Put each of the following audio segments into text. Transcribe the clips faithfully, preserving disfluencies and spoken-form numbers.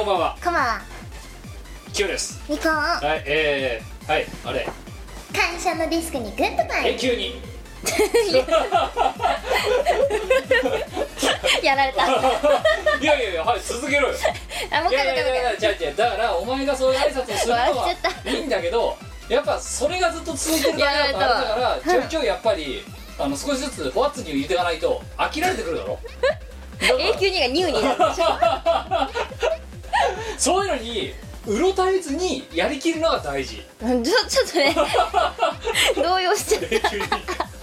んばんは。 こんばんは。 キヨです。 ニコン。 はい、えー、はい、あれ会社のデスクにグッドバイ。 永久にやられた。 いやいやいや、はい、続けろよ。 あ、もう一回もう一回もう一回。 いやいやいや、違う違う、だからお前がそういう挨拶をするのはいいんだけど、やっぱそれがずっと続いてるだけだとあれだから、ちょいちょいやっぱりあの少しずつフォワッツに入れていかないと飽きられてくるだろ。 永久にがニューになるでしょ。 そういうのにうろたえずにやりきるのが大事。 ちょちょっとね動揺しちゃった永久に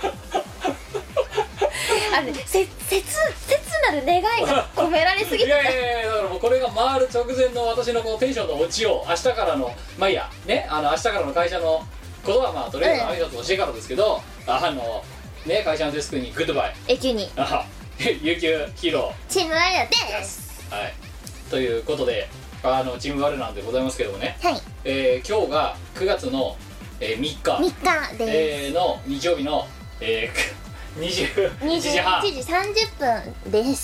あれ、せ切切なる願いが込められすぎていやいやいや、だからもうこれが回る直前の私のこのテンションの落ちを明日からのまあいいやね、あの明日からの会社のことはまあとりあえず挨拶をしてからですけど、あのね、会社のデスクにグッドバイ、 永久にあ有給ヒーロチームワイヤーーです。 はいということで、あのチーム我らなんでございますけどもね、 はい、 えー、今日がくがつの、えー、みっかみっかでえー、の日曜日の、えー、にじゅういちじはん、 す。にじゅういちじさんじゅっぷんです。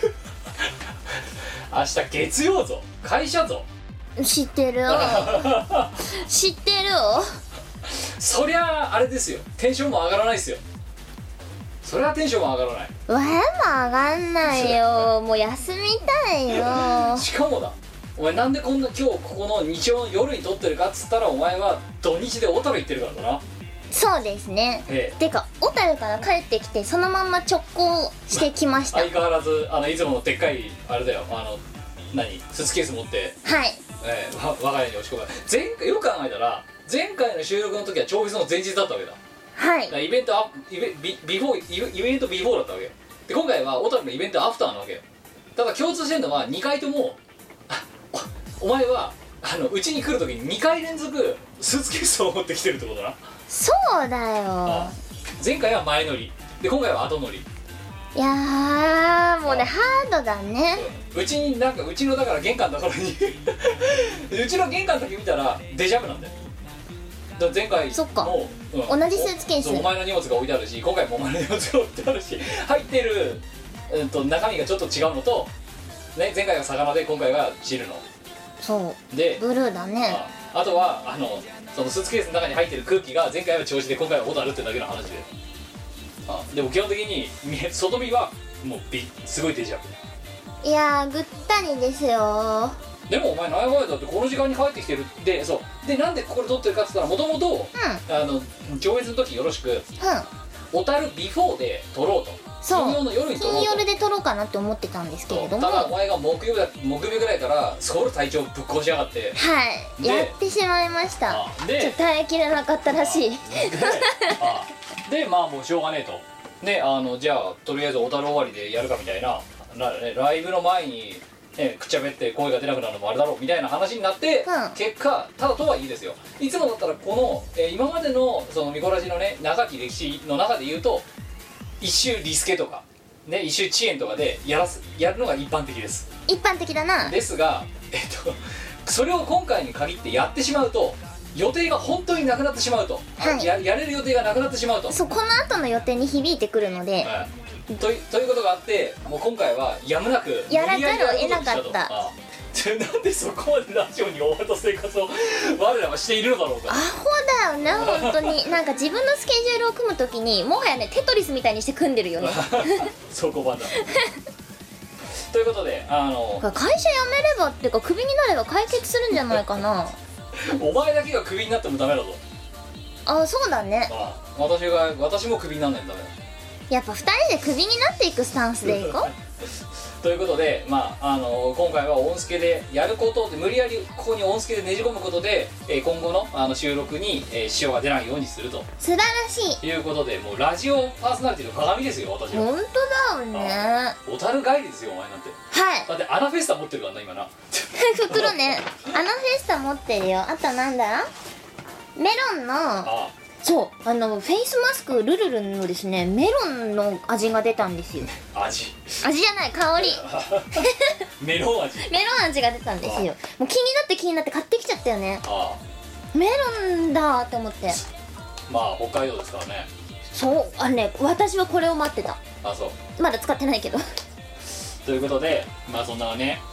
明日月曜ぞ、会社ぞ。 知ってるよ知ってるよ。 そりゃああれですよ、テンションも上がらないですよ。そりゃテンションも上がらない。 わも上がんないよ。もう休みたいよ。 しかもだ、お前なんでこんな今日ここの日曜の夜に撮ってるかっつったら、お前は土日で小樽行ってるからだな。 そうですね。 ええ、 てか小樽から帰ってきてそのまんま直行してきました。 相変わらずあのいつものでっかいあれだよ、あの何スーツケース持って、 はい、 えー、わ我が家に押し込む。前回よく考えたら前回の収録の時は超フェスの前日だったわけだ。 はいだからイベントアイベビビフォーイベントビフォーだったわけよ。で今回は小樽のイベントアフターなわけよ。ただ共通してるのはにかいともお, お前はあのうちに来る時ににかい連続スーツケースを持ってきてるってことだな。 そうだよ。 あ前回は前乗りで今回は後乗り。 いやーもうねハードだね。 うちになんかうちのだから玄関のところにうちの玄関だけ見たらデジャブなんだよ。だから前回もそっか、 うん、 同じスーツケース。 お, お前の荷物が置いてあるし、今回もお前の荷物が置いてあるし、入ってる、うん、と中身がちょっと違うのと、ね、前回が魚で今回が汁のそうでブルーだね。 あ, あとはあのそのスーツケースの中に入ってる空気が前回は銚子で今回は小樽ってだけの話で、あでも基本的に外見はもうビすごいデジャブ。 いやーぐったりですよ。 でもお前ナイファイだってこの時間に帰ってきてるで、そうでなんでここで撮ってるかって言ったら、もともとあの上越の時よろしくうんうん小樽ビフォーで撮ろうと、 そう金曜の夜に撮ろうと。 金夜で撮ろうかなって思ってたんですけれども、 ただおは前が木曜日だ木曜日ぐらいからソウル体調ぶっ壊しやがっていでやってしまいました。 あでちょっと耐えきれなかったらしい。 であでまあもうしょうがねえと。であのじゃあとりあえず小樽終わりでやるかみたいな、ラ, ライブの前に、ね、くっちゃべって声が出なくなるのもあれだろうみたいな話になって、 うん結果ただとはいいですよ、いつもだったらこの、えー今までのそのミコラジのね長き歴史の中で言うと一周リスケとかね、一周遅延とかでやらすやるのが一般的です。 一般的だな。 ですが、えっと、それを今回に限ってやってしまうと予定が本当になくなってしまうと、 はいや, やれる予定がなくなってしまうと、 そうこの後の予定に響いてくるので、 うん、と, いということがあって、もう今回はやむなくやらざるを得なかった。 無理やりやることにしたと。あじゃあなんでそこまでラジオに終わった生活を我らはしているのだろうか。 アホだよね本当に。なんか自分のスケジュールを組むときにもはやねテトリスみたいにして組んでるよね。 そこまでということで、あの会社辞めればっていうかクビになれば解決するんじゃないかな。 お前だけがクビになってもダメだぞ。 あ、そうだね。 あ私が私もクビになんないとダメだ。 やっぱふたりでクビになっていくスタンスでいこう。 ということで、まああの今回は音助でやることで無理やりここに音助でねじ込むことで、えー今後のあの収録に、えー支障が出ないようにすると素晴らしい。 いうことで、もうラジオパーソナリティの鏡ですよ私は。 本当だよね。 小樽帰りですよお前なんて。 はい。 だってアナフェスタ持ってるからな今な。 袋ね。あのフェスタ持ってるよ。あとなんだ、メロンの、 あそうあのフェイスマスクルルルンのですねメロンの味が出たんですよ。 あ味味じゃない香り。 メロン味。 メロン味が出たんですよ。もう気になって気になって買ってきちゃったよね。 あメロンだって思って。 まあ北海道ですからね。 そうあのね私はこれを待ってた。 あそうまだ使ってないけど。 ということで、まあそんなね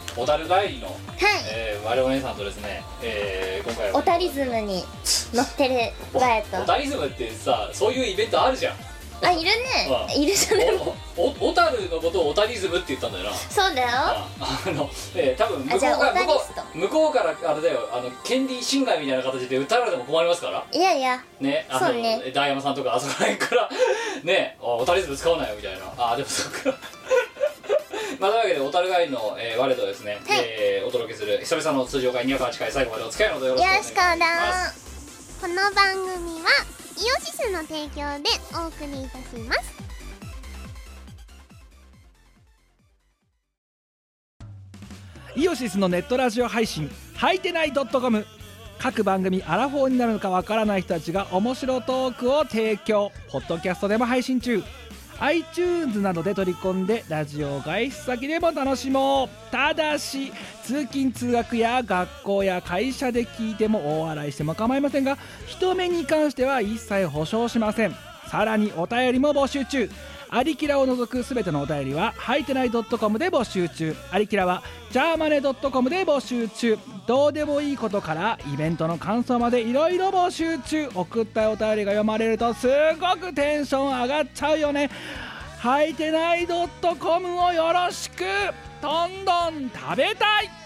小樽帰りの、 はい、 えー、我々姉さんとですね、えー、今回はオタリズムに乗ってるバエとオタリズムってさ、そういうイベントあるじゃん。 あ、いるね、 うん、 いるじゃないおお小樽のことをオタリズムって言ったんだよな。 そうだよ。 ああの、えー、多分向こうじゃあから向こオタリストう向こうからあれだよ、あの権利侵害みたいな形で訴えられても困りますからいやいや、 ね。あのそうね、 ダイヤマさんとかあそこら辺からね、あオタリズム使わないよみたいな。あでもそっかまあというわけで小樽帰りの、えー、我とですね、 はい、 えー、お届けする久々の通常会にひゃくはちかい、最後までお付き合いのほどよろしくお願いしよろしくおます。 だ。 この番組はイオシスの提供でお送りいたします。 イオシスのネットラジオ配信はいてない .com、 各番組アラフォーになるのかわからない人たちが面白トークを提供、ポッドキャストでも配信中、 iTunes などで取り込んでラジオ外出先でも楽しもう。ただし通勤通学や学校や会社で聞いても大笑いしても構いませんが、人目に関しては一切保証しません。さらにお便りも募集中。アリキラを除くすべてのお便りははいてない .com で募集中。アリキラはジャーマネ .com で募集中。どうでもいいことからイベントの感想までいろいろ募集中。送ったお便りが読まれるとすごくテンション上がっちゃうよね。はいてない .com をよろしく。どんどん食べたい。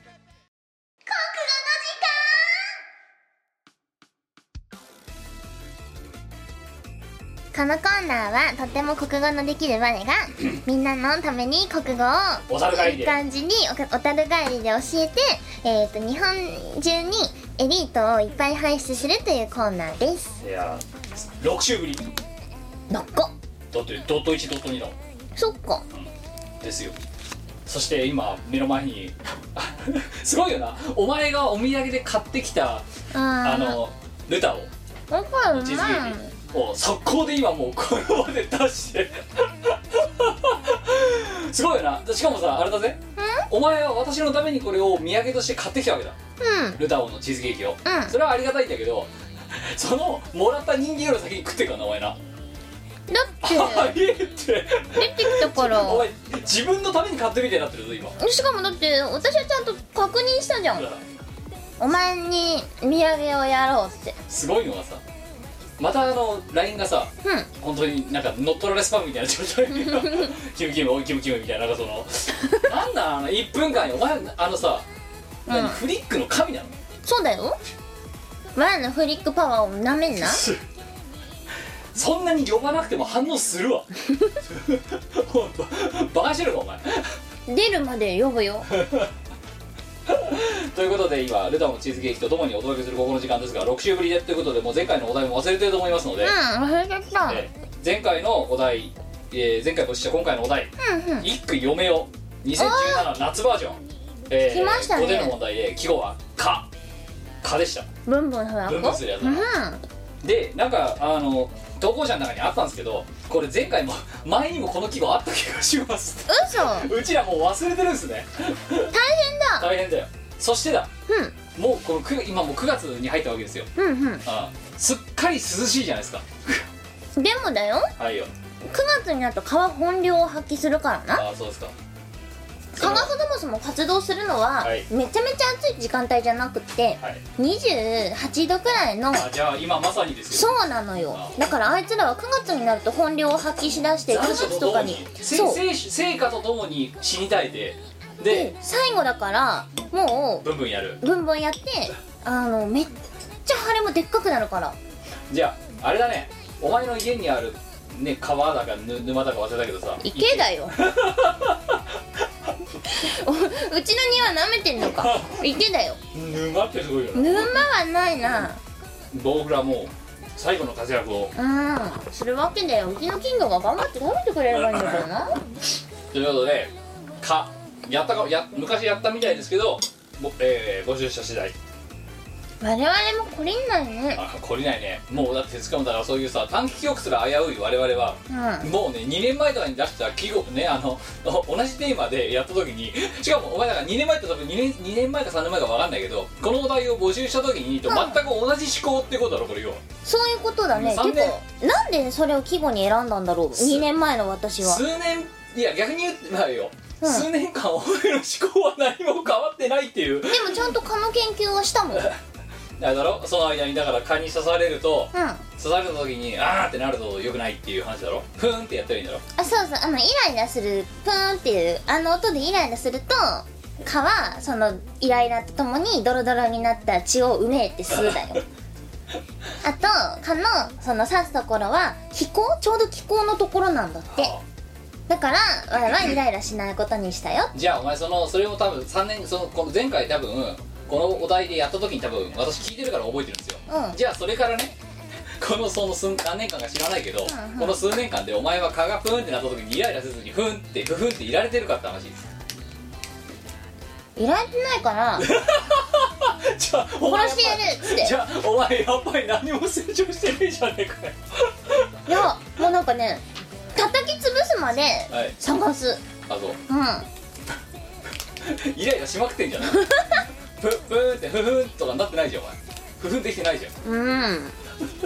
このコーナーはとても国語のできる我がみんなのために国語をお猿帰りでいい感じにおおたる帰りで教えて、えー、と日本中にエリートをいっぱい輩出するというコーナーです。 いやろく週ぶりろっこ。 ドットドットいちドットにのそっか。 ですよ。そして今目の前にすごいよな、お前がお土産で買ってきたああのルタオわかるチーズケな。 ーキを速攻で今もうこの場で出してすごいよな。しかもさあれだぜ、お前は私のためにこれを土産として買ってきたわけだ、 うんルタオのチーズケーキを、 うんそれはありがたいんだけど、そのもらった人間より先に食ってるからなお前な。 だあってりえって出てきたからお前自分のために買ってみてになってるぞ今。 しかもだって私はちゃんと確認したじゃん。お前に土産をやろうって。 すごいのがさ、またあの ライン がさ、 うん本当になんか乗っ取られスパムみたいな状態にキムキムおいキムキムみたいな、なんかそのなんだあのいっぷんかんにお前あのさ、 うん何フリックの神なの。 そうだよ。我のフリックパワーをなめんな。 そんなに呼ばなくても反応するわ本当バカしてるかお前出るまで呼ぶよ。 ということで今ルタオのチーズケーキとともにお届けするここの時間ですが、ろく週ぶりでということでもう前回のお題も忘れてると思いますので、 うん、忘れちゃった。 えー前回のお題、えー前回募集した今回のお題、 うんうん。 一句読めよにせんじゅうなな夏バージョン、え来ましたねごてんの問題で季語は「か」「か」でした。 ブンブンふわこ。 ブンブンするやつうん。 でなんかあの投稿者の中にあったんですけど、これ前回も前にもこの季語あった気がします嘘。 うちらもう忘れてるんですね。 大変だ。 大変だよ。そしてだ、 うもうこのく今もうくがつに入ったわけですよ。 ん。うんうん。 あすっかり涼しいじゃないですか。 でもだよ。 はいよ。 くがつになると蚊は本領を発揮するからな。 ああそうですか。 蚊がそもそも活動するのは、 はいめちゃめちゃ暑い時間帯じゃなくってはい。 にじゅうはちどくらいの。 あじゃあ今まさにですよ。 そうなのよ。だからあいつらはくがつになると本領を発揮しだしてくが残暑つとかにとともにそうせせ成果とともに死に絶えてでで最後だからもブンブンやる。 うブンブンやってあのめっちゃ羽もでっかくなるから。 じゃああれだね、お前の家にあるね川だかぬ沼だか忘れたけどさ、 池だよおうちの庭舐めてんのか。池だよ。 沼ってすごいよな。 沼はないな。 僕らもう最後の活躍をうんするわけだよ。うちの金魚が頑張って食べてくれればいいんだけどな。 ということで「か」やったかや昔やったみたいですけど、ぼえー募集した次第。 我々も懲りんないね。 あ懲りないね。もうだってしかもだからそういうさ短期記憶すら危うい我々はうんもうねにねんまえとかに出した記号ね、あのお同じテーマでやった時に、しかもお前だからにねんまえって多分 2, 年にねんまえかさんねんまえか分かんないけど、このお題を募集した時にと全く同じ思考ってことだろこれよ。 そういうことだね。てさんねんかなんでそれを季語に選んだんだろう。にねんまえの私は。 数年いや逆に言ってまあよ、 うん、 数年間お前の思考は何も変わってないっていう。 でもちゃんと蚊の研究はしたもんうんだろ、その間にだから蚊に刺されると、刺された時にあーってなると良くないっていう話だろ。ふーんってやったらいいんだろ。 あ、そうそう、あのイライラするプーンっていうあの音でイライラすると蚊はそのイライラとともにドロドロになった血をうめえって吸うだよあと蚊のその刺すところは気孔、ちょうど気孔のところなんだって、はあ、だから我々はイライラしないことにしたよ。 じゃあお前そのそれを多分さんねん、そのこの前回多分このお題でやった時に多分私聞いてるから覚えてるんですよ、うん、じゃあそれからねこのその数何年間か知らないけど、うんうん、この数年間でお前は蚊がプーンってなった時にイライラせずにフンってフフンっていられてるかって話です。 いられてないからじゃあお前殺してやるっつって、 じゃあお前やっぱり何も成長してねえじゃねえかよいやもうなんかね叩き潰すまで探す、はい、 あ、そう、 うんイライラしまくってんじゃんププーンってフフンとかなってないじゃんお前。フフンできてないじゃん。 うんもう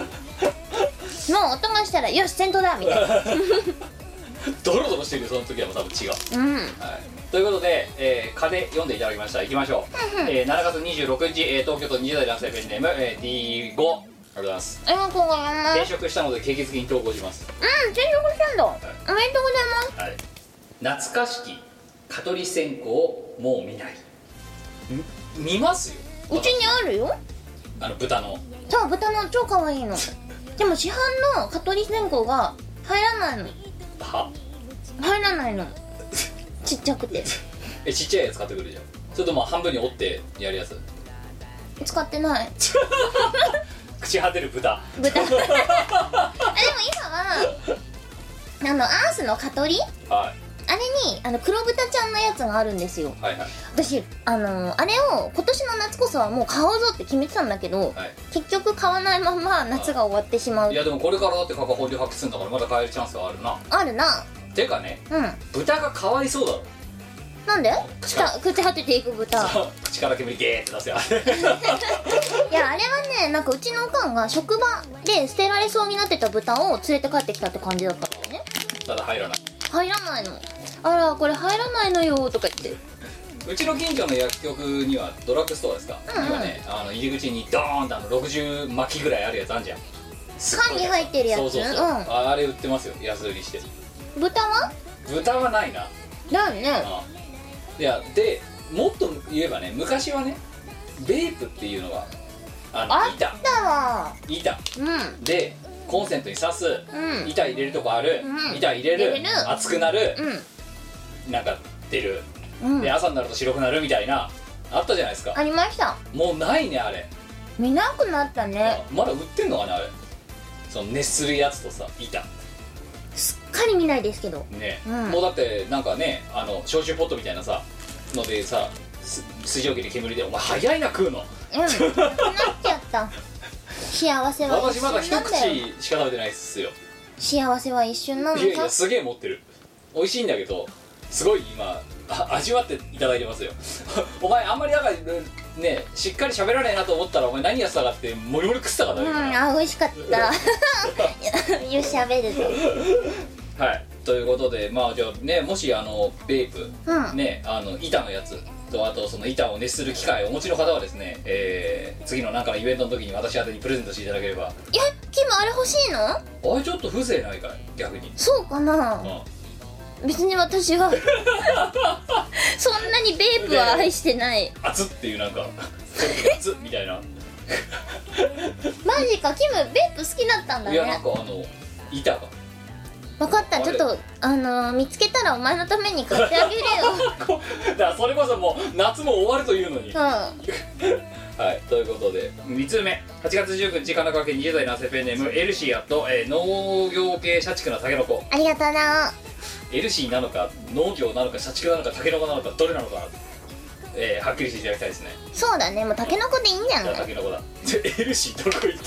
音がしたらよし戦闘だみたいなドロドロしてるその時はもう多分違う、 うん、 はい、ということで、えー、蚊で読んでいただきました。いきましょう、えー、しちがつにじゅうろくにち、えー、東京都にじゅう代男性ペンネーム、えー、ディーご ありがとうございます。 ありがとうございます。 転職したので景気づきに投稿します。 うん、転職したんだ、はい、おめでとうございます、 はい、懐かしき蚊取り線香をもう見ない。見ますよ、 うちにあるよ、 あの豚の。 そう、豚の超かわいいのでも市販の蚊取り線香が入らないの。 は入らないのちっちゃくてえ、ちっちゃいやつ買ってくるじゃん。それとも半分に折ってやるやつ。 使ってない口果てる豚豚あ、でも今はあのアースの蚊取り、 はい、 あれにあの黒豚ちゃんのやつがあるんですよ、 はいはい、 私あのあれを今年の夏こそはもう買おうぞって決めてたんだけど、はい、結局買わないまま夏が終わってしまう。 いやでもこれからだって蚊が本領発揮するんだからまだ買えるチャンスはあるな。 あるな。 てかね、 うん、 豚がかわいそうだろ。 なんで口か口果てていく豚口から煙ゲーって出すよいやあれはね、なんかうちのおかんが職場で捨てられそうになってた豚を連れて帰ってきたって感じだったんだよね。 ただ入らない入らないの。あらこれ入らないのよとか言って。 うちの近所の薬局にはドラッグストアですか、うんうん、今ねあの入り口にドーンとあのろくじゅう巻きぐらいあるやつあんじゃん。 缶に入ってるやつ。 そうそうそう、うん、あ, あれ売ってますよ安売りして。 豚は豚はないな。 だよね。 ああいやでもっと言えばね、昔はねベープっていうのがあのあったわ。 板、 うん、 でコンセントに挿す、うん、板入れるとこある、うん、板入れる、 入れる熱くなる、 うん、 なんか出る、うん、で朝になると白くなるみたいなあったじゃないですか。 ありました。 もうないねあれ。 見なくなったね。 まだ売ってんのかなあれ。その熱するやつとさ板すっかり見ないですけどね、うん、もうだってなんかねあの焼酎ポットみたいなさのでさ水蒸気で煙でお前早いな食うの。 うんなくなっちゃった幸せは一瞬なんだよ。 私まだ一口しか食べてないっすよ。 幸せは一瞬なのか。 いやいやすげえ持ってる。美味しいんだけどすごい今味わっていただいてますよお前あんまりなんかねしっかり喋らねえなと思ったらお前何やってたかってモリモリ食ってたからね。 うんあ美味しかったよしゃべるぞはいということでまあじゃあねもしあのベープ、 うん、 ねあの板のやつとあとその板を熱する機械をお持ちの方はですね、えー、次のなんかのイベントの時に私宛てにプレゼントしていただければ。 いやキムあれ欲しいの？ あれちょっと風情ないかい逆に。 そうかな、うん別に私はそんなにベープは愛してない。 熱っていうなんか熱みたいなマジかキムベープ好きだったんだね。 いやなんかあの板が分かった。ちょっとあのー、見つけたらお前のために買ってあげるよだからそれこそもう夏も終わるというのに、うん、はいということでみっつめはちがつじゅうくにち神奈川県にじゅう代男性ペンネームエルシーアット、えー、農業系社畜のタケノコ。 ありがとうな。 エルシーなのか農業なのか社畜なのかタケノコなのかどれなのか、えー、はっきりしていただきたいですね。 そうだねもうタケノコでいいんじゃない。 タケノコだエルシーどこ行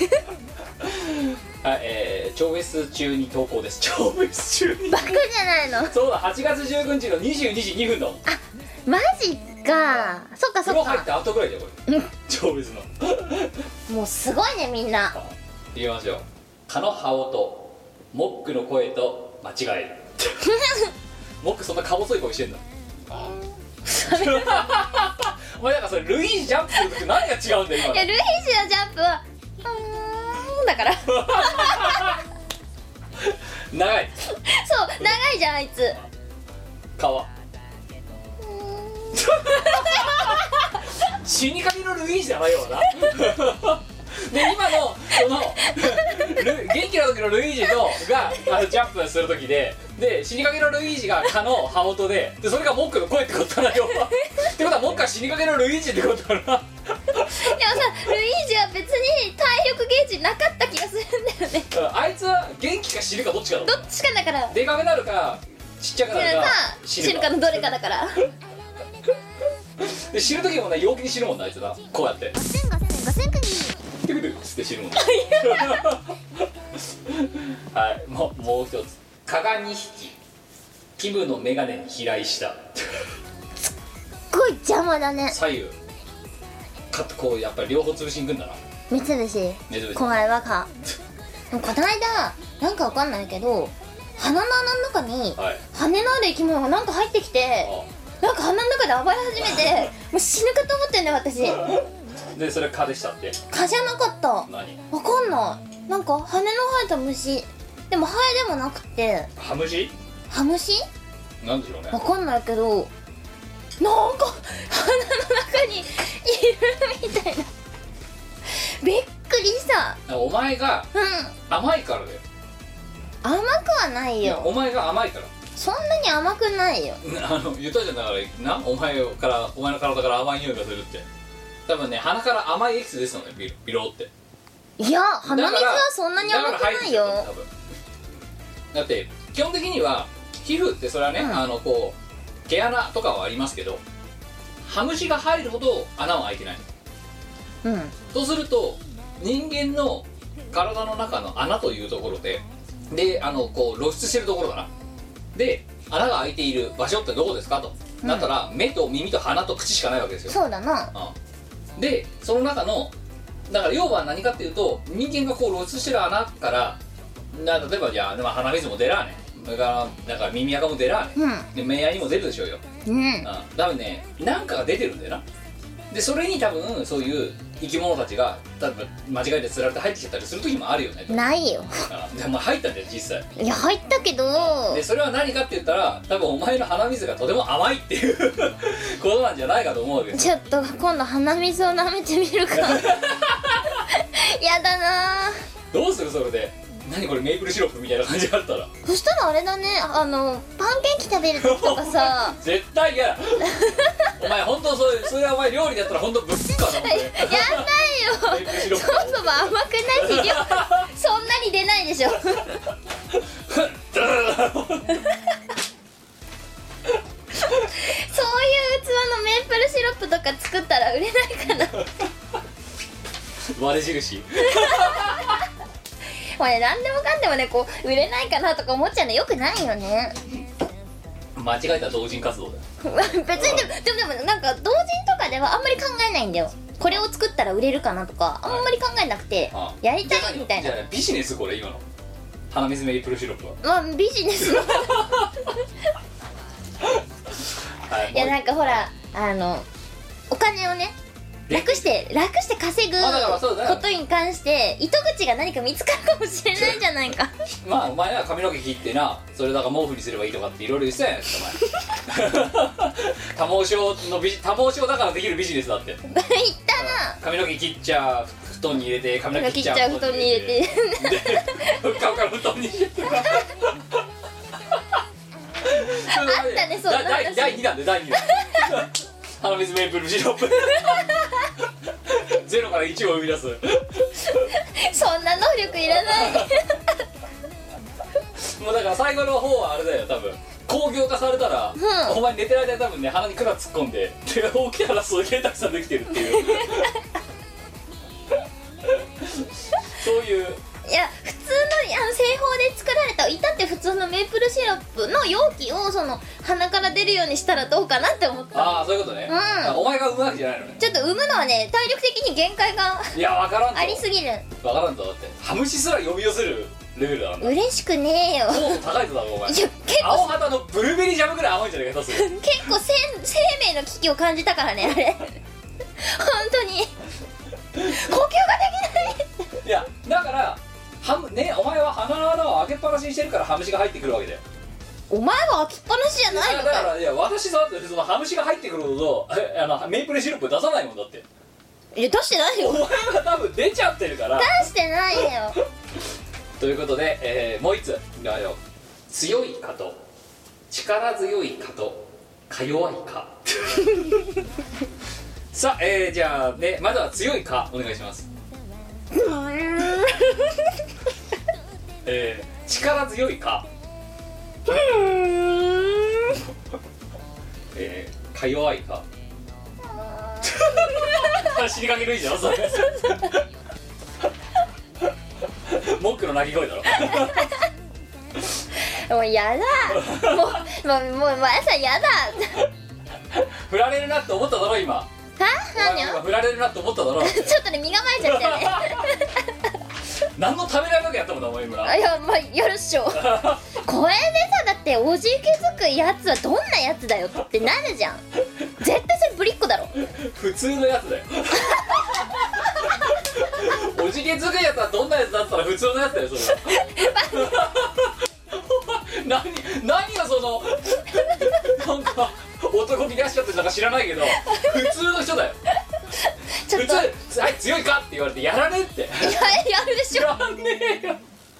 ったはい、えー、超フェス中に投稿です。超フェス中にバカじゃないのそうだはちがつじゅうくにちのにじゅうにじにふんの。 あマジか。そっかそっか風呂入った後ぐらいだよこれ超フェスのもうすごいねみんな。 いきましょう。蚊の羽音とモックの声と間違えるモックそんなか細い声してんだお前なんかそれルイージジャンプするとき何が違うんだよ今の。 いやルイージのジャンプはうーんだから長いそう長いじゃんあいつ川死にかけのルイージじゃないようなで今のそのル元気な時のルイージのがあのジャンプする時でで死にかけのルイージが蚊の刃元ででそれがモックの声ってことだよってことはモックは死にかけのルイージってことだなでもさルイージは別に体力ゲージなかった気がするんだよねあいつは元気か死ぬかどっちかだどっちかだからでかくなるかちっちゃくなるか死ぬかのどれかだからで死ぬ時もね陽気に死ぬもんなあいつなこうやってガセンガセンガセンクニーピクピクって死ぬもんなはいもうもう一つ蚊がにひきキムのメガネに飛来したすっごい邪魔だね。 左右かこうやっぱり両方潰しに行くんだな三菱目覚め怖いわかでもこの間なんかわかんないけど鼻の穴の中にはい羽のある生き物がなんか入ってきてなんか鼻の中で暴れ始めてもう死ぬかと思ってんだよ私。 でそれ蚊でしたって蚊じゃなかった。わ何かんない。なんか羽の生えた虫でもハエでもなくてハムシハムシなんでしょうねわかんないけどなんか鼻の中にいるみたいなびっくりした。 お前がうん甘いからだよ。 甘くはないいやよ。 お前が甘いからそんなに甘くないよ。 あの言ったじゃんだからなお前からお前の体から甘い匂いがするって多分ね鼻から甘いエキスですのねビロビロっていや鼻水はそんなに甘くないよ。 だから入ってきちゃった多分だって基本的には皮膚ってそれはね、 うんあのこう毛穴とかはありますけどハムシが入るほど穴は開いてないうんとすると人間の体の中の穴というところでであのこう露出してるところだなで穴が開いている場所ってどこですかと、 うん、 なったら目と耳と鼻と口しかないわけですよ。 そうだな。 うん、でその中のだから要は何かっていうと人間がこう露出してる穴からな例えばじゃあ、まあ、鼻水も出らーねそれからなんか耳垢も出らーね、 うんで目やにも出るでしょうよ。 うんうん、多分ねなんかが出てるんだよな。でそれに多分そういう生き物たちが多分間違えて釣られて入ってきちゃったりする時もあるよねと。 ないよ。 あでもまあ入ったんだよ実際。 いや入ったけどでそれは何かって言ったら多分お前の鼻水がとても甘いっていうことなんじゃないかと思うわけです。 ちょっと今度鼻水を舐めてみるかやだな。 どうするそれで何これメープルシロップみたいな感じがあったらそしたらあれだねあのパンケーキ食べる時とかさ絶対嫌だお前本当そういうそれはお前料理だったら本当ぶっかなもんねやんないよメープルシロップそもそも甘くないし量そんなに出ないでしょそういう器のメープルシロップとか作ったら売れないかな割れ印もうね何でもかんでもねこう売れないかなとか思っちゃうのよくないよね間違えた同人活動だよ別にでもでもでもなんか同人とかではあんまり考えないんだよ。これを作ったら売れるかなとかあんまり考えなくてああやりたいみたいな。 じゃあビジネスこれ今の鼻水メープルシロップはまあビジネスのはいいやなんかほらあのお金をね楽して楽して稼ぐあだからそうだよことに関して糸口が何か見つかるかもしれないじゃないかまあお前は髪の毛切ってなそれだから毛布にすればいいとかっていろいろ言ってたやんお前多毛症のビジ多毛症だからできるビジネスだって言ったな。 髪の毛切っちゃ布団に入れて髪の毛切っちゃう布団に入れてでふっかふか布団に入れてあったねそんな話だいにだんでだいにだん鼻水メープルシロップゼロからいちを生み出すそんな能力いらないもうだから最後の方はあれだよ多分工業化されたら、 うん、 お前寝てる間に多分ね鼻に管突っ込んでで大きなラストでたくさんできてるっていうそういういや普通のあの製法で作られた至って普通のメープルシロップの容器をその鼻から出るようにしたらどうかなって思った。 ああそういうことね、 うん、 お前が産むわけじゃないのね。 ちょっと産むのはね体力的に限界がいや分からんぞありすぎる。 分からんぞだってハムシすら呼び寄せるレベルだから嬉しくねえよ。 糖度高いぞだろお前。 いや結構青旗のブルーベリージャムぐらい甘いんじゃないか下手する。 結構生生命の危機を感じたからねあれ本当に呼吸ができないいやだからハムね、お前は鼻の穴を開けっぱなしにしてるからハムシが入ってくるわけだよ。 お前は開きっぱなしじゃないのだかからいや私だってそのハムシが入ってくるほどあのメイプルシロップ出さないもんだって。 いや出してないよお前は多分出ちゃってるから。 出してないよということで、えー、もう一つだよ。強い蚊と力強い蚊とか弱い蚊さあ、えー、じゃあねまずは強い蚊お願いします。えー、力強い蚊えー、か弱い蚊死にかける以上それモックの鳴き声だろもうやだもうもうもうもう朝やだ振られるなって思っただろ今。 はお前何を今振られるなって思っただろちょっとね身構えちゃったよね何のためらいわけやったもんなお前今。 あいやまあやるっしょこれでさだっておじけづくやつはどんなやつだよってなるじゃん。絶対それぶりっ子だろ普通のやつだよおじけづくやつはどんなやつだったら普通のやつだよそれは何何がそのなんか男気出しちゃってるのか知らないけど普通の人だよちょっと普通はい強いかって言われてやらねえっていややるでしょ。 やんねえよ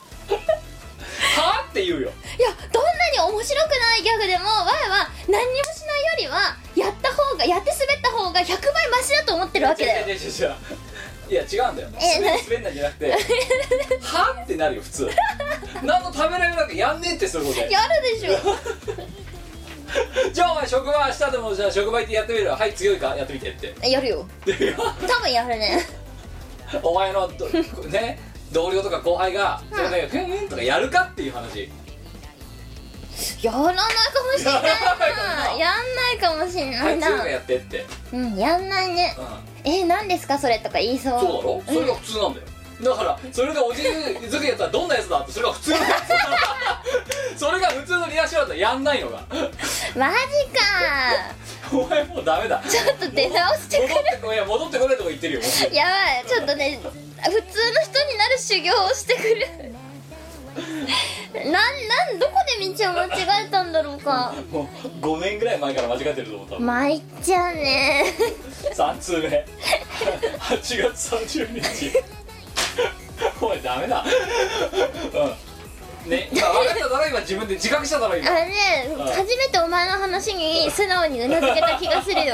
はって言うよ。 いやどんなに面白くないギャグでもわいは何にもしないよりはやった方がやって滑った方がひゃくばいマシだと思ってるわけだよ。 違う違う違う違ういや違うんだよ。 え滑滑んないんじゃなくてはってなるよ普通。何のためらいもなくやんねえってそういうことでやるでしょじゃあお前職場明日でもじゃあ職場行ってやってみる。はい強いかやってみてってやるよ多分やるねお前のどね同僚とか後輩がそれでフンフンとかやるかっていう話。 やらないかもしれないなやんないかもしれはないな、 い強いかやってってうんやんないね、 うんえ何ですかそれとか言いそう。 そうだろそれが普通なんだよ。だからそれでおじづくやつはどんなやつだってそれが普通のやつそれが普通のリアクションだったらやんないのがマジかお前もうダメだ。 ちょっと出直してく戻ってこいや戻ってこないとこ言ってるよもうるやばいちょっとね普通の人になる修行をしてくるなんなんどこで道を間違えたんだろうか。 もうごねんぐらい前から間違ってると思った。 参っちゃうねさん通目はちがつさんじゅうにちお前ダメだうんね今分かっただろ今自分で自覚しただろあ今。 れねうん初めてお前の話に素直にうなずけた気がするよ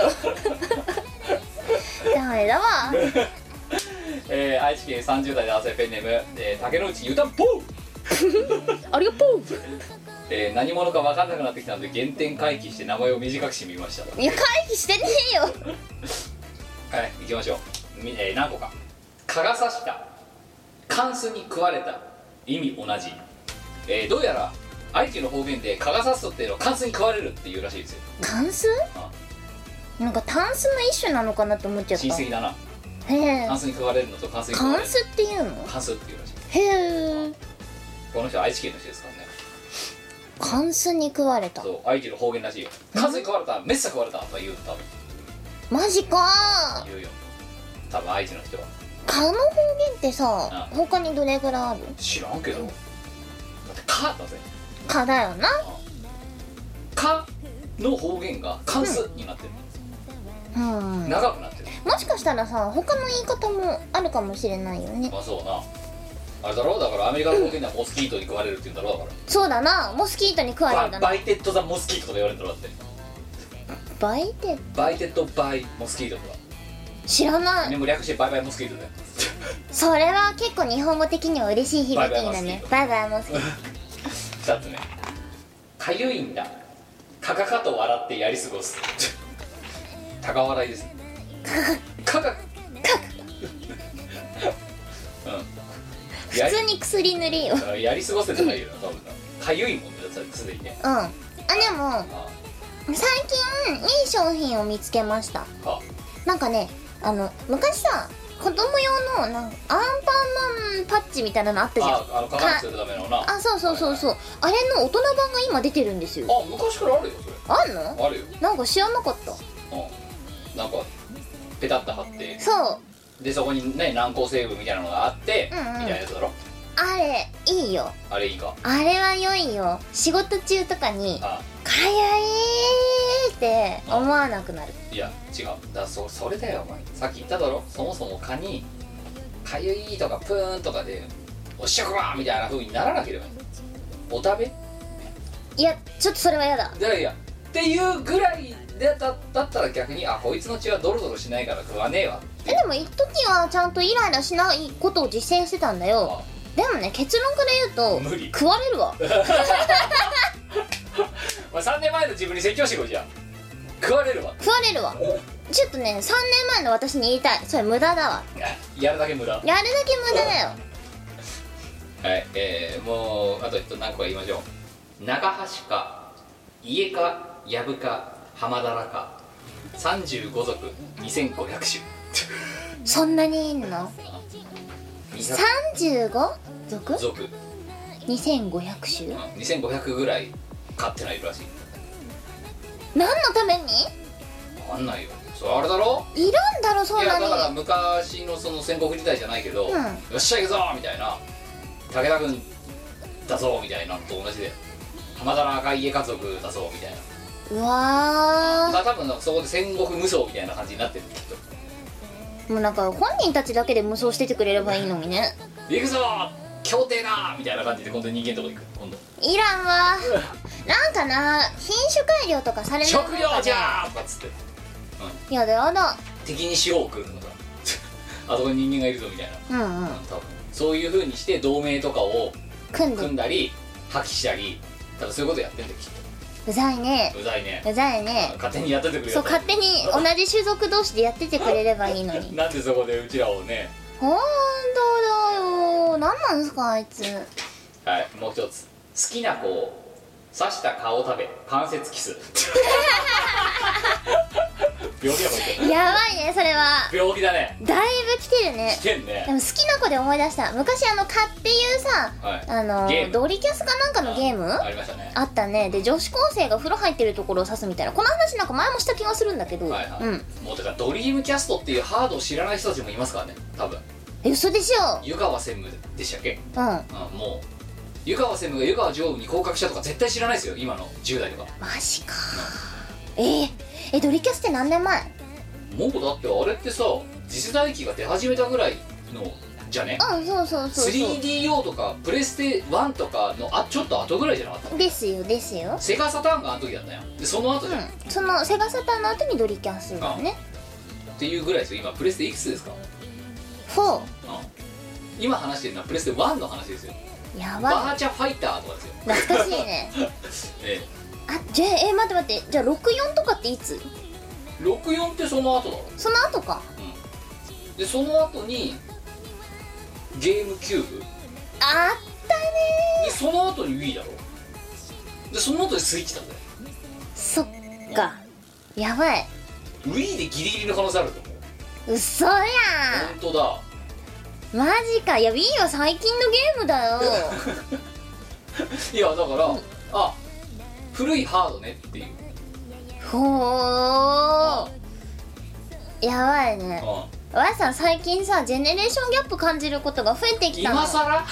ダメだわえー、愛知県さんじゅう代男性ペンネーム、えー、竹之内ゆたんぽうありがとうえー、何者か分かんなくなってきたので原点回帰して名前を短くしてみました。 いや回避してねえよはい行きましょう。み、えー、何個か。蚊が刺したカンスに食われた意味同じ、えー、どうやら愛知の方言で蚊が刺すっていうのはカンスに食われるっていうらしいですよ。 タンスあなんかタンスの一種なのかなって思っちゃった。 親戚だな。 へえカンスに食われるのとカンスに食われるカンスっていうのカンスっていうらしい。 へえこの人は愛知県の人ですからね。 カンスに食われたそう愛知の方言らしいよ。カンスに食われためっさ食われたとか言う多分マジか言うよ多分愛知の人は。 蚊の方言ってさあ他にどれぐらいある？ 知らんけどだって蚊だぜ。 蚊だよな。 蚊の方言がカンスになってる、 うん長くなってる。 もしかしたらさ他の言い方もあるかもしれないよね。 まあそうなあれだろう。だからアメリカの方言ではモスキートに食われるって言うんだろう。だかそうだなモスキートに食われらるだな。 ババイテッド・ザ・モスキートとか言われるんだろうだって。 バイテバイテッド・バイ・モスキートとか知らない。 でも略してバイバイモスキートだよそれは結構日本語的には嬉しい響きだね。バイバイモスキートふたつめかゆいんだカカカと笑ってやり過ごす高笑いです。カカカうんや普通に薬塗りよ。 りやり過ごせてないよな多分な。かゆいもんだよすでにね。 うんあでもあ最近いい商品を見つけました。 あなんかねあの昔さ子供用のなんかアンパンマンパッチみたいなのあったじゃん。 ああの鏡するためのな。 あ、そうそうそうそう、あれの大人版が今出てるんですよ。 あ、昔からあるよそれ。 あんの？ あるよ。 なんか知らなかった。 うん、なんかペタッと貼ってそうでそこにね軟膏成分みたいなのがあって、 うんうんみたいなやつだろ。 あれいいよ。 あれいいか。 あれは良いよ。仕事中とかにあかゆいって思わなくなる。 いや違うだ、そそれだよお前。さっき言っただろ、そもそも蚊にかゆいとかプーンとかでおっしゃくわみたいな風にならなければいい。お食べいやちょっとそれは嫌だ。 いやいやっていうぐらいで だ, だったら逆にあこいつの血はドロドロしないから食わねえわ。 えでも一時はちゃんとイライラしないことを実践してたんだよ。でもね結論から言うと無理食われるわ。 お前さんねんまえの自分に説教してこいじゃん。食われるわ。 食われるわ。ちょっとねさんねんまえの私に言いたい。それ無駄だわ。 ややるだけ無駄。はい、 やるだけ無駄だよ。 えー、もうあと何個か言いましょう。長橋か家か藪か浜田らかさんじゅうご族にせんごひゃく種。 そんなにいんの？さんじゅうご族？ 族にせんごひゃく種？ うん、にせんごひゃくぐらい飼ってないらしい。 何のために？ わかんないよ。それあれだろ。 いるんだろそんなに。 いやだから昔のその戦国時代じゃないけど、 うん、 よっしゃ行くぞみたいな、武田軍だぞみたいなのと同じで、浜田の赤い家家族だぞみたいな。 うわまあ多分そこで戦国無双みたいな感じになってるきっー、もうなんか本人たちだけで無双しててくれればいいのにね。 と。行くぞ協定だみたいな感じで今度人間のとこ行く。今度いらんわ。なんかな品種改良とかされない食料じゃーとかっつって、 やだやだ。 敵に塩を送るのがあそこに人間がいるぞみたいな、 うんうん、 多分そういう風にして同盟とかを組んで組んだり破棄したり、多分そういうことやってんだよきっうざいねと。うざいね。 うざいね。 勝手にやっててくれよ。 そう勝手に同じ種族同士でやっててくれればいいのに。 なんでそこでうちらをね。 ほんとだよ。なんなんすかあいつ。 はい、もう一つ。好きな子を刺した顔を食べ関節キス。病気だこいつ。 やばいねそれは。 病気だね。 だいぶ来てるね。 来てんね。 でも好きな子で思い出した。昔あの蚊っていうさ、 はい、 あのゲームドリキャスかなんかのゲームあ, ありましたね。 あったね。で女子高生が風呂入ってるところを刺すみたいな、この話なんか前もした気がするんだけど、 はいはい、 うん、 もうだからドリームキャストっていうハードを知らない人たちもいますからね多分。 え嘘でしょ。 湯川専務でしたっけ。 うん、うん、 うん、もう湯川専務が湯川常務に降格したとか絶対知らないですよ今のじゅう代とか。 マジか、うん、えー、えドリキャスって何年前？ もうだってあれってさ次世代機が出始めたぐらいのじゃね。 うんそうそうそうそう。 スリーディーオー とかプレステワンとかのあちょっと後ぐらいじゃなかった？ ですよですよ。 セガサターンがあの時だったよ。でその後じゃん、 うん、そのセガサターンの後にドリキャスだよね。 っていうぐらいですよ。今プレステいくつですか？ フォー。 うん、今話してるのはプレステワンの話ですよ。 やばい。 バーチャファイターとかですよ。 懐かしいね。 えあじゃあえ待って待ってじゃあろくじゅうよんとかっていつ？ え、ろくじゅうよんってその後だろ。 その後か。 うん、でその後にゲームキューブあったねでその後に Wii だろ。でその後にスイッチだぜ。 そっかやばい。 Wii でギリギリの可能性あると思う。 うそやん。 本当だ。 マジか。いや Wii は最近のゲームだよ。 いやだから、うん、あ古いハードねっていう。 ほーやばいね。 うん、 わやさん最近さジェネレーションギャップ感じることが増えてきたの。 今さら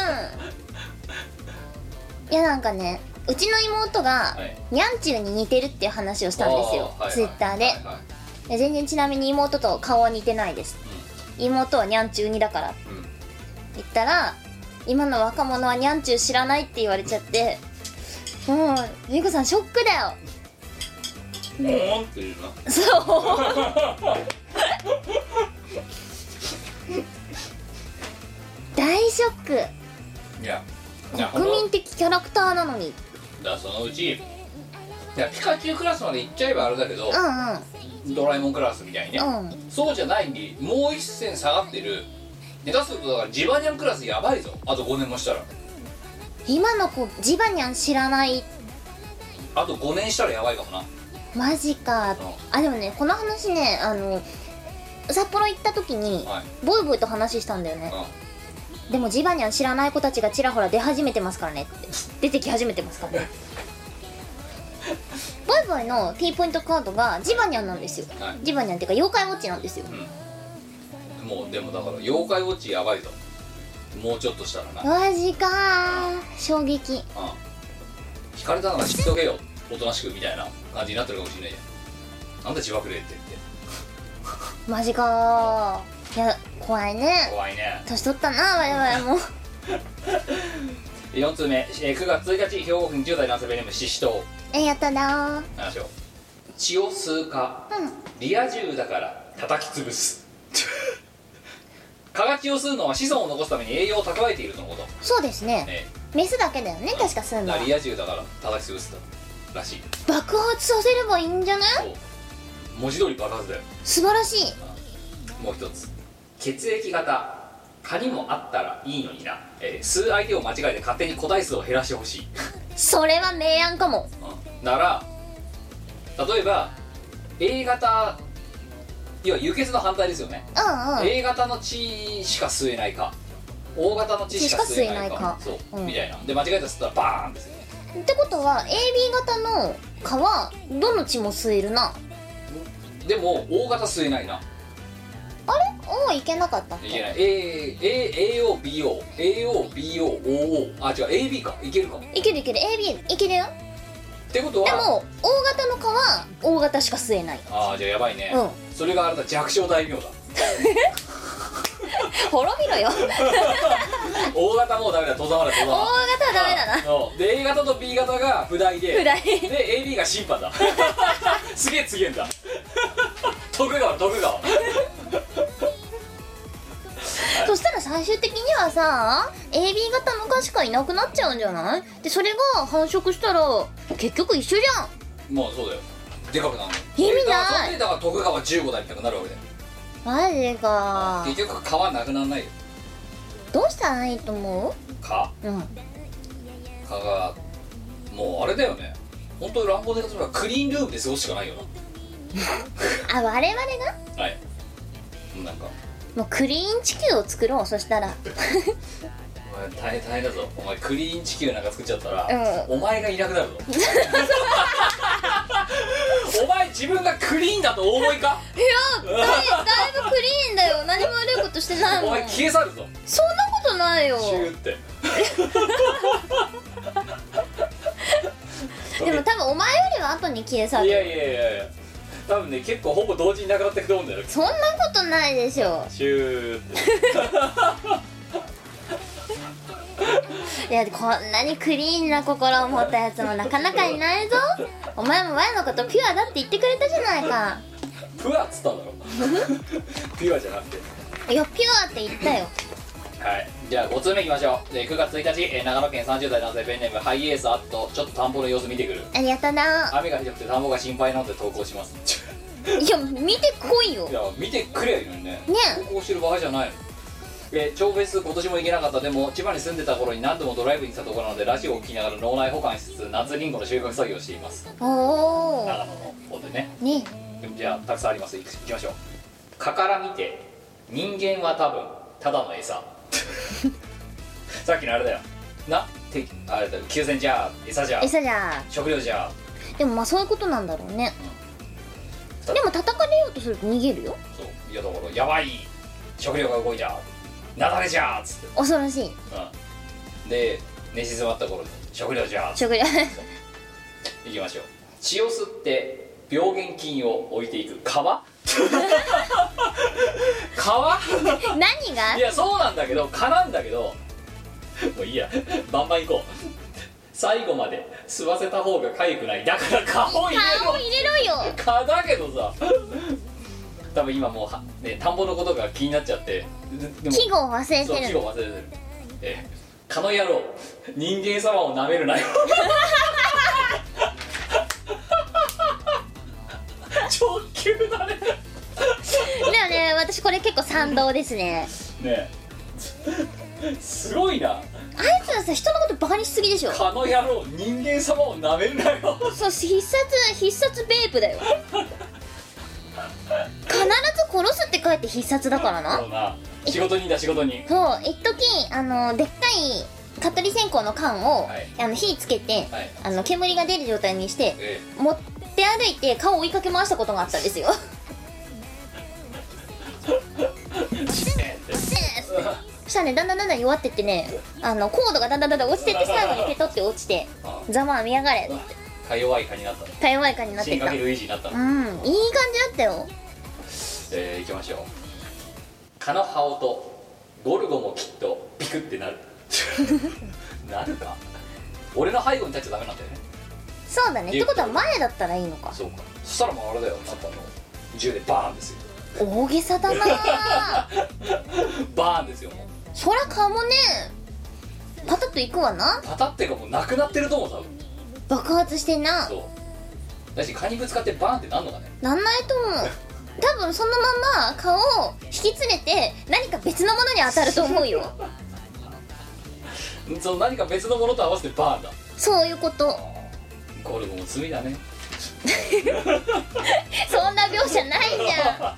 うんいやなんかねうちの妹が、はい、ニャンチューに似てるっていう話をしたんですよ、ツイッターで、はいはい、で全然ちなみに妹と顔は似てないです、うん、妹はニャンチューにだから、うん、言ったら今の若者はニャンチュー知らないって言われちゃって、もうゆうこさんショックだよ。 もーんって言うな。 そう大ショック。 いや国民的キャラクターなのに。 だからそのうちいやピカチュウクラスまで行っちゃえばあれだけど、 うんうん、 ドラえもんクラスみたいにね、うん、そうじゃないにもう一線下がってる下手するとだからジバニャンクラスやばいぞ。あとごねんもしたら。 今の子ジバニャン知らない。 あとごねんしたらやばいかもな。 マジか、うん、あでもねこの話ねあの札幌行った時に、 はい、 ボイボイと話したんだよね、 うん、 でもジバニャン知らない子たちがちらほら出始めてますからねって出てき始めてますからねボイボイの T ポイントカードがジバニャンなんですよ、はい、ジバニャンっていうか妖怪ウォッチなんですよ、 うん、もうでもだから妖怪ウォッチやばいともうちょっとしたらなマジかー衝撃、うん、 引かれたのが知っとけよおとなしくみたいな感じになってるかもしれないじゃんなんだ自爆霊って言ってマジかーいや怖いね怖いね年取ったな我々もよんつうめ、えー、くがつついたち兵庫県じゅう代男性ペンネームししとうえやったなー話を血を吸うか、うん、リア充だから叩き潰す蚊が血を吸うのは子孫を残すために栄養を蓄えているとのこと。 そうですね、ねメスだけだよね、確か吸うのはリア充だから叩き潰すらしい。 爆発させればいいんじゃない？そう文字通り爆発だよ。 素晴らしい。 もう一つ、血液型蚊にもあったらいいのにな、えー、吸う相手を間違えて勝手に個体数を減らしてほしいそれは明暗かも、 うん、なら例えば A 型要は輸血の反対ですよね、 うんうん、 A 型の血しか吸えないか O 型の血しか吸えない か, かそう、うん、みたいなで間違えたら吸ったらバーンですよね。 ってことは エービー 型の蚊はどの血も吸えるな。 でも O 型吸えないな。 あれ O いけなかったっけ？ いけない。 A、A、エーオー、ビーオー、エーオー、ビーオー、オーオー、あ、違う エービー か。いけるか。 いけるいける エービー いけるよ。 ってことはでも O 型の蚊は O 型しか吸えない。 ああ、じゃあやばいね、 うん、それがあれだ、弱小大名だ滅びろよ O 型もうダメだ、戸ざまだ、戸ざま O 型はダメだな。 で A 型と B 型が不代で不代でエービー が審判だすげえ次元だ徳川徳川そしたら最終的にはさ エービー 型の蚊しかいなくなっちゃうんじゃない？でそれが繁殖したら結局一緒じゃん。 まあそうだよ、でかくなるの意味ない。 それでだから徳川じゅうご代みたいになるわけだよ。 マジか。 結局蚊はなくならないよ。 どうしたらいいと思う？蚊、うん、 蚊がもうあれだよね、本当に乱暴で例えばクリーンルームで過ごすしかないよなあ、我々がはいなんかもうクリーン地球を作ろう。そしたらお前大変大変だぞ。お前クリーン地球なんか作っちゃったら、 うん、 お前がいなくなるぞお前自分がクリーンだとお思いか？ いや、だい、だいぶクリーンだよ。何も悪いことしてないもん。 お前消え去るぞ。 そんなことないよ。 シューってでも多分お前よりは後に消え去る。 いやいやいやいや、多分ね結構ほぼ同時になくなってくと思うんだよ。 そんなことないでしょ。 シューっていや、こんなにクリーンな心を持ったやつもなかなかいないぞ。お前も前のことピュアだって言ってくれたじゃないか。 ピュアっつったんだろピュアじゃなくて。 いや、ピュアって言ったよ。 はい、じゃあごつうめいきましょう。でくがつついたち、えー、長野県さんじゅう代男性ペンネームハイエースあっとちょっと田んぼの様子見てくる。 ありがとうな。 雨がひどくて田んぼが心配なので投稿しますいや、見てこいよ。 いや、見てくれよいいのにね。 ね投稿してる場合じゃないの。えー、超フェス今年も行けなかった。でも千葉に住んでた頃に何度もドライブにしたところなのでラジオを聞きながら脳内保管しつつ夏リンゴの収穫作業をしています。 おお、 長野の方でね。 ね、 じゃあたくさんあります。いきましょう。蚊から見て人間は多分ただの餌さっきのあれだよな、てあれだよ、休戦じゃ餌じゃ餌じゃ食料じゃ。 でもまあそういうことなんだろうね、うん、でも叩かれようとすると逃げるよ。 そう、いやだからやばい食料が動いちゃう、なだれじゃーっつって恐ろしい、 うん、で寝静まった頃に食料じゃー食料いきましょう。血を吸って病原菌を置いていく川川何が？ いやそうなんだけど蚊なんだけどもういいやバンバン行こう最後まで吸わせた方が痒くない。だから蚊を入れろ。 蚊を入れろよ。 蚊だけどさ多分今もうは、ね、田んぼのことが気になっちゃってでも季語を忘れてる。 そう季語忘れてる。えー、蚊の野郎人間様を舐めるなよ超急だねでもね、私これ結構賛同ですね。 ねえすごいな。 あいつはさ、人のことバカにしすぎでしょ。 蚊の野郎人間様を舐めるなよそう、必殺必殺ベープだよ。必ず殺すってって帰って必殺だからな。 そうな、仕事人だ仕事人。 そう一時あのでっかい蚊取り線香の缶を、 はい、 あの火つけて、 はい、 あの煙が出る状態にして、 ええ、 持って歩いて顔を追いかけ回したことがあったんですよ。そしたらね、だんだんだんだん弱ってってね、あのコードがだんだんだんだん落ちてって最後にペトって落ちてざまあ見やがれってか弱い蚊になったの。 か弱い蚊になってた。 進化系ルイージになったの。 うん、いい感じだったよ。 えー、いきましょう。蚊の羽音とゴルゴもきっとピクってなる。なるか。俺の背後に立っちゃダメなんだよね。 そうだね。ってことは前だったらいいのか。 そうか。そしたらもうあれだよ、なんかあの銃でバーンですよ。 大げさだな。 バーンですよ。もうそら蚊もねパタッといくわな。 パタってかもうなくなってると思う。多分爆発してんな。 そうだし、蚊にぶつかってバーンってなんのかね。 なんないと思う。多分そのまま蚊を引き連れて何か別のものに当たると思うよ。 その何か別のものと合わせてバーンだ。 そういうこと。 ゴルゴも罪だね。 そんな描写ないじゃん。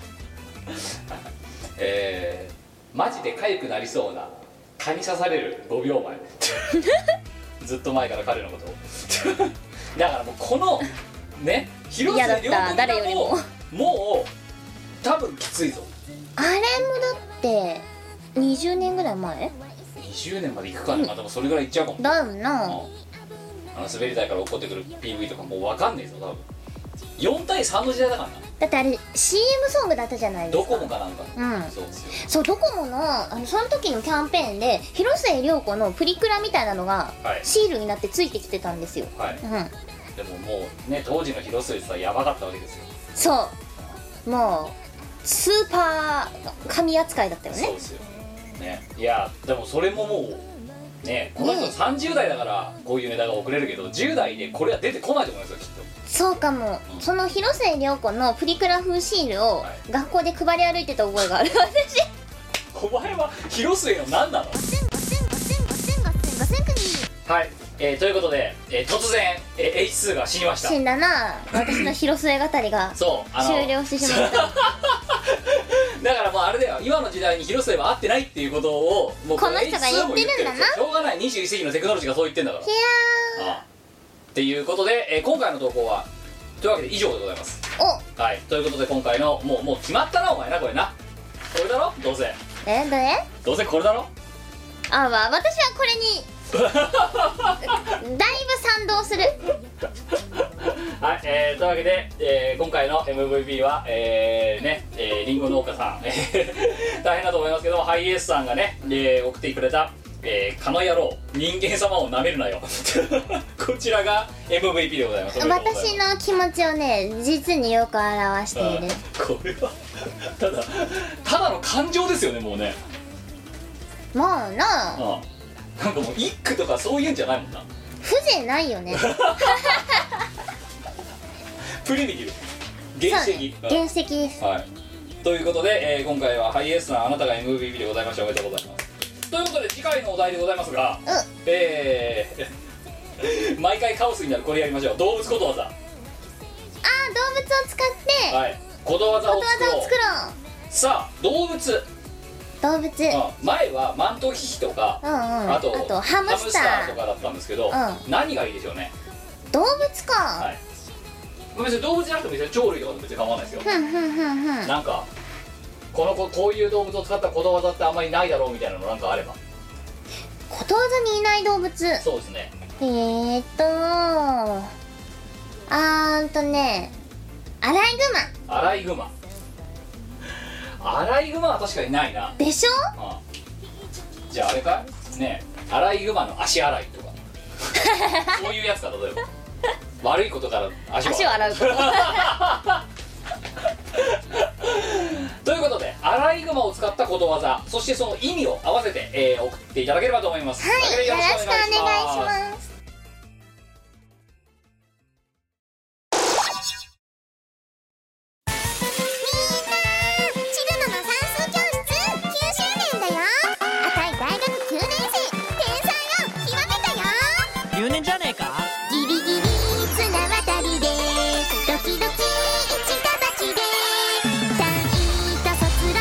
えー、マジで痒くなりそうな蚊に刺されるごびょうまえ。ずっと前から彼のことを。だからもうこのね、広瀬涼子が誰よりももう多分きついぞ。 あれもだってにじゅうねんぐらい前。 にじゅうねんまでいくかな、まあ、でもそれぐらいいっちゃうかも。 だよな。 あの滑り台から落っこってくる ピーブイ とかもう分かんねえぞ多分。よん対さんの時代だからな。 だってあれ シーエム ソングだったじゃないですドか。 コモかなんか。 うんそうですよ。 そうドコモのあのその時のキャンペーンで広末涼子のプリクラみたいなのがはいシールになってついてきてたんですよ。 はい。 うん、 でももうね、当時の広末さんやばかったわけですよ。 そうもうスーパー神扱いだったよね。 そうですよね。いやでもそれももうね、この人さんじゅう代だからこういうネタが遅れるけど、じゅう代でこれは出てこないと思いますよきっと。 そうかも、うん、その広末涼子のプリクラ風シールを学校で配り歩いてた覚えがある。私お前は広末の何なの。はい、えー、ということで、えー、突然、えー、エイチツー が死にました。 死んだな。私の広末語りがそうあの終了してしまった。 だからもうあれだよ、今の時代に広末は合ってないっていうことをもうこの人が言ってるんだな。 しょうがない、にじゅういっ世紀のテクノロジーがそう言ってんだから。 いやーああっていうことで、えー、今回の投稿はというわけで以上でございます。 おはい、ということで今回のもうもう決まったなお前な、これな、これだろどうせえどれどうせこれだろ。 あわ私はこれにだいぶ賛同する。 はい、えー、というわけで、えー、今回の エムブイピー はえー、ね、えー、リンゴ農家さん大変だと思いますけども、ハイエースさんがね、えー、送ってくれたえー、蚊の野郎人間様を舐めるなよこちらが エムブイピー でございます。 私の気持ちをね実によく表している。 これはただただの感情ですよね、もうね。 まあなあ、 ああなんかもう一句とかそういうんじゃないもんな。 風情ないよね。 プリミティブ原始的、 原石です、 はい、ということで、えー、今回はハイエースさんあなたが エムブイピー でございました。おめでとうございます。ということで次回のお題でございますが、 うん、 えー、毎回カオスになるこれやりましょう。動物ことわざ。 あー動物を使って、 はい、ことわざを作ろう。 ことわざを作ろう。 さあ動物、 動物、 うん、前はマントヒヒとか、 うんうん、 あとあとハムスターとかだったんですけど、 うん、 何がいいでしょうね。 動物か、 はい、別に動物じゃなくても別に鳥類とかでも別に構わないですよ。 ふんふんふんふん。 なんかこのここういう動物を使ったことわざってあんまりないだろうみたいなのなんかあれば。 ことわざにいない動物。 そうですね。 えーっとあーんとねアライグマ。 アライグマ。アライグマは確かにないな。 でしょ。 ああじゃああれかねえ、アライグマの足洗いとかそういうやつか。例えば悪いことから足を足を洗うことということでアライグマを使ったことわざ、そしてその意味を合わせて、えー、送っていただければと思います。 はい、よろしくお願いします。 留年じゃねえか。 ギリギリ綱渡りでドキドキ一か八で単位と卒論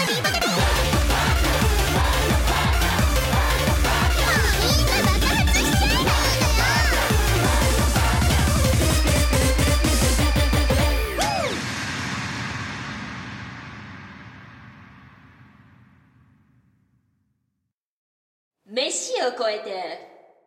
飯を超えて。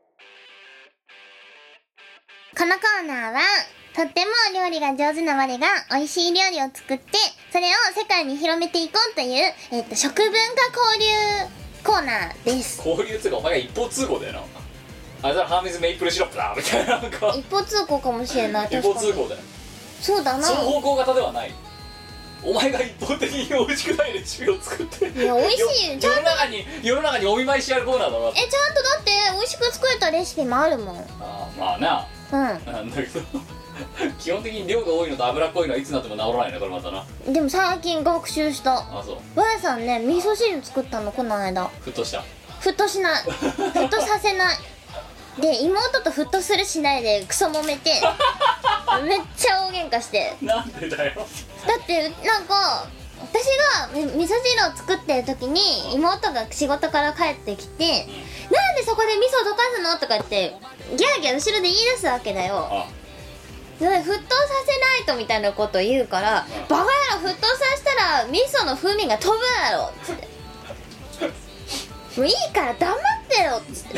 このコーナーはとっても料理が上手な我が美味しい料理を作ってそれを世界に広めていこうという、えっと、食文化交流コーナーです。 交流っつうかお前が一方通行だよな。あれだハーミズメイプルシロップだみたいな、なんか一方通行かもしれない。 一方通行だよ。 そうだな。 双方向型ではない。お前が一方的に美味しくないレシピを作っていや美味しいよ。 世の中に世の中にお見舞いしてやるコーナーだろ。 えちゃんとだって美味しく作れたレシピもあるもん。 ああまあな。 うなんだけど基本的に量が多いのと脂っこいのはいつになっても治らないねこれまたな。 んでも最近学習した。 あそうわやさんね味噌汁作ったのこの間。 沸騰した。 沸騰しない沸騰させないで妹と沸騰するしないでクソ揉めてめっちゃ大喧嘩して。 なんでだよ。 だってなんか私がみ味噌汁を作ってる時に妹が仕事から帰ってきて、なんでそこで味噌溶かすのとか言ってギャーギャー後ろで言い出すわけだよ。 あで沸騰させないとみたいなことを言うから、バカ野郎沸騰させたら味噌の風味が飛ぶやろっつってもういいから黙ってよっつって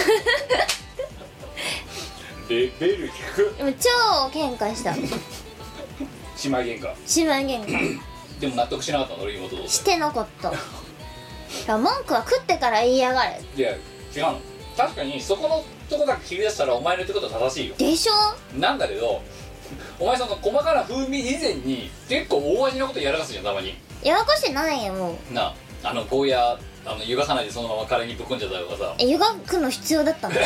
レベル低くでも超喧嘩した姉妹喧嘩姉妹喧嘩でも納得しなかったの俺妹としてなかったいや文句は食ってから言いやがれ。 いや違うの。確かにそこのとこだけ切り出したらお前の言ってことは正しいよ。 でしょ。 なんだけどお前その細かな風味以前に結構大味なことやらかすじゃんたまに。 やらかしてないよもう。 なあのゴーヤーあの湯がかないでそのままカレーにぶっ込んじゃったとかさ。 え湯がくの必要だったんだ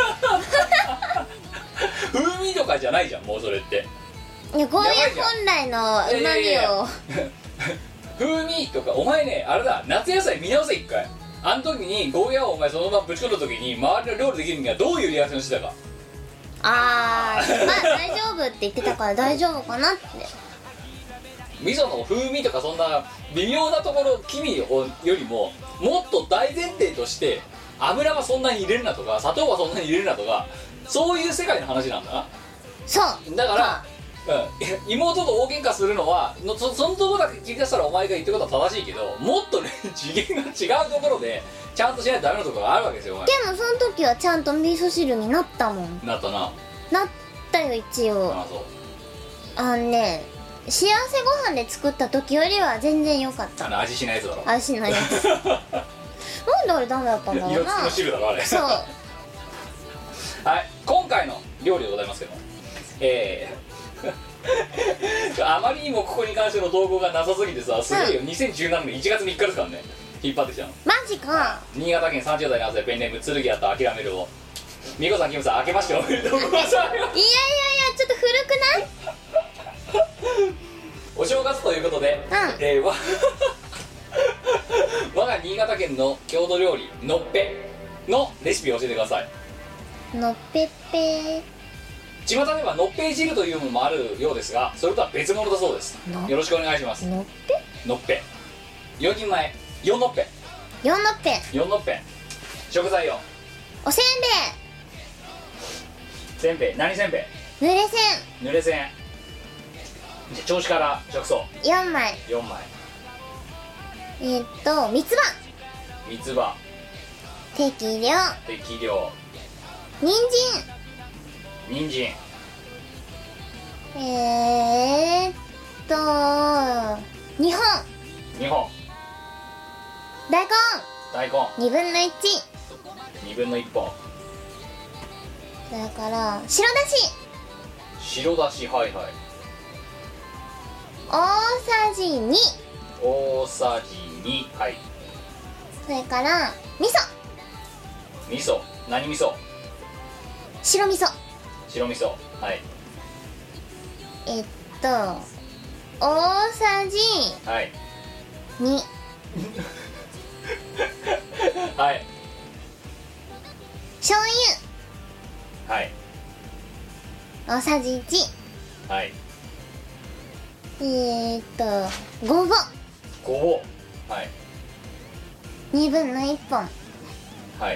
風味とかじゃないじゃんもうそれって。 いやゴーヤ本来のうまみを風味とかお前ねあれだ夏野菜見直せ一回。あの時にゴーヤーをお前そのままぶち込んだ時に周りの料理できるにはどういうリアクションしてたか。 あーまあ大丈夫って言ってたから大丈夫かなって。 味噌の風味とかそんな微妙なところ黄身よりももっと大前提として油はそんなに入れるなとか砂糖はそんなに入れるなとかそういう世界の話なんだな。 そうだから、うん、妹と大喧嘩するのはの そ, そのところだけ切り出したらお前が言ってることは正しいけどもっとね次元が違うところでちゃんとしないとダメなところがあるわけですよお前。 でもその時はちゃんと味噌汁になったもん。 なったな。 なったよ一応。 あそうあのね幸せご飯で作った時よりは全然良かった。 あの味しないやつだろ。 味しないやつなんであれダメだったんだろう色付きのな。 汁だろあれ。 そうはい今回の料理でございますけどえーあまりにもここに関しての動向がなさすぎてさすげえよ、うん、にせんじゅうななねんいちがつみっかですからね引っ張ってきたの。 マジか。 新潟県さんじゅう代の朝でペンネーム剣やった諦めるをみこさんキムさん明けましておめでとうございます。いやいやいやちょっと古くないお正月ということで、 うんえー、わ我が新潟県の郷土料理のっぺのレシピを教えてください。 のっぺっぺ巷ではのっぺい汁というものもあるようですがそれとは別物だそうです。よろしくお願いします。 のっぺのっぺよにんまえよんのっぺよんのっぺよんのっぺ食材をおせんせんべい何せんべいべいぬれせぬれせんじゃ調子から直送んよんまいよんまいえー、っと三つ葉三つ葉適量適量人人参参えー、っとにほんにほん大根大根にぶんのいちにぶんのいち本。 それから白だし白だし、はいはい。 大さじに、 大さじに、はい。 それから味噌、 味噌、何味噌？ 白味噌、 白味噌、はい。 えっと大さじはいに、 はい醤はい。 油大さじいち、 はい。 えーっとごぼうごぼう、はいにぶんのいち本、 はい。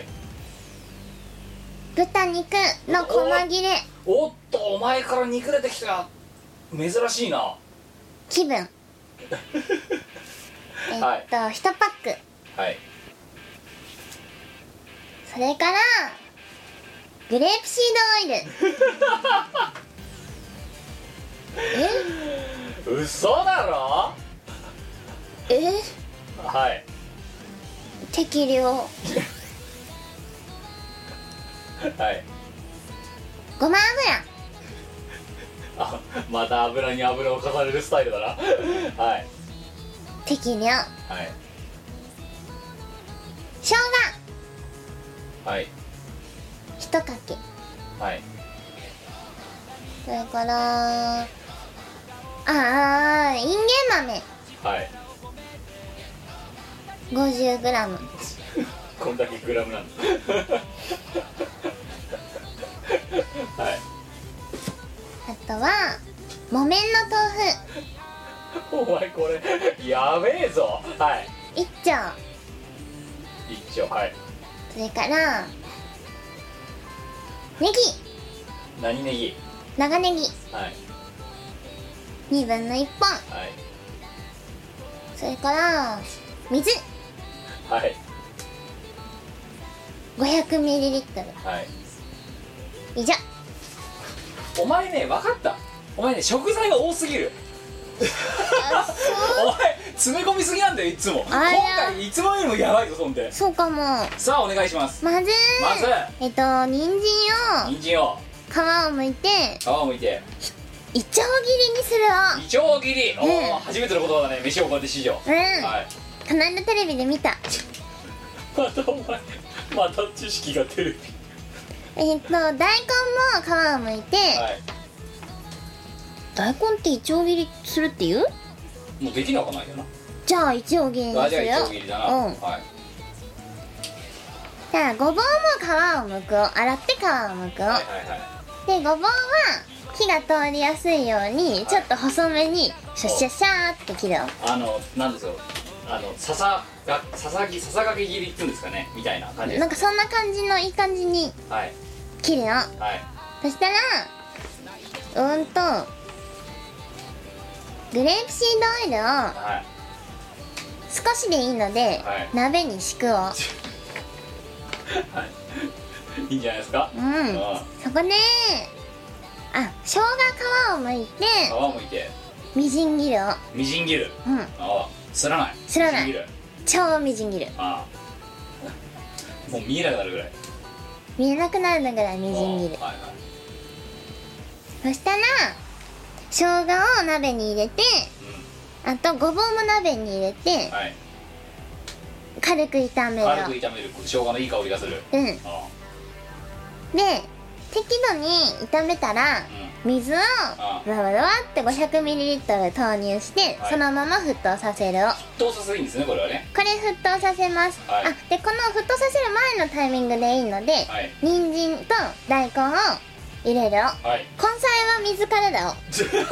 豚肉の細切れおっと、お前から肉出てきた。珍しいな。 気分えっと、 はいいちパック、 はい。 それからグレープシードオイル嘘だろ。 ええはい適量、 はいごまあ、また油に油を重ねるスタイルだなはい油適量、 はい生はい姜いちかけ、 はいそれからああインゲン豆はいごじゅうグラム、 こんだけグラムなんだはいあとは木綿の豆お前これやべえぞ。はい腐いっ丁、 一丁、はい。 それからネギ、 何ネギ？ 長ネギはいにぶんのいち本、 はいそれから水はいごひゃくミリリットル、 はい。 以上。 お前ね、分かった。お前ね、食材が多すぎる。 あそうお前詰め込みすぎなんだよ、いつも。今あら回いつもよりもやばいぞ、そんで。 そうかも。 さあお願いします。 まずまずえっと人参を人参を皮を剥いて皮をむいていちょう切りにするいちょう切り。おうんお、初めての言葉だね、飯をこうやって史上。 をうん、 はい。 この間テレビで見た。 またお前また知識が出る。 えっと大根も皮を剥いて、 はい大根っていちょう切りするっていう？ もうできなくないよな。 じゃあいちょう切りにあ、じゃあするよ。 いちょう切りだな。 うん。 はいじゃあごぼうも皮を剥くを洗って皮を剥くを、 はいはいはい。 でごぼうは火が通りやすいようにちょっと細めにシャッシャッシャーって切るよ。 あの、なんですよ、あの、ささが、ささぎ、ささがけ切りって言うんですかね、みたいな感じです。 なんかそんな感じのいい感じにはい切るよ。 はいそしたらうーんとグレープシードオイルをはい少しでいいので、 はい鍋に敷くをはいいいんじゃないですか。 うんうん。 そこであ生姜皮を剥いて皮をむいてみじん切るをみじん切る。 うんああ、すらない。 すらないみじん切る。 超みじん切る。 ああ。もう見えなくなるぐらい。 見えなくなるぐらいみじん切る。 はいはい。 そしたら生姜を鍋に入れて、あとごぼうも鍋に入れてうん。はい。 軽く炒める。 軽く炒める。生姜のいい香りがする。 うん。 あで適度に炒めたら水をあババババって ごひゃくミリリットル 投入して、 はいそのまま沸騰させるを。 あ。沸騰させるんですね、これはね。 これ沸騰させます、 はいあでこの沸騰させる前のタイミングでいいので、 はい人参と大根を入れるを。 はい。 根菜は水からだを。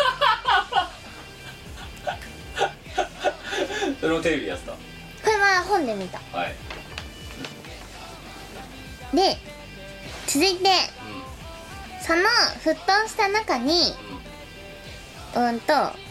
それもテレビでやってた。 これは本で見た。 はい。 で続いてうん。 その沸騰した中にうん。 うんと豆腐を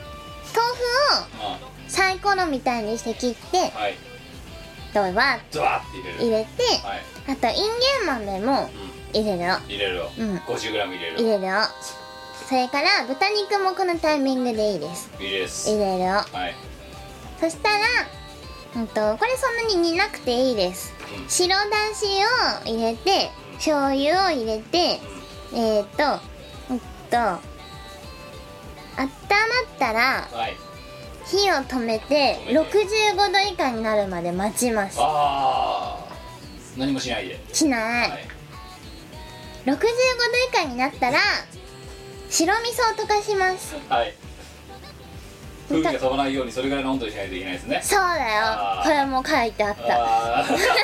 あサイコロみたいにして切ってあ。はい。 どうわドワーって入れる。 入れて、 はい。 あとインゲン豆もうん。 入れるよ。 入れるよ。 うんごじゅうグラム入れる。 入れるよ。それから豚肉もこのタイミングでいいです。 入れです。 入れるよ。 はい。 そしたらうんとこれそんなに煮なくていいです。 うん、 白だしを入れて醤油を入れて、えーっとうんと温まったらはい。 火を止めてろくじゅうごど以下になるまで待ちます。 ああ、何もしないで。 しない、 はい。 ろくじゅうごど以下になったら白味噌を溶かします。 はい。風味が飛ばないようにそれぐらいの温度にしないといけないですね。 そうだよ、 あーこれも書いてあった。 あ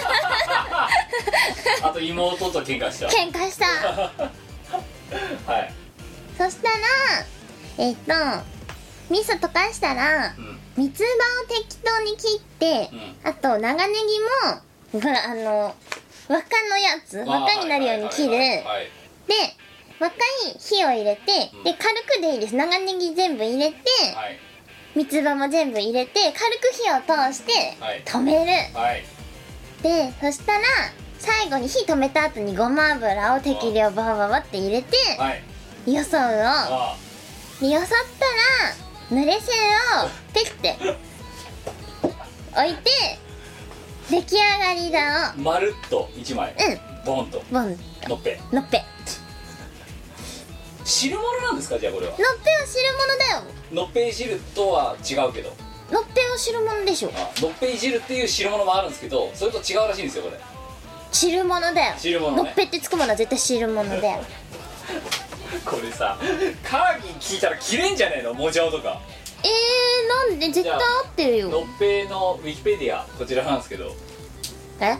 ーあと妹と喧嘩した。 喧嘩したはい。 そしたらえっと味噌溶かしたらうん。 三つ葉を適当に切って、 うんあと長ネギもほらあの輪っかのやつ輪っかになるように切る。ではいはいはいはい輪っかに火を入れて、 うんで軽くでいいです。長ネギ全部入れて、 はい三つ葉も全部入れて軽く火を通してはい止める、 はいでそしたら最後に火止めた後にごま油を適量ババババって入れてはいよそうをあでよそったら濡れ線をペッて置いて出来上がりだーまるっと一枚うボンとんボンのっぺのっぺ汁物なんですか？じゃあこれはのっぺは汁物だよ。 のっぺい汁とは違うけど、 のっぺは汁物でしょ。 あのっぺい汁っていう汁物もあるんですけど、それと違うらしいんですよこれ。 汁物だよ。 汁物ねのっぺってつくものは絶対汁物だよ。 これさカーギー聞いたら切れんじゃねえの？もじゃおとか。 えー、なんで絶対合ってるよ。 のっぺいのウィキペディアこちらなんですけど、 え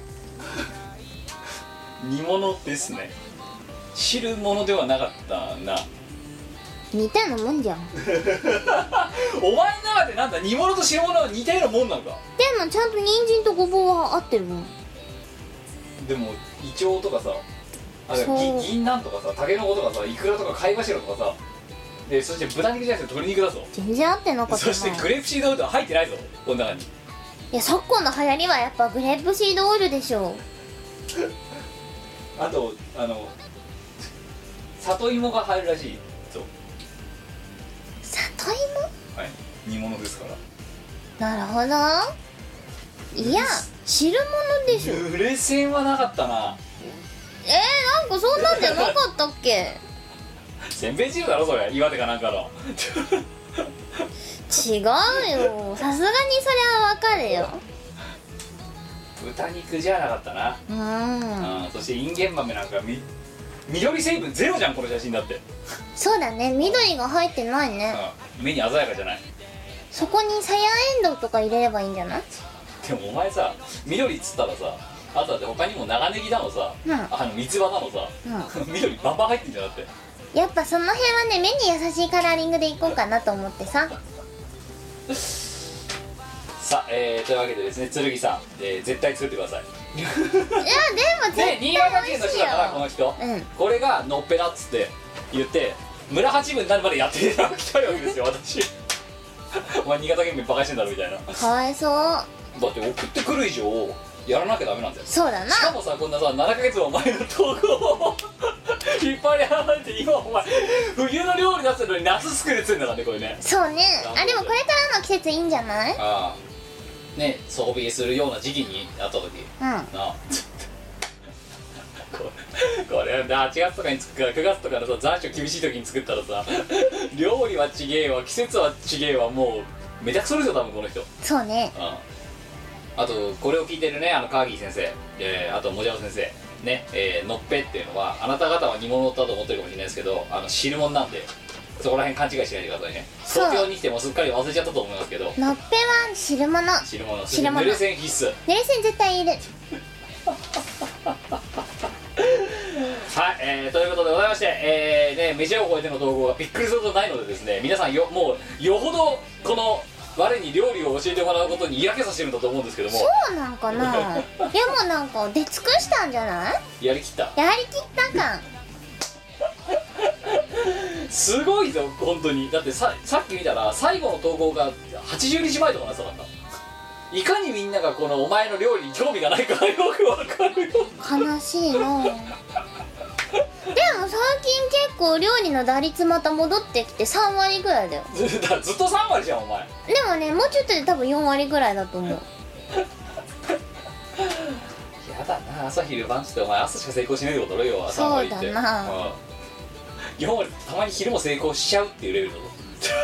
煮物ですね。汁物ではなかったな。 似たようなもんじゃん。 お前の中でなんだ、煮物と汁物は似たようなもんなんか。 でもちゃんと人参とごぼうは合ってるもん。 でもイチョウとかさ、あれそうぎ銀杏とかさ、タケノコとかさ、イクラとか貝柱とかさ、でそして豚肉じゃなくて鶏肉だぞ。 全然合ってなかったな。 そしてグレープシードオイルは入ってないぞこの中に。 いや昨今の流行りはやっぱグレープシードオイルでしょ。 あとあの里芋が入るらしいぞ。 里はい、煮物ですから。 芋？なるほど。いや汁物でしょ。 濡れ線はなかったな。 えー、なんかそんなんじゃなかったっけ？ せんべい汁だろそれ、岩手かなんかの。 違うよ、さすがにそれはわかるよ。 豚肉じゃなかったな。 うーん、 うん、そしてインゲン豆なんかみ緑成分ゼロじゃんこの写真だって。 そうだね、緑が入ってないね。 うん、目に鮮やかじゃない。 そこにさやえんどうとか入れればいいんじゃない？ でもお前さ、緑っつったらさ、あとだって他にも長ネギだのさ、 うんあの三つ葉だのさ、緑バンバン入ってんじゃなくて。 やっぱその辺はね、目に優しいカラーリングでいこうかなと思ってさ。 さあ、えー、というわけでですね、剣さん、えー、絶対作ってください。 いやでも絶対で、新潟県の美味しいよ人だからこの人、 うんこれがのっぺだっつって言って村八分になるまでやっていただきたいわけですよ私。お前新潟県民バカしてんだろみたいな。だかわいそう。 って送ってくる以上やらなきゃダメなんだよ。 そうだな。 しかもさ、こんなさななかげつも前の投稿を引っ張り離れて、今お前冬の料理出すのに夏作るっつうんだからねこれね。 そうね。あ、でもこれからの季節いいんじゃない？ ああね、装備するような時期になった時うん。 なあこれこれはちがつとかに作るからくがつとかのさ残暑厳しい時に作ったらさ、料理はちげえわ季節はちげえわ、もうめちゃくそですよ多分この人。 そうね。 うん、あとこれを聞いてるね、あのカーギー先生、えー、あともじゃお先生ね、えー、のっぺっていうのはあなた方は煮物だと思ってるかもしれないですけど、あの汁物なんでそこら辺勘違いしないでくださいね。 そう東京に来てもすっかり忘れちゃったと思いますけど、 のっぺは汁物。 汁物、 汁物濡れ線必須。 濡れ線絶対いる。 はい、えー、ということでございまして、えーね、飯を超えての投稿がびっくりすることないのでですね、皆さんよもうよほどこの我に料理を教えてもらうことに嫌気させてるんだと思うんですけども、 そうなんかな。でもなんか出尽くしたんじゃない？ やりきったやりきった感。 すごいぞ本当に。だってささっき見たら最後の投稿がはちじゅうにちまえとかなってたからな。いかにみんながこのお前の料理に興味がないかがよくわかるよ。 悲しいな。でも最近結構料理の打率また戻ってきてさんわりぐらいだよ。 ずだからずっとさんわりじゃんお前。 でもね、もうちょっとで多分よんわりぐらいだと思う。 だな、朝昼晩ってお前朝しか成功しないってことだろよ、朝まで行って。 そうだな、 うん、今までたまに昼も成功しちゃうっていうレベルだぞ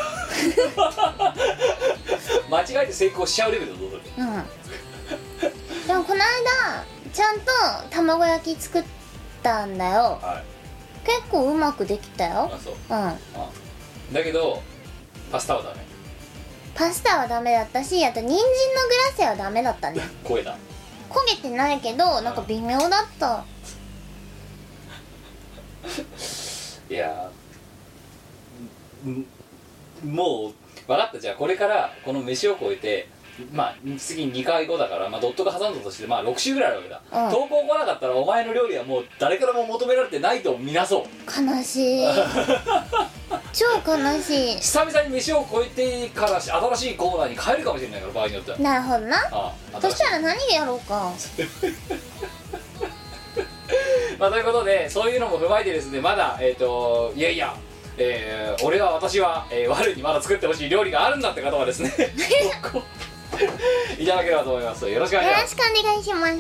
間違えて成功しちゃうレベルだぞそれ。 うんでもこの間ちゃんと卵焼き作ったんだよ。 はい、 結構うまくできたよ。 あそう、 うんあだけどパスタはダメ。 パスタはダメだったし、あと人参のグラッセはダメだったね。 声だ。 焦げてないけどなんか微妙だった。 いやーもう分かった。じゃあこれからこの飯を超えて、まあ次にかいごだから、まあ、ドットが挟んだとしてまあろく週ぐらいあるわけだ、 うん、 投稿来なかったらお前の料理はもう誰からも求められてないとみなそう。 悲しい超悲しい。 久々に飯を超えてから新しいコーナーに変えるかもしれないから、場合によっては。 なるほどな。 ああそしたら何でやろうかまあということで、そういうのも踏まえてですね、まだえっ、ー、といやいやえー、俺は私は、えー、我にまだ作ってほしい料理があるんだって方はですねいただければと思います。よろしくお願いします。 よろしくお願いします。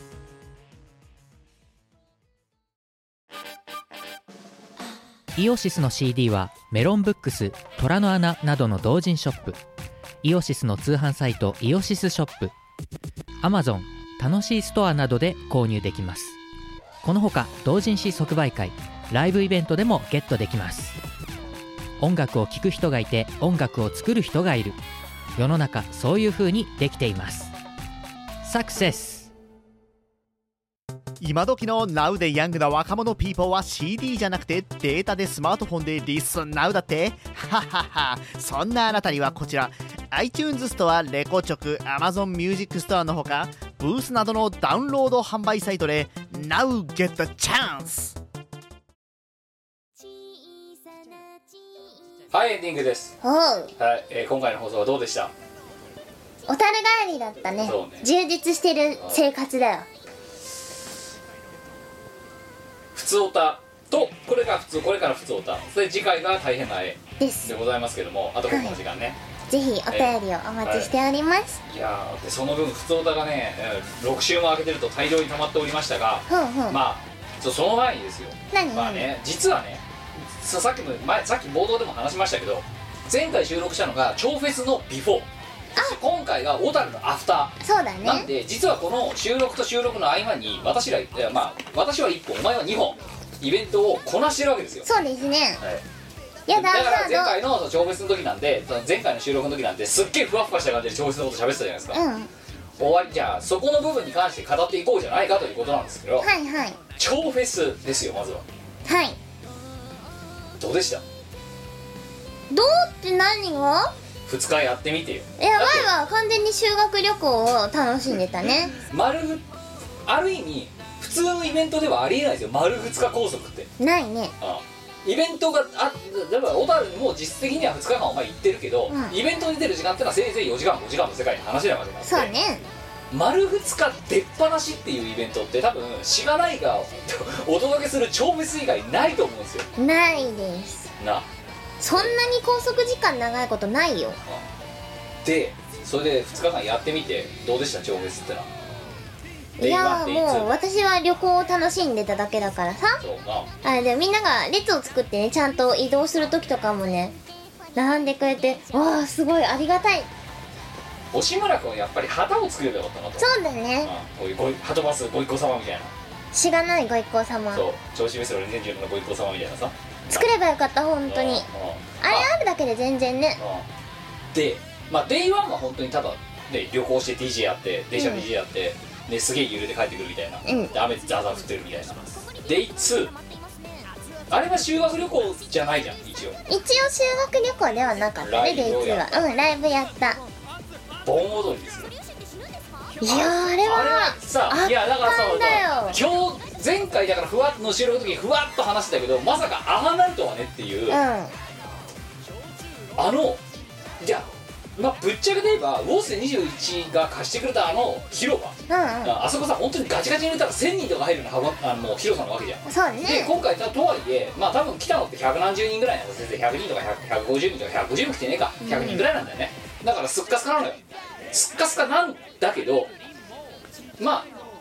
イオシスの シーディー はメロンブックス、虎の穴などの同人ショップ、イオシスの通販サイトイオシスショップ、 Amazon 楽しいストアなどで購入できます。このほか同人誌即売会、ライブイベントでもゲットできます。音楽を聴く人がいて音楽を作る人がいる、世の中そういう風にできています。サクセス。 今時の Now でヤングな若者ピーポーは シーディー じゃなくてデータでスマートフォンでリスン Now だってははは。そんなあなたにはこちら iTunes ストア、レコチョク、Amazon Music ストアのほかブースなどのダウンロード販売サイトで Now get the chance。 はい、エンディングです。 おう、 はい、えー、今回の放送はどうでした？ 小樽帰りだったね。 そうね、 充実してる生活だよ。 普通オタと、これが普通、これから普通オタ、それ次回が大変な絵ですでございますけども、あとこの時間ね、 はい、ぜひお便りをお待ちしております。 いやーでその分普通オタがねろく週も空けてると大量に溜まっておりましたが、 ふんふん、 まあそその前にですよ、 何まあね、実はね、ささっきの前さっき冒頭でも話しましたけど、前回収録したのが超フェスのビフォー、そして今回が小樽のアフター。 そうだね。 なんで実はこの収録と収録の合間に私ら、いやまあ私はいっぽん、お前はにほんイベントをこなしてるわけですよ。 そうですね。 はい、 いやだだから前回の超フェスの時なんで、前回の収録の時なんてすっげえふわふわした感じで超フェスのこと喋ってたじゃないですか。 うん、 終わり、じゃあそこの部分に関して語っていこうじゃないかということなんですけど、 はいはい超フェスですよ。まずははい。 どうでした？ どうって何が？ ふつかやってみてよ。 いや、前は完全に修学旅行を楽しんでたね。 丸ふある意味普通のイベントではありえないですよ、丸ふつか拘束って。 ないね。 ああイベントがあだから小樽にも実質的にはふつかかんお前行ってるけど、うん、イベントに出る時間ってのはせいぜいよじかんごじかんの世界の話なわけなんで。 そうね。 丸ふつか出っ放しっていうイベントって多分しがないがお届けする超フェス以外ないと思うんですよ。 ないですな。 そんなに拘束時間長いことないよ。 でそれでふつかかんやってみてどうでした？超フェスってのは。 いやもう私は旅行を楽しんでただけだからさ。 そうな。 あれでみんなが列を作ってね、ちゃんと移動する時とかもね並んでくれて、わあすごいありがたい。 押村君はやっぱり旗を作ればよかったなと。 そうだね。 こういうご鳩バスご一行様みたいな、 しがないご一行様。 そう銚子フェスティバルにせんじゅうよんのご一行様みたいなさ作ればよかった本当に。あれあるだけで全然ね。 でまあデイワンは本当にただで旅行して ディージェー やって電車 ディージェー やって、うん、ですげえ揺れて帰ってくるみたいな、うん、で雨でザーザー降ってるみたいな。デイツーあれは修学旅行じゃないじゃん。一応一応修学旅行ではなかったね。デイツーはうんライブやった。 盆踊りですよ。 いやあれはあれはさ、いやだからさ今日前回だからふわっの収録の時にふわっと話してたけど、まさかああなるとはねっていう、うん、あのじゃあまあぶっちゃけで言えばウォースでにじゅういちが貸してくれたあの広場、うんうん、あそこさ本当にガチガチに入れたらせんにんとか入るような幅あの広さなわけじゃん。 そうね。 で今回とはいえまあ多分来たのってひゃくなんじゅうにんぐらいなんですよ。ひゃくにんとかひゃくごじゅうにんとかひゃくごじゅうにん来てねえか、ひゃくにんぐらいなんだよね。だからすっかすかなのよ。すっかすかなんだけど、まあ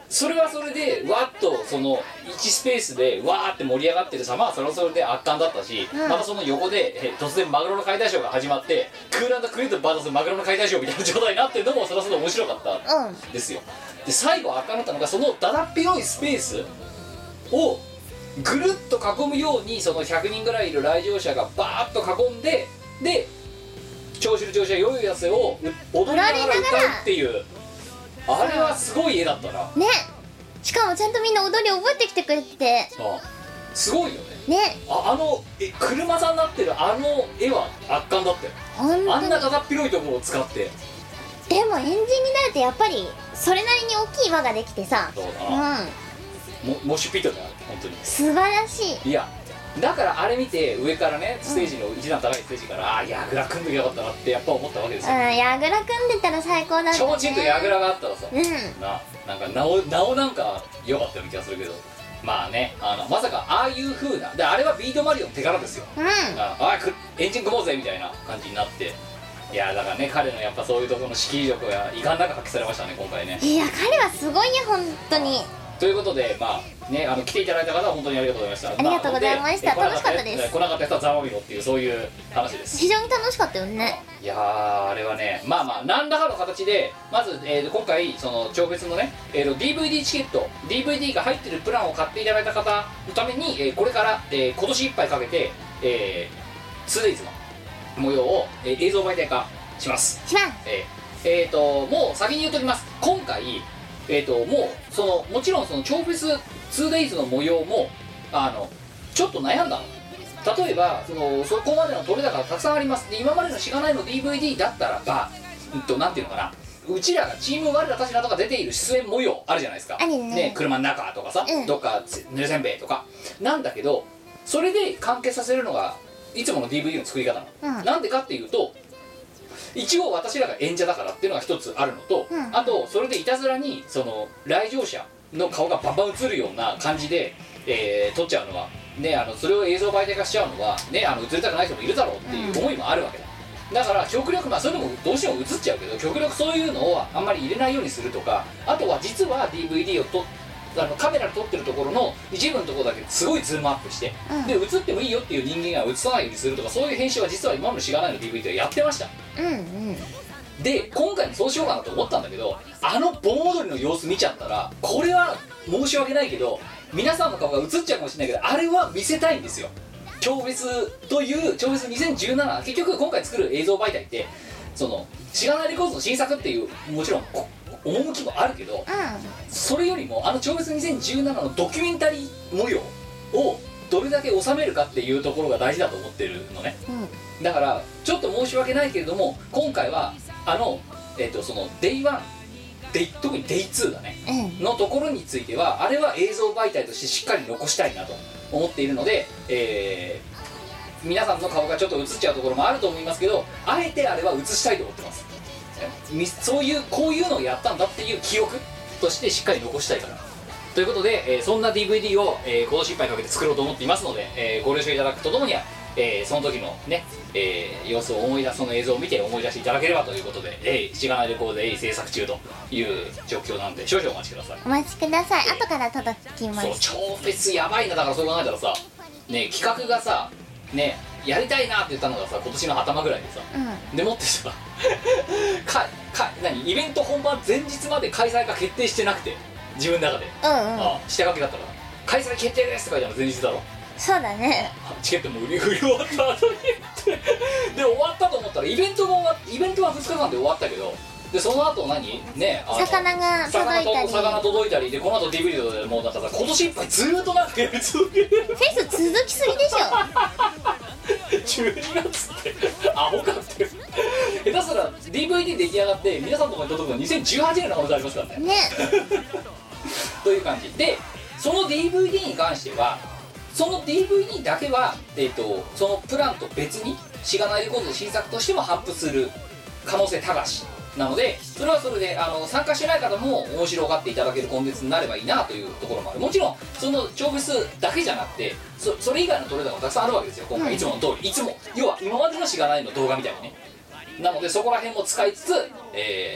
それはそれでわっとそのいちスペースでわーって盛り上がってる様はそれはそれで圧巻だったし、 うんまたその横でえ突然マグロの解体ショーが始まってクーランドクリートバーサスマグロの解体ショーみたいな状態になってるのもそれはそれで面白かったうんんですよ。で最後圧巻だったのがそのだだっ広いスペースをぐるっと囲むようにそのひゃくにんぐらいいる来場者がバーッと囲んで、で調子の調子が良いやつを踊りながら歌うっていう、あれはすごい絵だったな。 ね、しかもちゃんとみんな踊り覚えてきてくれててあすごいよね。 ね、 ああのえ車座になってるあの絵は圧巻だったよ。 ほんとにあんなだだっ広いところを使って。 でもエンジンになるとやっぱりそれなりに大きい輪ができてさ、 そうだうな、 ん、 もモシュピットだよ本当に。 素晴らしい。 いやだからあれ見て上からねステージの一段高いステージから、ああ矢倉組んでよかったなってやっぱ思ったわけですうん、 よ。 矢倉組んでたら最高だったね。 ちょうちんと矢倉があったらさ、 うん、 ななんかなおなおなんか良かったような気がするけど、まあね、あのまさかああいう風なで、あれはビートマリオの手柄ですよ。 うん、 ああくエンジン組もうぜみたいな感じになって、いやだからね彼のやっぱそういうところの識力がいかんなく発揮されましたね今回ね。 いや彼はすごいよ本当に。 ということでまあね、あの来ていただいた方は本当にありがとうございました。 ありがとうございましたあので楽しかったです。 来なかった人はざまみろっていうそういう話です。 非常に楽しかったよね。 いやーあれはね、まあまあ何らかの形でまず、えー、今回その超別のね、えー、と ディーブイディー チケット ディーブイディー が入ってるプランを買っていただいた方のために、えーこれから、えー今年いっぱいかけて、えー、ツーデイズの模様を、えー映像媒体化します。 しまん。 えーえーともう先に言うときます。今回えー、ともうそのもちろんその超フェス ツーデイズ の模様もあのちょっと悩んだの。例えばそのそこまでの取れ高がたくさんあります。で今までのしがないの ディーブイディー だったらば、うんとなんていうのかな、うちらがチーム我らたちなどが出ている出演模様あるじゃないですか。 あるね車の中とかさ、 うんどっかぬれせんべいとかなんだけど、それで完結させるのがいつもの ディーブイディー の作り方なの、 うんなんでかっていうと一応私らが演者だからっていうのが一つあるのと、 うんあとそれでいたずらにその来場者の顔がバンバン映るような感じで、えー撮っちゃうのはね、あのそれを映像媒体化しちゃうのはね、あの映りたくない人もいるだろうっていう思いもあるわけだ。だから極力まあそれでもどうしても映っちゃうけど極力そういうのをあんまり入れないようにするとか、あとは実は ディーブイディー をとあのカメラで撮ってるところの一部のところだけすごいズームアップして、 うんで映ってもいいよっていう人間が映さないようにするとか、そういう編集は実は今までのしがないの ディーブイディー はやってました。 うんうん。 で今回もそうしようかなと思ったんだけど、あの盆踊りの様子見ちゃったらこれは申し訳ないけど皆さんの顔が映っちゃうかもしれないけど、あれは見せたいんですよ。超フェスという超フェスにせんじゅうなな、結局今回作る映像媒体ってそのしがないレコードの新作っていうもちろんこ趣もあるけど、それよりもあの超フェスにせんじゅうななのドキュメンタリー模様をどれだけ収めるかっていうところが大事だと思ってるのね。 うんだからちょっと申し訳ないけれども今回はあの、えー、とそのデイワンデイ特にデイツーだねうんのところについてはあれは映像媒体としてしっかり残したいなと思っているので、えー皆さんの顔がちょっと映っちゃうところもあると思いますけど、あえてあれは映したいと思ってます。えみそういうこういうのをやったんだっていう記憶としてしっかり残したいからということで、えーそんな ディーブイディー を、えー今年いっぱいかけて作ろうと思っていますので、えーご了承いただくとともには、えーその時のね、えー様子を思い出す、その映像を見て思い出していただければということで、えー、しがないレコードで、えー制作中という状況なので少々お待ちください。 お待ちください。後から届きまそうす。 超フェスやばいな。だからそう考えたらさ、ね、企画がさねやりたいなって言ったのがさ今年の頭ぐらいでさ、 うんでもってさかか何イベント本番前日まで開催が決定してなくて自分の中で、 うんうんあ下書きだったから開催決定ですって書いてあるの前日だろ。 そうだね。 チケットも売り売り終わった後にで終わったと思ったらイベントも終わイベントはふつかかんで終わったけど、でその後何ねあの魚が届いたり魚届いたりでこの後 ディーブイディー でもうなんかさ今年いっぱいずーっとなんかやり続けるフェス続きすぎでしじゅうにがつってアホかってる下手すら ディーブイディー 出来上がって皆さんのところに届くのにせんじゅうはちねんの可能性ありますからねょ。ね。 という感じで、その ディーブイディー に関してはその ディーブイディー だけは、えー、とそのプランと別にしがないレコードの新作としても頒布する可能性高しなので、それはそれであの参加してない方も面白がっていただけるコンテンツになればいいなというところもある。もちろんその超フェスだけじゃなくて そ, それ以外のトレーダーもたくさんあるわけですよ今回、いつもの通りいつも要は今までのしがないの動画みたいにね。なのでそこら辺も使いつつ、えー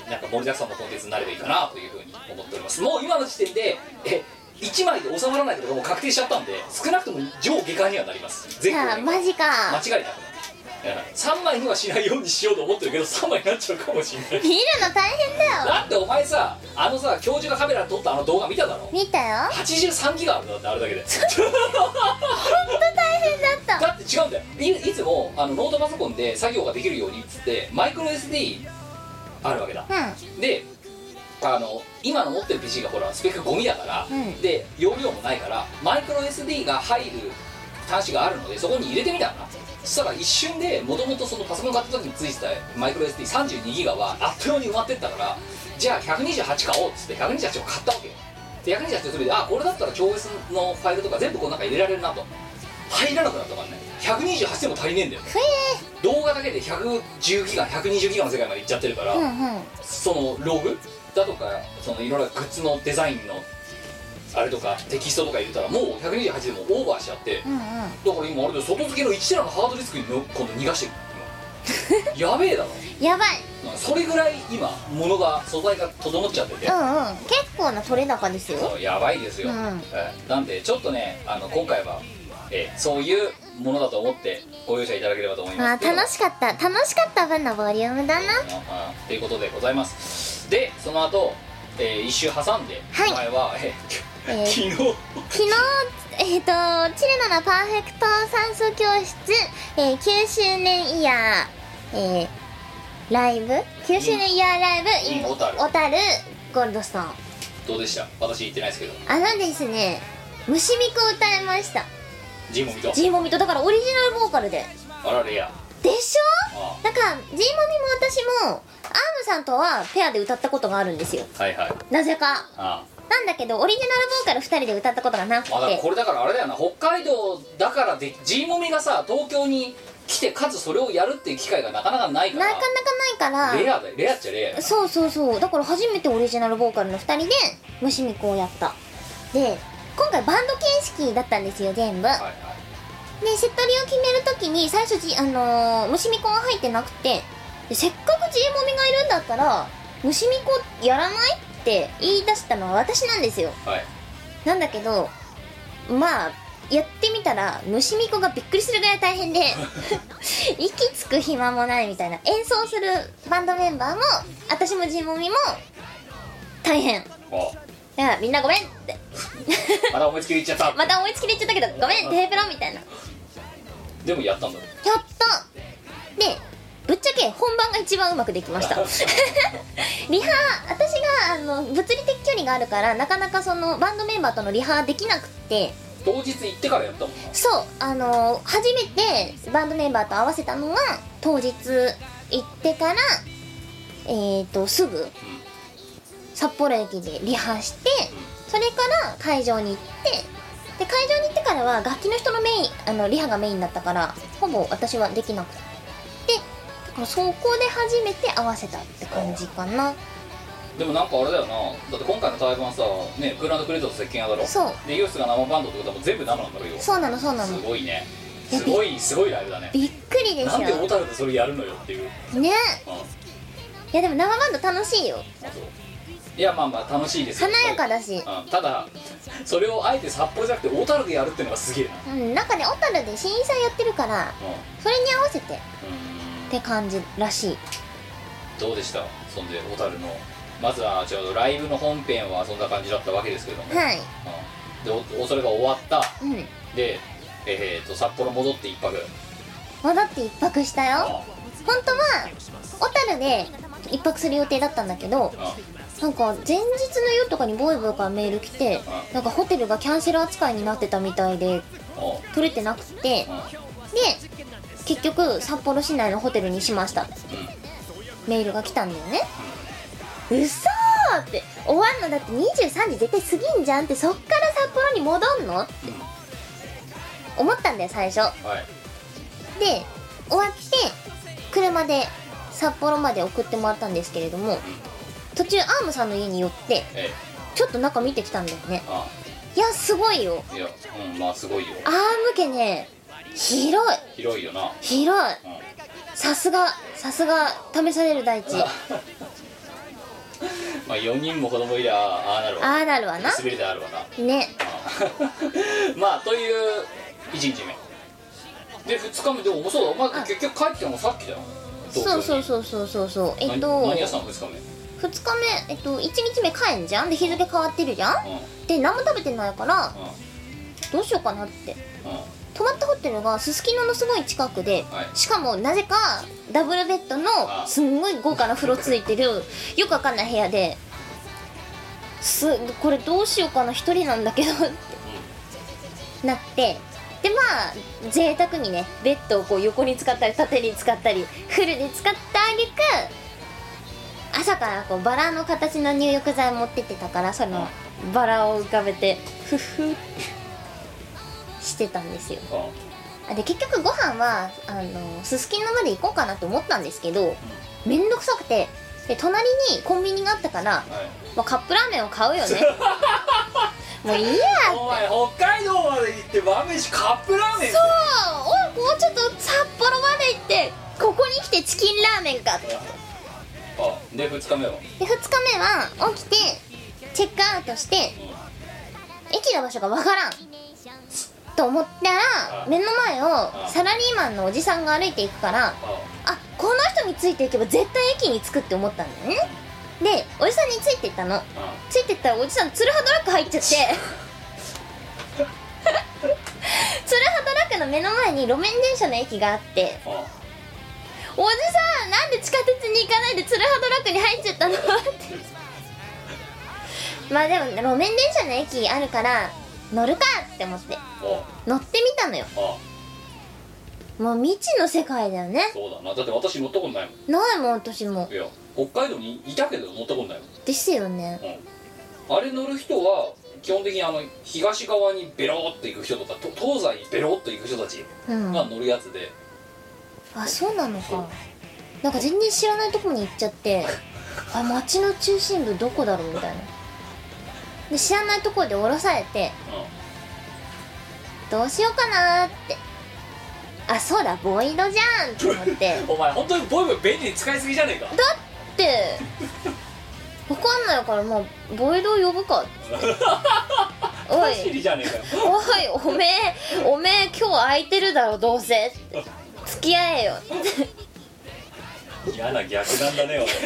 なんか盛りだくさんのコンテンツになればいいかなというふうに思っております。もう今の時点でえいちまいで収まらないことがもう確定しちゃったんで、少なくとも上下巻にはなります。全あマジか。 間違いなくさんまいにはしないようにしようと思ってるけどさんまいになっちゃうかもしれない。 見るの大変だよ。 だってお前さ、あのさ教授がカメラで撮ったあの動画見ただろ。 見たよ。 はちじゅうさんギガあるんだって、あれだけでほんと大変だった。 だって違うんだよ。 い, いつもあのノートパソコンで作業ができるようにっつってマイクロ エスディー あるわけだ、 うん、 であの今の持ってる ピーシー がほらスペックゴミだから、うん、で容量もないからマイクロ エスディー が入る端子があるのでそこに入れてみたのな。そしたら一瞬でもともとそのパソコン買った時についてたマイクロ エスディーさんじゅうにギガはあっという間に埋まってったから、じゃあひゃくにじゅうはち買おうっつってひゃくにじゅうはちを買ったわけよ。でひゃくにじゅうはちそれであこれだったら超 エス のファイルとか全部この中入れられるなと。入らなくなったからね。ひゃくにじゅうはちでも足りねえんだよね。動画だけでひゃくじゅうギガひゃくにじゅうギガの世界までいっちゃってるから、うんうん、そのログだとかそのいろいろグッズのデザインのあれとかテキストとか入れたらもうひゃくにじゅうはちでもオーバーしちゃって、うんうん、だから今あれで外付けのいちテラのハードディスクに今度逃がしてるやべえだろやばい。 それぐらい今物が素材が整っちゃってて、 うんうん、結構な取れ高ですよ。 そうやばいですよ、うんえなんでちょっとねあの今回はえそういうものだと思ってご容赦いただければと思います。 あ楽しかった楽しかった分のボリュームだなということでございます。でその後、えー、一周挟んで、はい、お前は、えーえー、昨日昨日えっ、ー、とチルノのパーフェクト算数教室、えー、きゅうしゅうねんイヤー、えー、ライブきゅうしゅうねんイヤーライブ in 小樽ゴールドストーンどうでした？私言ってないですけど。 あのですね虫みこ歌いました。 ジーモミとジーモミとだからオリジナルボーカルで。 あらレアでしょ。ああなんかジーモミも私もアームさんとはペアで歌ったことがあるんですよ。 はいはい。 なぜかああなんだけどオリジナルボーカルふたりで歌ったことがなくて、 あだからこれだからあれだよな、北海道だからでジーモミがさ東京に来てかつそれをやるっていう機会がなかなかないからなかなかないからレアだよ。レアっちゃレアよ。 そうそうそうだから初めてオリジナルボーカルのふたりで虫みこをやった。で今回バンド形式だったんですよ全部、はいはい、でセットリを決めるときに最初じ、あのー、虫みこが入ってなくてでせっかくジーモミがいるんだったら虫みこやらないって言い出したのは私なんですよ、はい、なんだけどまあやってみたら虫みこがびっくりするぐらい大変で息つく暇もないみたいな。演奏するバンドメンバーも私もジーモミも大変だからみんなごめんってまた思いつきで言っちゃったまた思いつきで言っちゃったけどごめんテヘペロみたいな。 でもやったんだね。 やったでぶっちゃけ本番が一番うまくできましたリハ私があの物理的距離があるからなかなかそのバンドメンバーとのリハできなくって当日行ってからやったもんな。 そうあの初めてバンドメンバーと合わせたのが当日行ってからえーとすぐ、うん、札幌駅でリハして、うん、それから会場に行ってで会場に行ってからは楽器の人のメインあのリハがメインだったからほぼ私はできなくてだからそこで初めて合わせたって感じかな。 でもなんかあれだよな、だって今回の対バンさねクーランドクレートと石鹸屋だろ。 そうでイオシスが生バンドってことはもう全部生なんだろよ。 そうなのそうなの。 すごいねすごいすごいライブだね。 びっくりでしょ。 なんで小樽でそれやるのよっていうね、 うん、 いやでも生バンド楽しいよ。 あそういやまあまあ楽しいですよ。 華やかだし、 うん、ただそれをあえて札幌じゃなくて小樽でやるっていうのがすげえな。 うんなんかね小樽で審査やってるから、うん、それに合わせてって感じらしい。 どうでしたそんで小樽のまずはちょうどライブの本編はそんな感じだったわけですけども、 はい、 うん、でそれが終わった、 うん、 で、えー、と札幌戻って一泊戻って一泊したよ。本当は小樽で一泊する予定だったんだけど、なんか前日の夜とかにボイボイからメール来て、なんかホテルがキャンセル扱いになってたみたいで取れてなくて、で結局札幌市内のホテルにしましたってメールが来たんだよね。うそーって終わんのだってにじゅうさんじ絶対過ぎんじゃんって、そっから札幌に戻んのって思ったんだよ最初、はい、で終わって車で札幌まで送ってもらったんですけれども、途中アームさんの家に寄って、ええ、ちょっと中見てきたんだよね。ああいやすごいよ。 いやうんまあすごいよ。 アーム家ね広い広いよな。 広い、さすがさすが試される大地まあよにんも子供いりゃああなるわ、 ああなるわな滑りであるわな。 ね。 まあといういちにちめで、ふつかめでもそうだ、お前結局帰ってきたのさっきだよ。 そうそううそうそうそうそうえっと何屋さんふつかめ、 ふつかめえっといちにちめ帰んじゃんで日付変わってるじゃん、 うんで何も食べてないからうんどうしようかなってう泊まったホテルがすすきののすごい近くで、 はいしかもなぜかダブルベッドのあすんごい豪華な風呂ついてるよくわかんない部屋ですこれどうしようかな一人なんだけどってなってでまあ贅沢にねベッドをこう横に使ったり縦に使ったりフルで使ったあげく朝からこうバラの形の入浴剤持ってってたからそのバラを浮かべてフッフッしてたんですよ。 んうんあで結局ご飯はあのすすきのまで行こうかなと思ったんですけどめんどくさくてで隣にコンビニがあったから、 はいまあ、カップラーメンを買うよねもういいやお前北海道まで行って晩飯カップラーメンそうおいもうちょっと札幌まで行ってここに来てチキンラーメンかってあでふつかめはでふつかめは起きてチェックアウトして駅の場所がわからんと思ったら目の前をサラリーマンのおじさんが歩いていくからあこの人についていけば絶対駅に着くって思ったんだよね。でおじさんについていったのついてったらおじさんツルハドラッグ入っちゃってツルハドラッグの目の前に路面電車の駅があってああおじさんなんで地下鉄に行かないでツルハドラッグに入っちゃったのってまあでも路面電車の駅あるから乗るかって思ってあ乗ってみたのよ。 あもう未知の世界だよね。 そうだな、だって私乗ったことないもん。 ないもん私もいや北海道にいたけど乗ったことないもん。 ですよね。 あれ乗る人は基本的にあの東側にベローっと行く人とかと東西にベローっと行く人たちうんが乗るやつで、 あそうなのか。なんか全然知らないところに行っちゃってあ街の中心部どこだろうみたいなで知らないところで降ろされてどうしようかなーってあそうだボイドじゃんと思ってお前本当にボイボイ便利に使いすぎじゃねえか。 だってわかんないからまあボイドを呼ぶかってお走いりじゃねえかよ。 おいおめえおめえ今日空いてるだろどうせって付き合えよ嫌な逆なんだね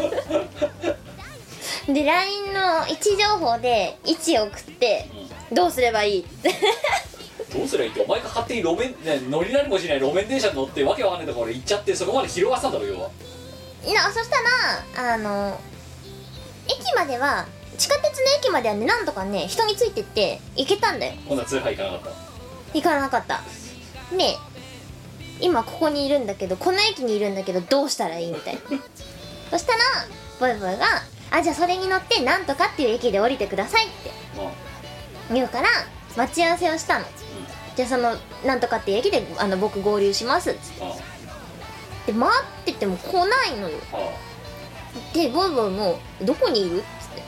で ライン の位置情報で位置を送ってどうすればいいってどうすりゃいいって、お前が勝手に路面、ね、乗り慣れもしない路面電車に乗ってわけわかんないところ行っちゃってそこまで広がったんだろ要は。 いやそしたらあの駅までは地下鉄の駅まではねなんとかね人についてって行けたんだよ。 今度は通販行かなかった。 行かなかったで今ここにいるんだけどこの駅にいるんだけどどうしたらいいみたいなそしたらボイボイがあじゃあそれに乗ってなんとかっていう駅で降りてくださいって言うから待ち合わせをしたの。じゃあそのなんとかっていう駅であの僕合流しますっつってあで待ってても来ないのよ。 ああでボイボイもどこにいるっつって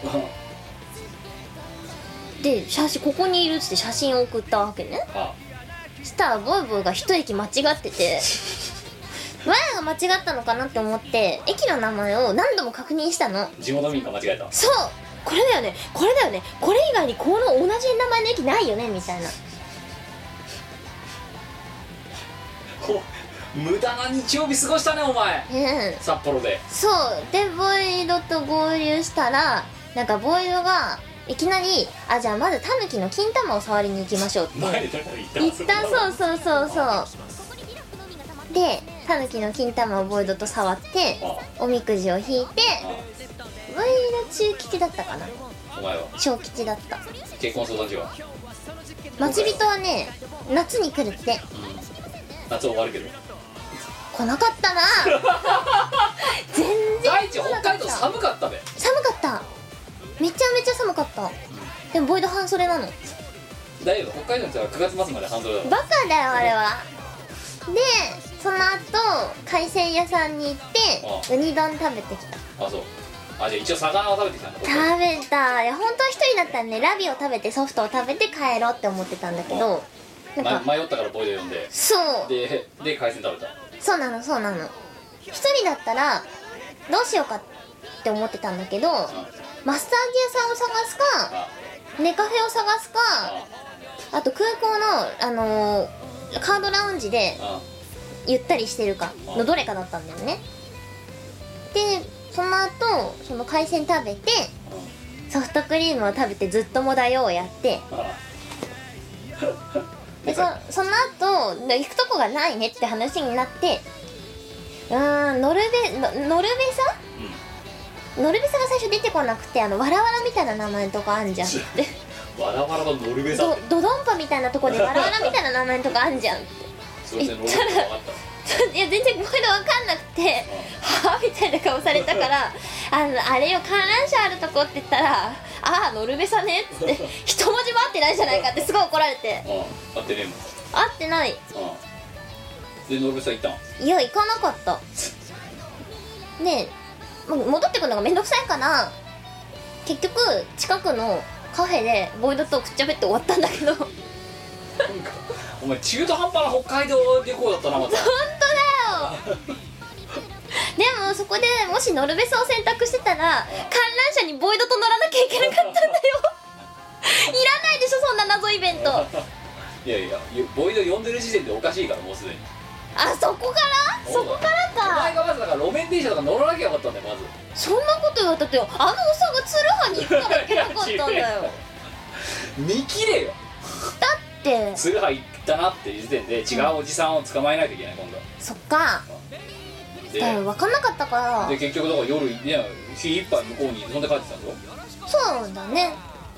あで写真ここにいるっつって写真を送ったわけね。 あそしたらボイボイが一駅間違ってて前が間違ったのかなって思って駅の名前を何度も確認したの。 地元民が間違えた。 そうこれだよねこれだよねこれ以外にこの同じ名前の駅ないよねみたいなこ無駄な日曜日過ごしたねお前。 うん札幌で。 そうでボイドと合流したらなんかボイドがいきなりあじゃあまずタヌキの金玉を触りに行きましょうって前で誰か言った。 言ったそうそうそうそうでタヌキの金玉をボイドと触ってあおみくじを引いてあボイド中吉だったかなお前は小吉だった。 結婚相談所は、 待ち人はね夏に来るってうん、夏終わるけど来なかったな全然第一北海道寒かったべ。 寒かっためちゃめちゃ寒かったでもボイド半袖なのだいぶ北海道の人はくがつ末まで半袖だろ。 バカだよあれはでその後海鮮屋さんに行ってウニ丼食べてきた。 あそうあじゃあ一応魚を食べてきたんだ。 食べたいや本当は一人だったらねラビを食べてソフトを食べて帰ろうって思ってたんだけどなんかま、迷ったからボイド呼んでそうでで海鮮食べた。 そうなのそうなの一人だったらどうしようかって思ってたんだけど、マッサージ屋さんを探すかネカフェを探すか、あと空港の、あのー、カードラウンジでゆったりしてるかのどれかだったんだよね。でその後その海鮮食べてソフトクリームを食べてずっともだよをやってで そ, その後行くとこがないねって話になって、うーんノルベノノルベサ、うん、ノルベサが最初出てこなくて、あのわらわらみたいな名前のとこあんじゃんってわらわらのノルベサってドドドンパみたいなとこでわらわらみたいな名前のとこあんじゃんって言ったらいや全然こういうの分かんなくてはぁみたいな顔されたからあのあれよ観覧車あるとこって言ったらああノルベサねっつって一文字も合ってないじゃないかってすごい怒られて、 うん、合ってねえもん合ってない、 うん、でノルベサ行ったん？ いや行かなかったで戻ってくるのがめんどくさいから結局近くのカフェでボイドとくっちゃべって終わったんだけどなんかお前中途半端な北海道旅行だったなまた本当だよでもそこでもしノルベサを選択してたら観覧車にボイドと乗らなきゃいけなかったんだよいらないでしょそんな謎イベントいやいやボイド呼んでる時点でおかしいからもうすでに。 あそこからそこからか。 お前がまずだから路面電車とか乗らなきゃよかったんだよまず。 そんなこと言われたってよ、あのおっさんがツルハに行くから行けなかったんだよ見切れよ。 だってツルハ行ったなっていう時点で違うおじさんを捕まえないといけない今度。 そっかでだから分かんなかったからで結局だから夜ね日一杯向こうにいてそんで帰ってたんだろ。 そうだね。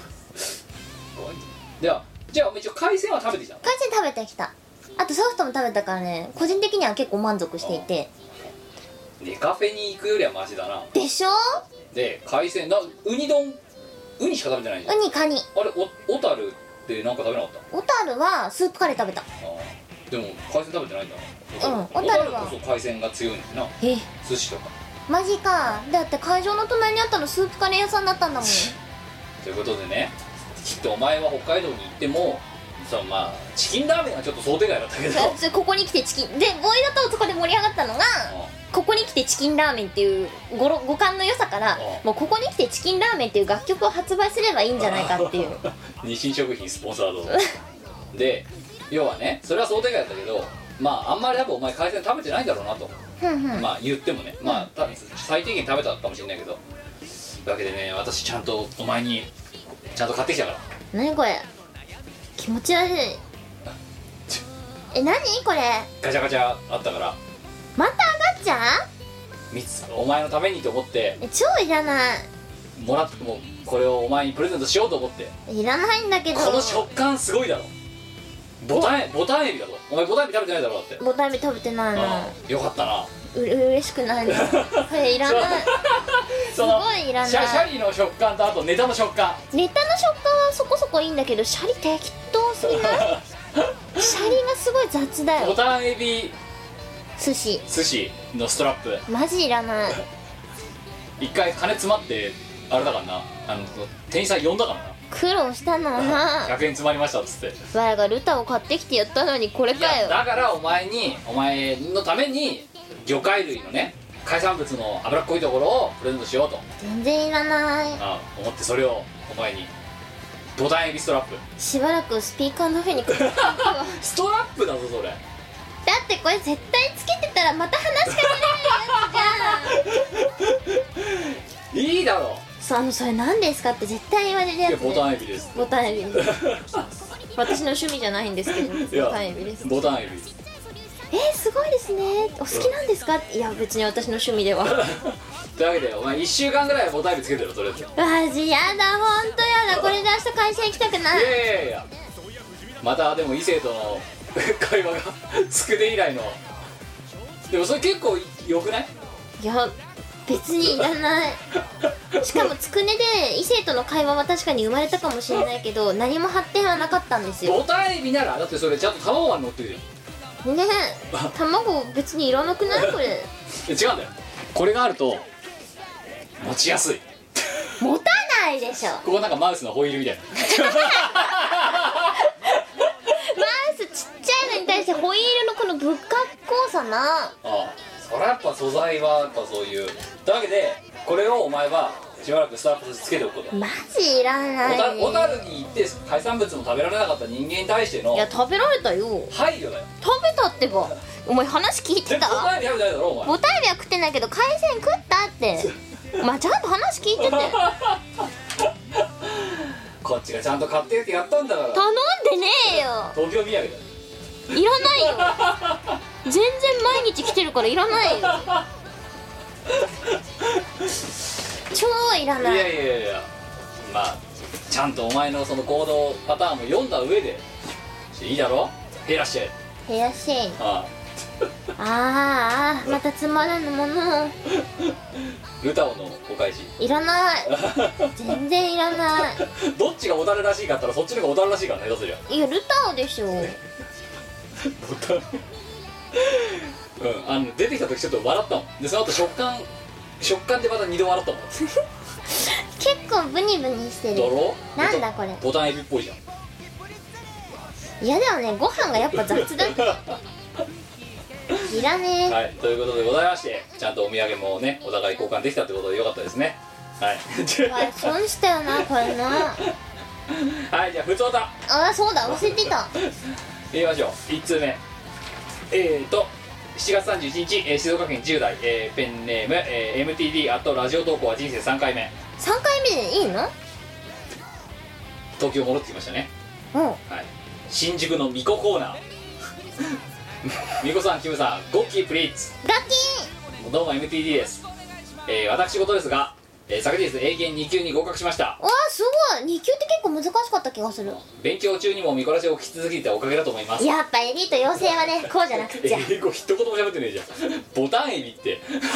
ではじゃあ一応海鮮は食べてきたの？ 海鮮食べてきた。あとソフトも食べたからね、個人的には結構満足していて。 ネカフェに行くよりはマシだな。 でしょ。で海鮮なウニ丼ウニしか食べてないじゃん。 ウニカニあれお小樽ってなんか食べなかった？ 小樽はスープカレー食べた。あでも海鮮食べてないんだな。 うん小樽はこそ海鮮が強いんだな。 え寿司とかマジか。だって会場の隣にあったのスープカレー屋さんだったんだもんということでね、きっとお前は北海道に行ってもそのまあチキンラーメンはちょっもう想定外だったけどここに来てチキンでボイだとそこで盛り上がったのがここに来てチキンラーメンっていう語呂語感の良さからもうここに来てチキンラーメンっていう楽曲を発売すればいいんじゃないかっていう日清食品スポンサードで要はねそれは想定外だったけどまああんまり多分お前海鮮食べてないんだろうなとまあ言ってもねまあ多分最低限食べたかもしれないけどというわけでね私ちゃんとお前にちゃんと買ってきたから。 何これ気持ち悪いえ何これガチャガチャあったからまたガッチャみっつお前のためにと思ってえ超いらないもらってもうこれをお前にプレゼントしようと思っていらないんだけどこの食感すごいだろ。ボタンボタンエビだろお前ボタンエビ食べてないだろだってボタンエビ食べてないのよかったなう嬉しくないのこれいらないすごいいらないシャシャリの食感とあとネタの食感ネタの食感はそこそこいいんだけどシャリ適当すぎないシャリがすごい雑だよボタンエビ寿司寿司のストラップマジいらない一回金詰まってあれだからなあの店員さん呼んだからな苦労したのなひゃくえん詰まりましたっつってわやがルタを買ってきてやったのにこれかよ。 だからお前にお前のために魚介類のね海産物の脂っこいところをプレゼントしようと全然いらないあ思ってそれをお前にボタンエビストラップしばらくスピーカーの上にくっつけてわストラップだぞそれ。 だってこれ絶対つけてたらまた話しかけられるやつじゃんいいだろそうあのそれ何ですかって絶対言われるやつでいやボタンエビですボタンエビです私の趣味じゃないんですけどボタンエビです。 ボタンエビえー、すごいですねお好きなんですかって。いや別に私の趣味ではというわけでお前いっしゅうかんぐらいボタンエビつけてるとりあえず。 マジやだほんとやだこれで明日会社行きたくないいやいやいやまたでも異性との会話がつくね以来のでもそれ結構良くない？ いや別にいらないしかもつくねで異性との会話は確かに生まれたかもしれないけど何も発展はなかったんですよ。 ボタンエビならだってそれちゃんと卵が乗ってるじゃんねえ卵別にいらなくないこれ違うんだよこれがあると持ちやすい持たないでしょここなんかマウスのホイールみたいなマウスちっちゃいのに対してホイールのこのぶっかっこうさなああそれはやっぱ素材はやっぱそういうというわけでこれをお前はしばらくスタートとしてつけておくことマジいらない。 小樽に行って海産物も食べられなかった人間に対してのいや食べられたよ。 配慮だよ。 食べたってば。お前話聞いてた？ ボタンエビ食べたいだろお前。 ボタンエビは食ってないけど海鮮食ったってお前ちゃんと話聞いててこっちがちゃんと買ってってやったんだから。 頼んでねえよ。 東京土産だよ。 いらないよ全然毎日来てるからいらないよ超いらない。 いやいやいやいやまあちゃんとお前のその行動パターンも読んだ上でいいだろ。へらっしゃい。 へらっしゃい。 あああまたつまらぬもの。 ルタオのお返しいらない全然いらないどっちが小樽らしいかったらそっちの方が小樽らしいからね。どうすりゃいやルタオでしょボタンうんあの出てきた時ちょっと笑ったもんでその後食感食感でまた二度笑ったもん結構ブニブニしてる。 だろ。 なんだこれ。 ボタンエビっぽいじゃん。 いやでもねご飯がやっぱ雑だったいらねえ。 はいということでございましてちゃんとお土産もねお互い交換できたってことでよかったですね。はいあれ損したよなこれなはいじゃあふつおたああそうだ忘れてた言いましょう。いち通目えーとしちがつさんじゅういちにち、えー、静岡県じゅう代、えーペンネーム、えー、エムティーディー あとラジオ投稿は人生さんかいめさんかいめでいいの。 東京戻ってきましたね。 うんはい新宿のミココーナーミコさんキムさんゴッキープリッツガキどうも エムティーディー です、えー、私事ですが、えー、昨日英検に級に合格しました。 ーわあすごいに級って結構難しかった気がする。 勉強中にもミコラジを聞き続けておかげだと思います。 やっぱエリート養成はねこうじゃなくちゃ英語一言も喋ってねえじゃんボタンエビって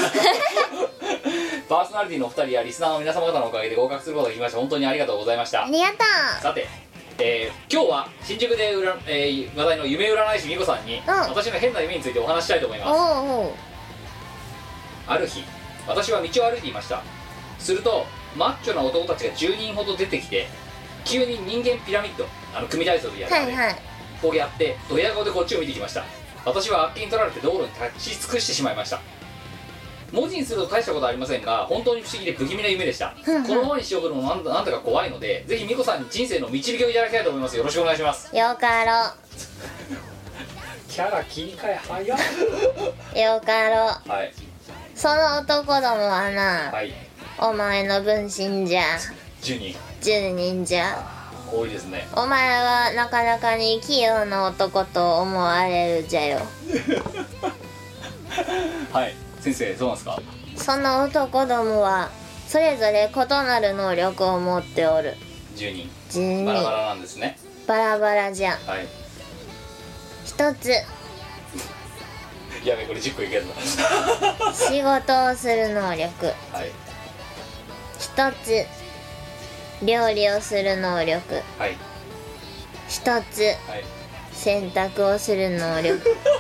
パーソナリティのお二人やリスナーの皆様方のおかげで合格することができました。本当にありがとうございました。 ありがとさて、えー今日は新宿でうら、えー話題の夢占い師ミコさんに、私の変な夢についてお話ししたいと思いうます。 おうおうある日私は道を歩いていました。するとマッチョな男たちがじゅうにんほど出てきて急に人間ピラミッドあの組体操でやるはいはいをやってドヤ顔でこっちを見てきました。私はあっけに取られて道路に立ち尽くしてしまいました。文字にすると大したことはありませんが本当に不思議で不気味な夢でした。このままにしておくのもなんだなんだか怖いのでぜひミコさんに人生の導きをいただきたいと思います。よろしくお願いします。 よかろキャラ切り替え早っよかろはいその男どもはな、 はいお前の分身じゃじゅうにんじゅうにんじゃ。 多いですね。 お前はなかなかに器用な男と思われるじゃよ。 はい先生そうなんですか。 その男どもはそれぞれ異なる能力を持っておる。 じゅうにんじゅうにんバラバラなんですね。 バラバラじゃ。 はい一つやべこれじゅっこいけるの仕事をする能力、 はい一つ料理をする能力、 はい一つはい洗濯をする能力、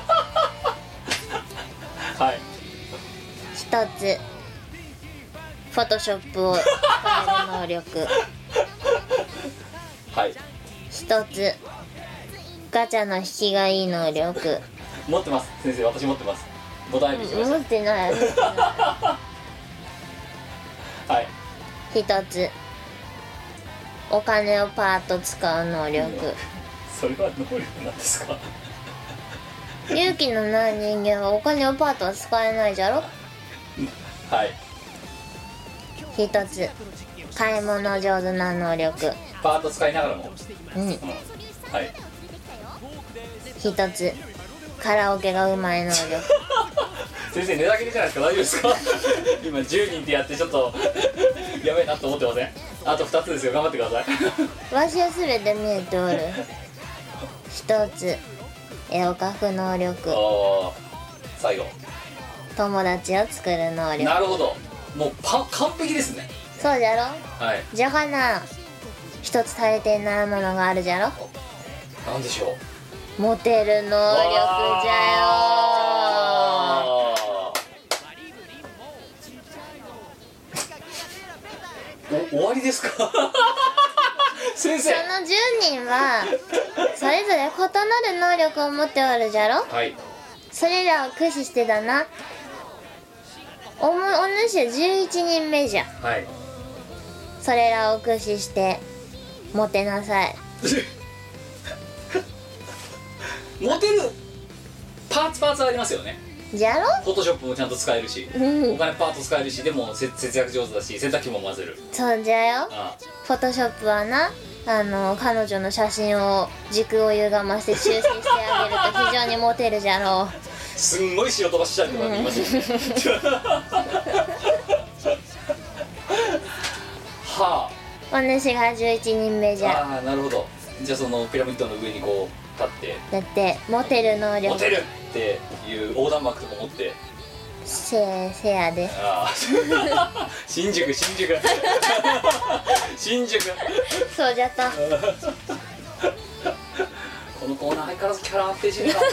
はい一つフォトショップを使える能力、 はい一つガチャの引きがいい能力。 持ってます先生私持ってます。ボタンエビしまし持ってない持ってないたはい一つお金をパーッと使う能力。 それは能力なんですか。 勇気のない人間はお金をパーッとは使えないじゃろ。 はい一つ買い物上手な能力。 パート使いながらもうんうんはい一つカラオケがうまい能力。 先生寝だけでじゃないですか。大丈夫ですか今じゅうにんってやってちょっとやべえなと思ってません。あとふたつですよ頑張ってくださいわしは全て見えておる。一つ絵を描く能力。 おー最後友達を作る能力。 なるほどもうパ完璧ですね。 そうじゃろ。 はいじゃがな一つ足りてないものがあるじゃろ。 なんでしょう。 モテる能力じゃお終わりですか先生よ。そのじゅうにんはそれぞれ異なる能力を持っておるじゃろ。 はいそれらを駆使してだなおむお主はじゅういちにんめじゃ。 はい。 それらを駆使してモテなさい。 モテるパーツパーツありますよね。 じゃろ。 フォトショップもちゃんと使えるし、 うんお金パート使えるし、でもせ節約上手だし、洗濯機も混ぜる。 そうじゃよ。 あフォトショップはな、あの彼女の写真を軸を歪ませて修正してあげると非常にモテるじゃろう。 あ、すんごい塩飛ばしたりとか言いますよね。はお主がじゅういちにんめじあ、 ゃ。 ああ、なるほど。じゃあそのピラミッドの上にこう立ってだってモテる能力モテるっていう横断幕とか持って、 せせやで。 ああ新宿新宿新宿そうじゃった。 このコーナー相変わらずキャラ安定してるな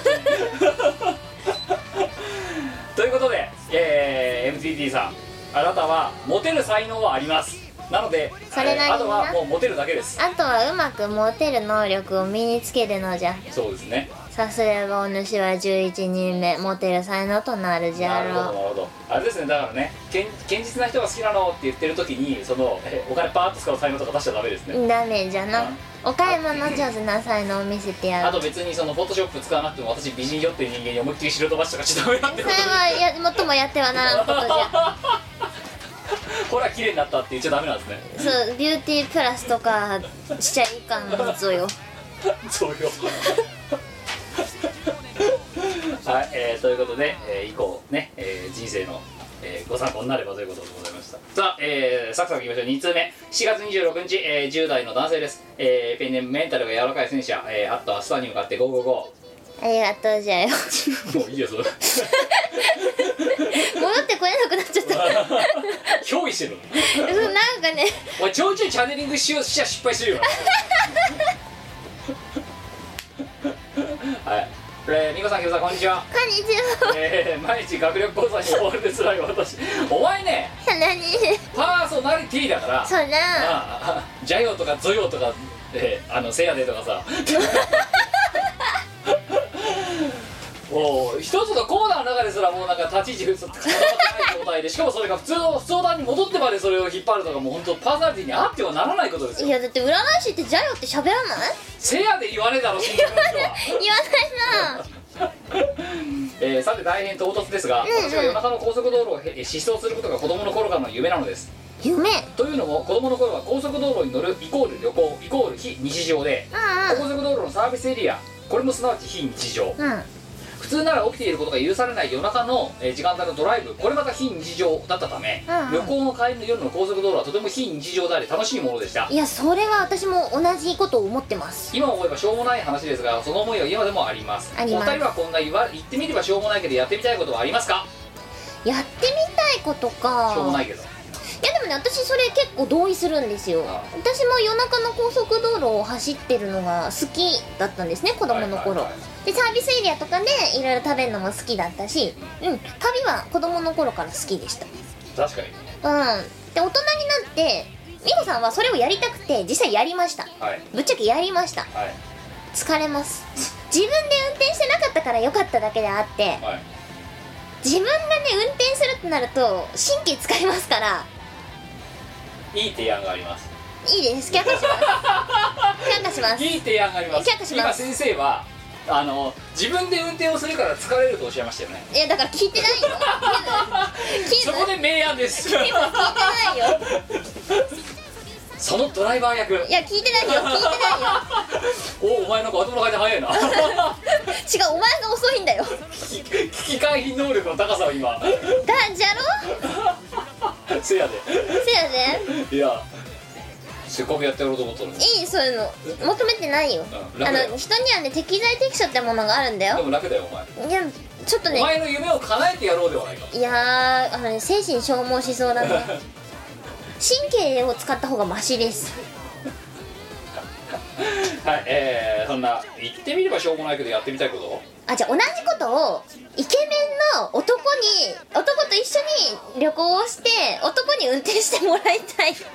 ということで、えー、エムティーティー さん、あなたはモテる才能はあります。なのでそれなりになえーあとはもうモテるだけです。 あとはうまくモテる能力を身につけるのじゃ。 そうですね。 さすればお主はじゅういちにんめモテる才能となるじゃなるほどなろるほど。あれですね、だからね、堅堅実な人が好きなのって言ってる時にそのえお金パーッと使う才能とか出しちゃダメですね。 う。ダメじゃな。お買い物上手な才能を見せてやる。 あと別にそのフォトショップ使わなくても私美人よっていう人間に思いっきり白飛ばしとかしちゃダメなんてそれことはや最もやってはならんことじゃ。 ほら綺麗になったって言っちゃダメなんですね。 そう、ビューティープラスとかしちゃいかんぞよ。 そうよはい、えー、ということで、えー、以降ね、えー、人生の、えー、ご参考になればということでございました。さあ、えー、サクサクいきましょう。に通目、しがつにじゅうろくにち、えー、じゅう代の男性です。えー、ペンネームメンタルが柔らかい戦車、えー、あと明日に向かってゴーゴーゴありがとうじゃよ。 ーもういいよそれ戻ってこれなくなっちゃった。 憑依してるのうん、なんかね、 お前ちょいちょいチャネリングしようしちゃ失敗するよはい、えー、みこさん、きょうさん、こんにちは。 こんにちは。 えー、毎日学力講座に追われて辛い私。お前ね、 何パーソナリティだから、 そうな。 ああジャヨとかゾヨとか、えー、あのセヤデとかさもう一つのコーナーの中ですらもうなんか立ち位置固まってない状態で、しかもそれが普通の相談に戻ってまでそれを引っ張るとか、もう本当パーソナリティにあってはならないことですよ。 いやだって占い師ってジャヨって喋らない？ セヤで言わねえだろ新宿の人は言わないな。 えー、さて大変唐突ですが、 うんうん私は夜中の高速道路をへ疾走することが子供の頃からの夢なのです。 夢。 というのも子供の頃は高速道路に乗るイコール旅行イコール非日常で、 うん高速道路のサービスエリア、これもすなわち非日常、 うん。うん。 普通なら起きていることが許されない夜中の、えー時間帯のドライブ、これまた非日常だったため、 うんうん旅行の帰りの夜の高速道路はとても非日常であり楽しいものでした。 いやそれは私も同じことを思ってます。 今思えばしょうもない話ですが、その思いは今でもあります。 ありますお二人はこんな言わ言ってみればしょうもないけどやってみたいことはありますか？ やってみたいことか。 しょうもないけど。 いやでもね、私それ結構同意するんですよ。 ああ私も夜中の高速道路を走ってるのが好きだったんですね、子供の頃、 はいはいはいでサービスエリアとかでいろいろ食べるのも好きだったし、うん、旅は子供の頃から好きでした。 確かに。 うんで大人になって美穂さんはそれをやりたくて実際やりました。 はいぶっちゃけやりました。 はい疲れます。自分で運転してなかったから良かっただけであって、 はい。 自分がね運転するってなると神経使いますから。 いい提案があります。 いいです、却下します却下します。 いい提案があります。 却下します。 今先生はあの自分で運転をするから疲れるとおっしゃいましたよね。 いやだから聞いてないよキズそこで明暗ですキズ聞いてないよそのドライバー役。 いや聞いてないよ聞いてないよおお前なんか頭の回転早いな違う、お前が遅いんだよ危機危機回避能力の高さを今だじゃろせやでせやでいやせっかくやってやろうと思ったのに。 いい、そういうの求めてないよ、あうん楽だよの人にはね適材適所ってものがあるんだでよ。 も楽だよお前。 いやちょっとおね、 前の夢を叶えてやろうではないか。 いやーあのね精神消耗しそうだね神経を使った方がマシです。 はい、えー、そんな言ってみればしょうもないけどやってみたいことあ、じゃあ同じことをイケメンの男に男と一緒に旅行をして男に運転してもらいたい。いい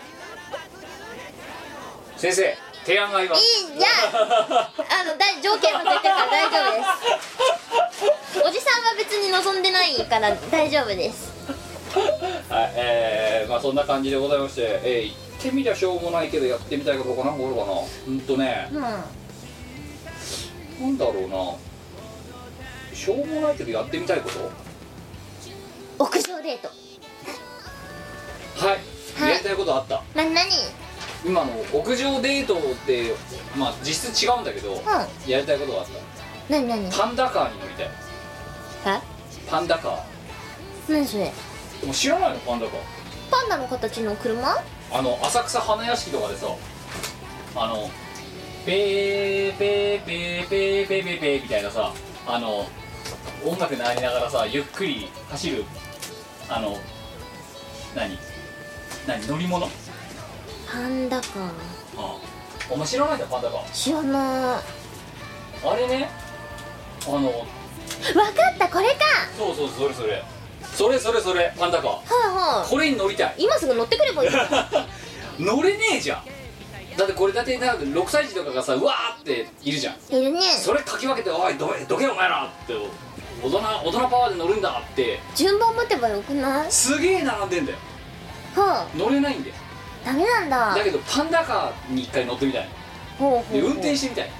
先生提案があります。 じゃああの大条件も出てるから大丈夫です。おじさんは別に望んでないから大丈夫です。 はいえー、まあそんな感じでございまして、えー、行ってみりゃしょうもないけどやってみたいことがなんかあるかな。うんとね、 うんなんだろうな、しょうもないけどやってみたいこと。 屋上デート。 はい、 はいやりたいことあった。 なになに。 今の屋上デートってまあ実質違うんだけど、 うんやりたいことがあっなになに。 た。パンダカーに乗りたい。 えパンダカー。 なにそれ。 もう知らないのパンダカー。 パンダの形の車。 あの浅草花屋敷とかでさ、あのペーペーペーペーペーペーペーみたいなさ、あの音楽鳴りながらさゆっくり走る、あの何何乗り物。あパンダか。 あ、お前知らないんだパンダカー。 知らなあれね、あのい。わかったこれか。 そうそうそれそれそれそれそれパンダカー。 はいはい。 これに乗りたい。 今すぐ乗ってくればいい。 乗れねえじゃん。だってこれだってなんかろくさい児とかがさうわーっているじゃん。 いるね。 それかき分けておいどけどけお前らって大人大人パワーで乗るんだって。 順番待てばよくない。 すげえ並んでんだよ。 はあ。 乗れないんだよ。 ダメなんだ。 だけどパンダカーに一回乗ってみたい。 ほうほうほう。 で運転してみたい。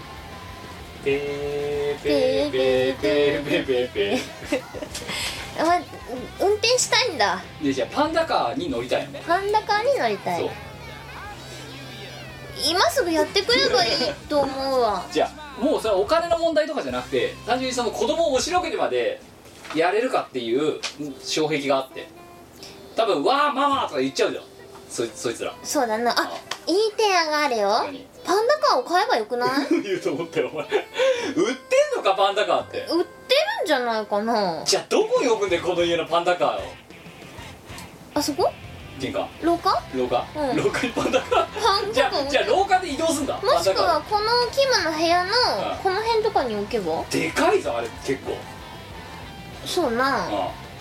ペーペーペーペーペーペーペーあ、運転したいんだ。 でじゃあパンダカーに乗りたいのね。 パンダカーに乗りたそうい。今すぐやってくればいいと思うわ。 じゃあもうそれはお金の問題とかじゃなくて、単純にその子供を押しのけてまでやれるかっていう障壁があって、多分わーママとか言っちゃうじゃん、そいそいつら。 そうだなあ。いい提案があるよ。 何パンダカーを買えばよくない。 言うと思ったよお前。売ってんのかパンダカーって。 売ってるんじゃないかな。 じゃあどこに置くんだよこの家のパンダカーを。 あそこ玄関廊下。 廊下、 うん廊下にパンダカー。 パンじゃあダカーじゃあ廊下で移動すんだ。 もしくパンダカはこのキムの部屋のうんこの辺とかに置けば。 ーでかいぞあれ結構。 そうな。 あ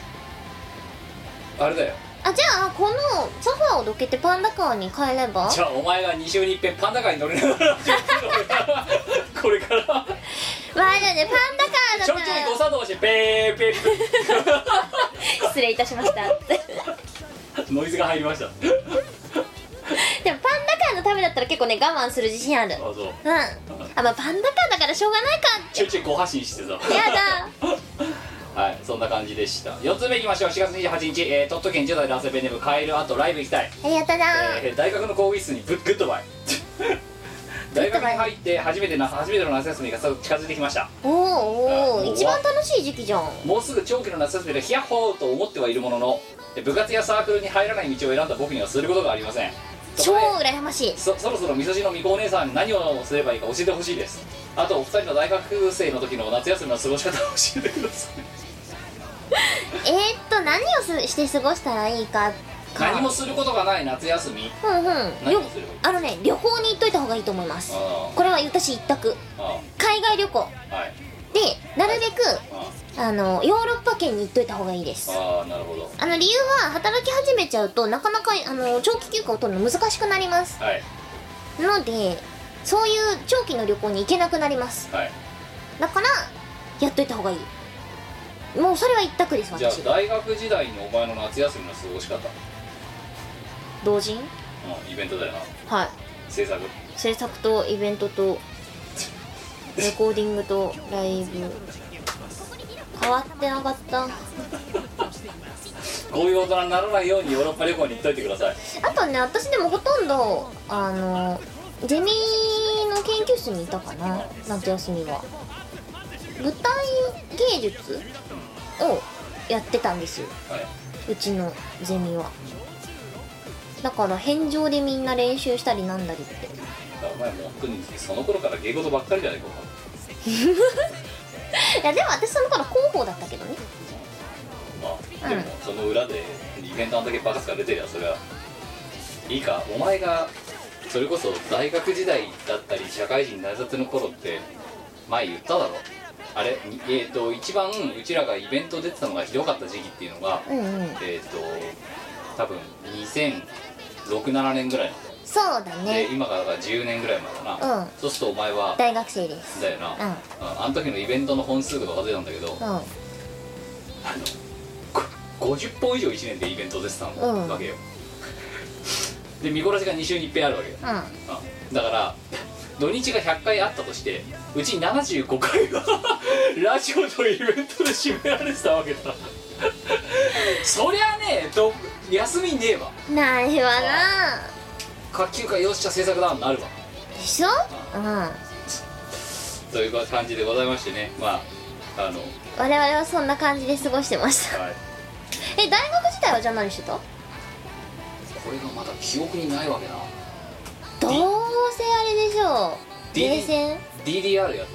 ああれだよ。 あ、じゃあこのソファーをどけてパンダカーに変えれば。 じゃあお前がに週にいっぺんパンダカーに乗りながらこれからわあ、じゃあねパンダカーだちょいちょいったら誤作動してペーペーペ失礼いたしました。 ーノイズが入りました。 でもパンダカーのためだったら結構ね我慢する自信ある。 あそううん。あ、まあパンダカーだからしょうがないかっちょいちょいご発信してさ。 て。やだ。 はい、そんな感じでした。よっつめいきましょう。しがつにじゅうはちにち、えー、鳥取県じゅう代男性ペンネームカエルあとライブ行きたい。 ありがとうな。 えー、大学の講義室にグッグッドバイ大学に入って初めてな初めての夏休みが近づいてきました。 おーおあもうー、一番楽しい時期じゃん。 もうすぐ長期の夏休みでヒヤッホーと思ってはいるものの、部活やサークルに入らない道を選んだ僕にはすることがありません。そ超こで羨ましい。 そそろそろ味噌汁のみこお姉さんに何をすればいいか教えてほしいです。あとお二人の大学生の時の夏休みの過ごし方を教えてください。 えー、っと何をすして過ごしたらいいかか。 何もすることがない夏休み。 うんうん。よ何をすればいい。 あのね、旅行に行っといた方がいいと思います。 あこれは私一択。 あ海外旅行あはいでなるべくああのヨーロッパ圏に行っといた方がいいです。 ああなるほど。 あの理由は働き始めちゃうとなかなかあの長期休暇を取るの難しくなりますはいので、そういう長期の旅行に行けなくなります。 はい。 だからやっといた方がいい。もうそれは一択です。 じゃあ私大学時代にお前の夏休みの過ごし方、 同人、 うん、イベントだよな。 はい、 制作制作とイベントとレコーディングとライブ変わってなかった。 こういう大人にならないようにヨーロッパ旅行に行っといてください。 あとね、私でもほとんどあのゼミの研究室にいたかな、夏休みは。舞台芸術をやってたんですよ、 はい。 うちのゼミは。だから返上でみんな練習したりなんだりって。 お前もう本当にその頃から芸事ばっかりじゃないか。 いやでも私その頃広報だったけどね。 まあでもその裏でイベントあんだけバカスカ出てりゃそれはいいか。お前がそれこそ大学時代だったり社会人になりたての頃って前言っただろ。あれえっと一番うちらがイベント出てたのがひどかった時期っていうのが、 うんうん、 えっと多分にせんろく、ななねんぐらいの。 そうだでね。 今からじゅうねんぐらい前だな、 うん、 そうするとお前は大学生です。 だよな、 うんああの時のイベントの本数とか数えたんだけど、 うん、 あのこごじゅっぽん以上いちねんでイベント出てたうんわけよ、で見殺しがに週にいっぺんあるわけよ、 うんうん、だから土日がひゃっかいあったとしてうちななじゅうごかいはラジオのイベントで締められてたわけだそりゃねど休みねえわ、 ないわな。 学級会よっしゃ制作だになるわでしょ。うんという感じでございましてね、まああの我々はそんな感じで過ごしてましたはいえ、大学時代はじゃあ何してた？ これがまた記憶にないわけな。 どうせあれでしょう、 D- ゲーセンディーディーアール やって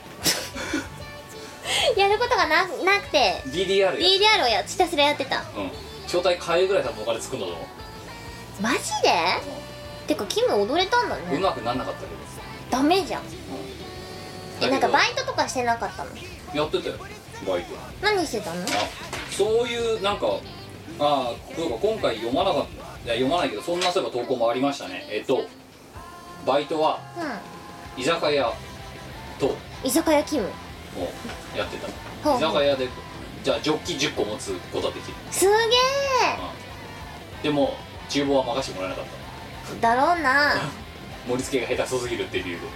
やることがななくてた ディーディーアール やってディーディーアール をやひたすらやってた。 た、うん、招待変えるぐらい多分お金作るんだと思う、 マジで？てかキム踊れたんだうね。 まくなんなかったけど、 ダメじゃん。え、なんかバイイトとかしてなかったの？ やってたよバイト。 何してたの？ あそういうなんかああそうか今回読まなかったいや読まないけどそんなそういえば投稿もありましたね。えっとバイトはう居酒屋とん。居酒屋キム。 もうやってた。 ほうほう居酒屋でじゃあジョッキじゅっこ持つことはできる、 すげうん、でも厨房は任せてもらえなかったえだろうな盛り付けが下手くそすぎるっていう理由で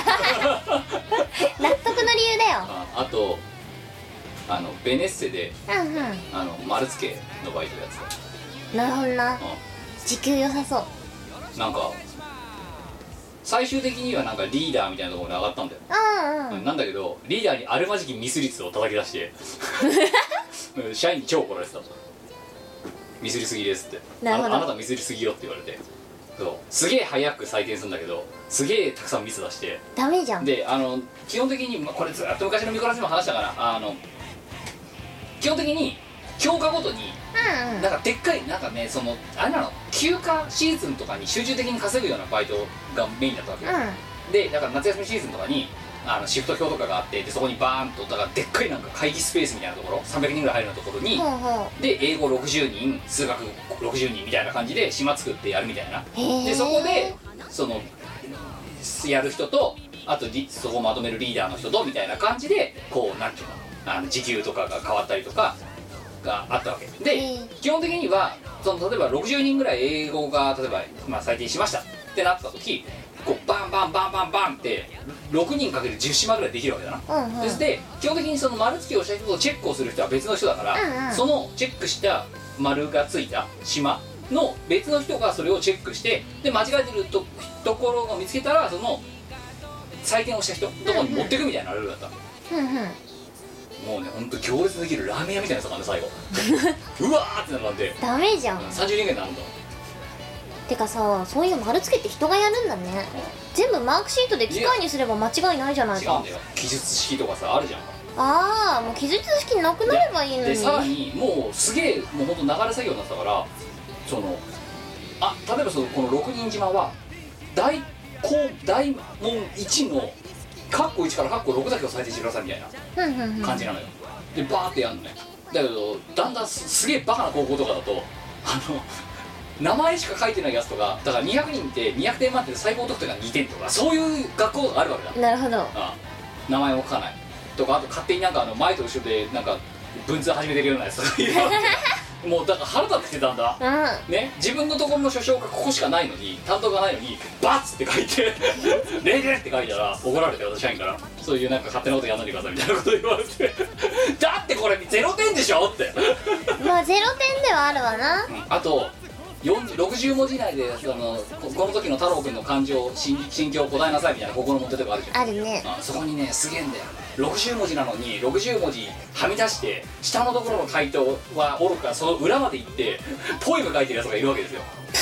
納得の理由だよ。 ああとあのベネッセでうんうあの丸付けのバイトやってん。なるほどな。 た、 時給良さそう。 うん、なんか最終的にはなんかリーダーみたいなところに上がったんだよ、 うんうん。 なんだけどリーダーにあるまじきミス率を叩き出してうん社員に超怒られてた。ミスりすぎですって、 なるほどああなたミスりすぎよって言われて、そうすげえ早く採点するんだけどすげえたくさんミス出して、 ダメじゃん。 であの基本的に、まあ、これずっと昔の見こらしも話したからあの基本的に教科ごとにうんうん。 なんかでっかいなんかねそのあれなの休暇シーズンとかに集中的に稼ぐようなバイトがメインだったわけよ、でだから夏休みシーズンとかにあのシフト表とかがあってでそこにバーンとだからでっかいなんか会議スペースみたいなところさんびゃくにんぐらい入るようなところに、 ほうほで英語ろくじゅうにん数学ろくじゅうにんみたいな感じで島作ってやるみたいな。 う。へえ。 でそこでそのやる人とあとリそこをまとめるリーダーの人とみたいな感じでこうなんていうのあの時給とかが変わったりとかがあったわけで、 へえ基本的にはその例えばろくじゅうにんぐらい英語が例えば、まあ、採点しましたってなった時こうバンバンバンバンバンってろくにんかけるじゅう島ぐらいできるわけだな、 うんうん。 そして基本的にその丸付けをした人とチェックをする人は別の人だから、 うんうんそのチェックした丸がついた島の別の人がそれをチェックしてで間違えてるとところを見つけたらその採点をした人のところに持っていくみたいなルールだった、 うんうん。 もうねほんと行列できるラーメン屋みたいなやつがね最後うわーってなるんでダメじゃん。 さんじゅうにんぐらいになるんだ、 てかさ、そういう丸つけって人がやるんだね。全部マークシートで機械にすれば間違いないじゃないか違うんだ。よ記述式とかさあるじゃんああ、もう記述式なくなればいいのに。 でさらにもうすげえもうほんと流れ作業になってたからそのあ例えばそのこのろくにん島は大こう大門いちのカッコいちからカッコろくだけを採点してくださいみたいなうんうんうん。 感じなのよ、でバーってやるのね。だけどだんだんすすげえバカな高校とかだとあの名前しか書いてないやつとかだからにひゃくにんってにひゃくてん満点で最高得点がにてんとかそういう学校があるわけだ。 なるほど。 ああ名前も書かないとかあと勝手になんかあの前と後ろでなんか文通始めてるようなやつとかいるわけもうだから腹立ってきてたんだうん。 ね、自分のところの書評がここしかないのに担当がないのにバツって書いて「れいれい」って書いたら怒られて私社員からそういうなんか勝手なことやんないでくださいみたいなこと言われてだってこれゼロてんでしょってまあゼロてんではあるわな。 あとよんじゅうろくじゅう文字以内でそのここの時の太郎くんの感情心心境を答えなさいみたいな心持ってとかあるじゃんあるね。 あそこにねすげえんだよろくじゅう文字なのにろくじゅう文字はみ出して下のところの回答はおろかその裏まで行ってポエム書いてるやつがいるわけですよ、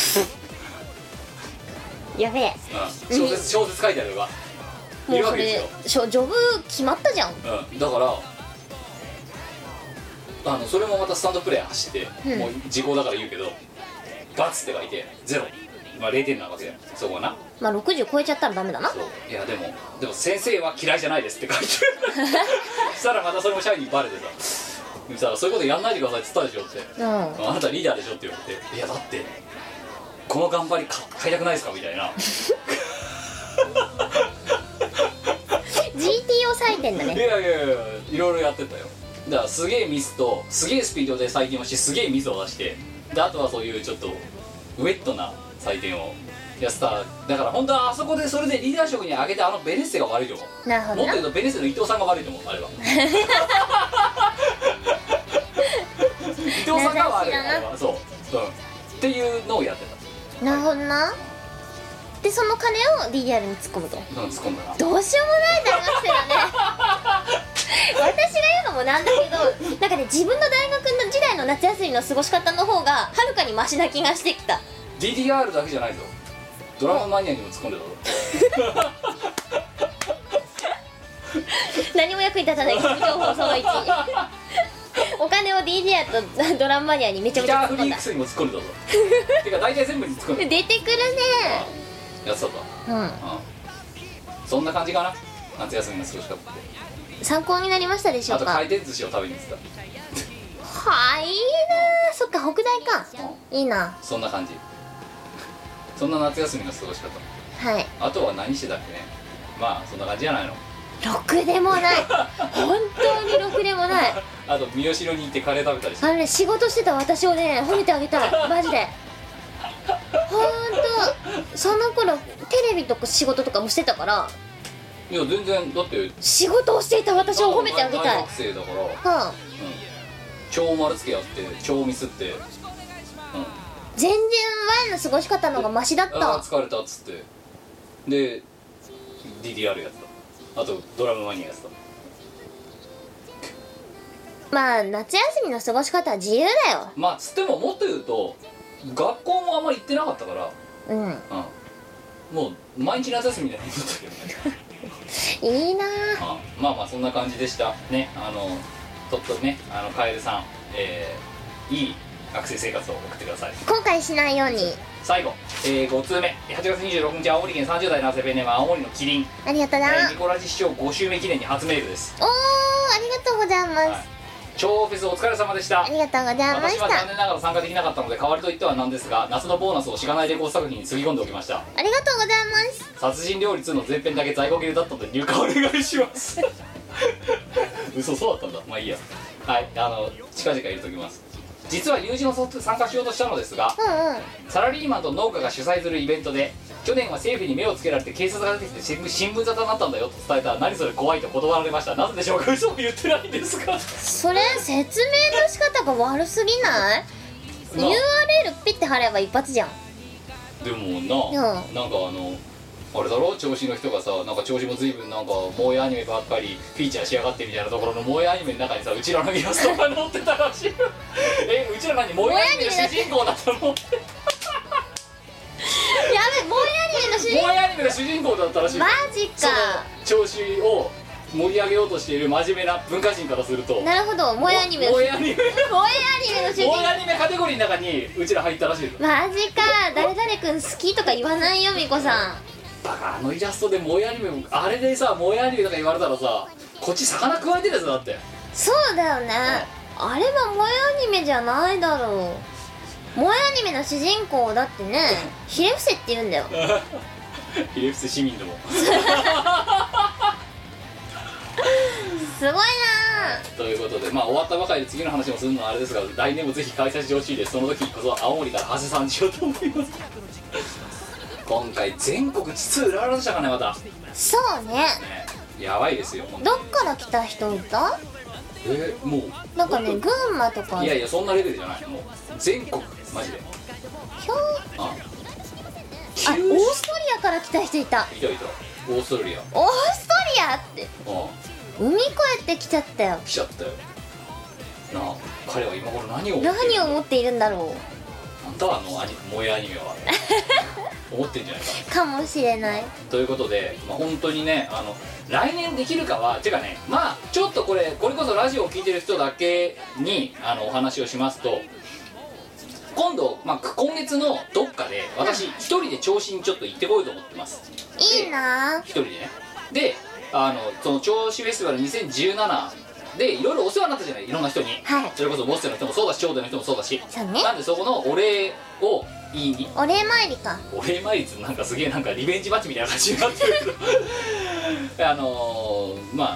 やべえ。 うん、小説小説書いてあるのがいもうそるわけですよれ、しょジョブ決まったじゃん。 うん、だからあのそれもまたスタンドプレー走って、 うんもう時効だから言うけどバツって書いてゼロまあれいてんなわけだよそこはなまあろくじゅう超えちゃったらダメだな。 そういやでもでも先生は嫌いじゃないですって書いてるそしたらまたそれも社員にバレてさそしたらそういうことやんないでくださいって言ったでしょってうん。 あなたリーダーでしょって言われていやだってこの頑張りか買いたくないですかみたいなジーティー を割いてんだいね。 やいやいやいろいろやってたよだからすげえミスとすげえスピードで採点をしてすげえミスを出して、であとはそういうちょっとウェットな採点をやってた。だから本当はあそこでそれでリーダー職に上げてあのベネッセが悪いと思う。 なるほどな。 もっと言うとベネッセの伊藤さんが悪いと思う、あれは伊藤さんが悪い、あれはそう、うん、っていうのをやってた。 なるほどな。でその金を ディーディーアール に突っ込むと。 うん、突っ込んだな。 どうしようもない大学生だね私が言うのもなんだけど、なんかね、自分の大学の時代の夏休みの過ごし方の方がはるかにマシな気がしてきた。 ディーディーアール だけじゃないぞ、ドラママニアにも突っ込んでたぞ何も役に立たない情報そのいちお金を ディーディーアール とドラママニアにめちゃめちゃ突っ込んだ。 ギターフリークスにも突っ込んでたぞてか大体全部に突っ込んで出てくるね。 やつだった、 うん、 うん、そんな感じかな、夏休みの過ごし方って。 参考になりましたでしょあとうか。 回転寿司を食べに行ってた。 はい、いいな。そっか、北大か、いいな。 そんな感じ、そんな夏休みの過ごし方。 はい。 あとは何してたっけね。まあそんな感じじゃないの。 ろくでもない本当にろくでもないあと三好に行ってカレー食べたりしてあのね、仕事してた私をね褒めてあげたい、マジでほんと。その頃テレビとか仕事とかもしてたから、 いや全然だって仕事をしていた私を褒めてあげたい。 大学生だから、 はあ、 うん、超丸つけやって超ミスって、うん、 全然前の過ごし方の方がマシだっああた。 疲れたっつってで ディーディーアール やってた、あとドラムマニアやってた。 まあ夏休みの過ごし方は自由だよ。 まあつってももっと言うと学校もあんまり行ってなかったから、 うん、 うん、もう毎日夏休みみたいなもんだったけどねいいなあまあまあそんな感じでしたね。あのとっとね、あの楓さん、えー、いい学生生活を送ってください。 後悔しないように。 最後、えー、ご通目はちがつにじゅうろくにち青森県さんじゅう代男性ペンネーム青森のキリン、 ありがとうな、 えー、ニコラジ視聴ご週目記念に初メールです。 おー、ありがとうございます、 はい、超フェスお疲れ様でした。 ありがとうございまし私は残た。 念ながら参加できなかったので代わりといってはなんですが、夏のボーナスをしがないレコード作品につぎ込んでおきました。 ありがとうございます。 殺人料理ツーの前編だけ在庫切れだったので入荷お願いします嘘、そうだったんだ。まあいいや。はい、あの近々入れときます。実は友人を参加しようとしたのですが、 うんうん。 サラリーマンと農家が主催するイベントで去年は政府に目をつけられて警察が出てきて新聞新聞沙汰になったんだよと伝えたら、何それ怖いと断られました。なぜでしょうか。嘘も言ってないんですか。 それ説明の仕方が悪すぎない？ ユーアールエル ピッて貼れば一発じゃん。 でもな、 うんなんかあのあれだろ、調子の人がさ、なんか調子も随分なんか萌えアニメばっかりフィーチャーしやがってみたいなところの萌えアニメの中にさ、うちらのイラストが載ってたらしいえ、うちら何萌えアニメの主人公だったのやべ、萌えアニメの主人萌えアニメの主人公だったらしい。 マジか。 その調子を盛り上げようとしている真面目な文化人からすると、 なるほど、萌えアニメの萌えアニメ萌えアニメの主人萌えアニメカテゴリーの中にうちら入ったらしいぞ。 マジか。誰々くん好きとか言わないよ、みこさん。 バカ、あのイラストで萌えアニメもあれでさ、萌えアニメとか言われたらさ、こっち魚加えてるやつだって。 そうだよね。あれは萌えアニメじゃないだろう。萌えアニメの主人公だってね、ひれ伏せって言うんだよ。 ひれ伏せ市民でもすごいなということで、まあ終わったばかりで次の話もするのはあれですが、来年もぜひ開催してほしいです。その時こそ青森から長谷さんしようと思います今回全国津々浦々でしたかね、またそうね。 ね、やばいですよ。 どっから来た人いた？ えー、もうなんかね、群馬とか。 いやいや、そんなレベルじゃない。もう全国マジで。 ひょーああ、オーストリアから来た人いた。 いたいた、オーストラリア。 オーストリアってあ海越えてきちゃったよ。 来ちゃったよなあ。彼は今頃何を思っている何を思っているんだろなんだあのアニ萌えアニメは思ってんじゃないかう。かもしれない。 ということで、まあ、本当にね、あの来年できるかはてかね、まあちょっとこれこれこそラジオを聞いてる人だけにあのお話をしますと、今度、まあ、今月のどっかで私一人で銚子にちょっと行ってこようと思ってます。 いいな一人でね。で、あのその銚子フェスティバルにせんじゅうななでいろいろお世話になったじゃない、いろんな人に、 はい、 それこそボッセの人もそうだし、頂点の人もそうだし、 そうね。 なんでそこのお礼を言いに、 お礼参りか。 お礼参りってなんかすげえなんかリベンジマッチみたいな感じになってるけどあのー、まあ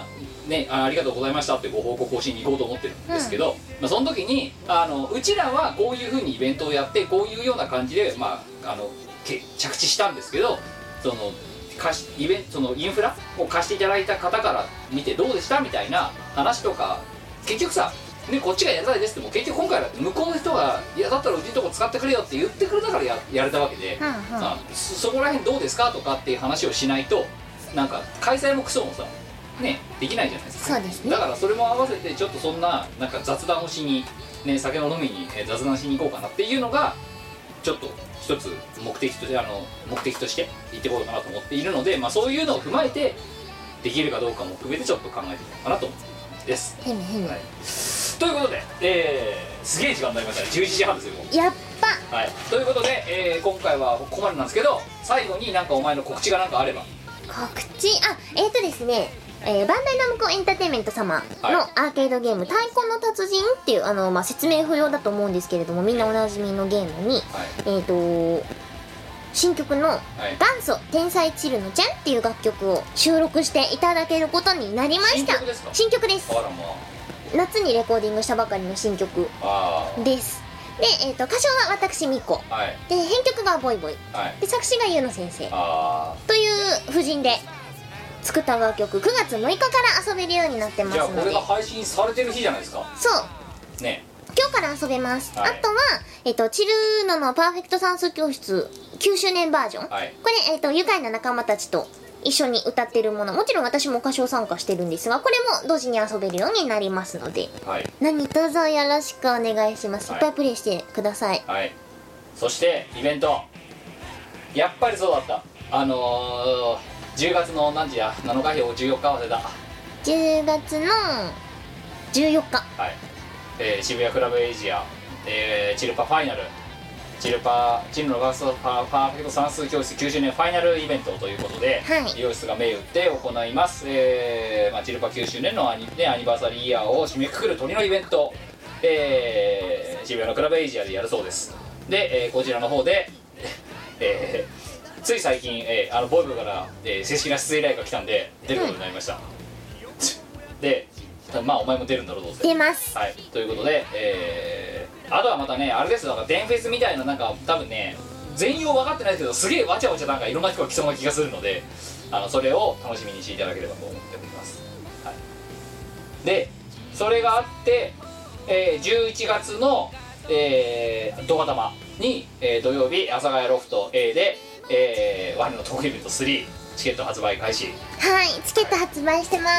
ね、あありがとうございましたってご報告をしに行こうと思ってるんですけど、うん、まあ、その時にあのうちらはこういう風にイベントをやってこういうような感じで、まあ、あのけ着地したんですけど、その貸しイベントそのインフラを貸していただいた方から見てどうでしたみたいな話とか、結局さ、ね、こっちがやりたいですっても結局今回だって向こうの人がいやだったらうちのとこ使ってくれよって言ってくれたから や, やれたわけで、うんうん、さそ, そこら辺どうですかとかっていう話をしないとなんか開催もクソもさねできないじゃないですか。 そうですね。 だからそれも合わせてちょっとそんななんか雑談をしにね酒の飲みに雑談しに行こうかなっていうのがちょっと一つ目的としてあの目的として言ってこようかなと思っているので、まあ、そういうのを踏まえてできるかどうかも含めてちょっと考えていこうかなと思うんです。 へむへむ、 はい、ということで、えー、すげえ時間になりましたね。じゅういちじはんですよ。 やっぱ、 はい、ということで、えー、今回はここまでなんですけど、最後になんかお前の告知がなんかあれば。 告知、あ、えーとですね、えー、バンダイナムコエンターテインメント様のアーケードゲーム、はい、太鼓の達人っていうあの、まあ、説明不要だと思うんですけれどもみんなおなじみのゲームに、はい、えーと新曲の「元祖天才チルノちゃん」っていう楽曲を収録していただけることになりました。 新曲ですか？ 新曲です。 あら、まあ、 夏にレコーディングしたばかりの新曲です。で、えー、と歌唱は私ミコ、はい、で編曲がボイボイ、はい、で作詞がゆうの先生という布陣で作った楽曲、くがつむいかから遊べるようになってますので。 じゃあこれが配信されてる日じゃないですか。 そうね、 今日から遊べます、はい、あとは、えー、とチルノのパーフェクト算数教室きゅうしゅうねんバージョン、はい、これ、えー、と愉快な仲間たちと一緒に歌ってるもの、もちろん私も歌唱参加してるんですが、これも同時に遊べるようになりますので、はい、何卒よろしくお願いします。いっぱいプレイしてください。 はい、そしてイベント、やっぱりそうだった、あのーじゅうがつの何時やなのか表じゅうよっか忘れた。 じゅうがつのじゅうよっか、 はい、えー、渋谷クラブエイジア、えー、チルパファイナル、チルパチルのガストパーフェクト算数教室きゅうしゅうねんファイナルイベントということで、はい、イオシスが銘打って行います、えーまあ、チルパきゅうしゅうねんのアニ、ね、アニバーサリーイヤーを締めくくる鳥のイベント、えー、渋谷のクラブエイジアでやるそうです。で、えー、こちらの方で、えーつい最近、えー、あのボイブから、えー、正式な出演依頼が来たんで出ることになりました、うん、でまあお前も出るんだろうどうせ。 出ます、 はい、ということで、えー、あとはまたねあれですよ、だからデンフェスみたいななんか多分ね全容分かってないですけどすげえわちゃわちゃなんかいろんな人が来そうな気がするので、あのそれを楽しみにしていただければと思っております、はい、でそれがあって、えー、じゅういちがつの、えー、ドガタマに、えー、土曜日阿佐ヶ谷ロフト A でえー、我のトークイベントスリーチケット発売開始。 はい、チケット発売してます。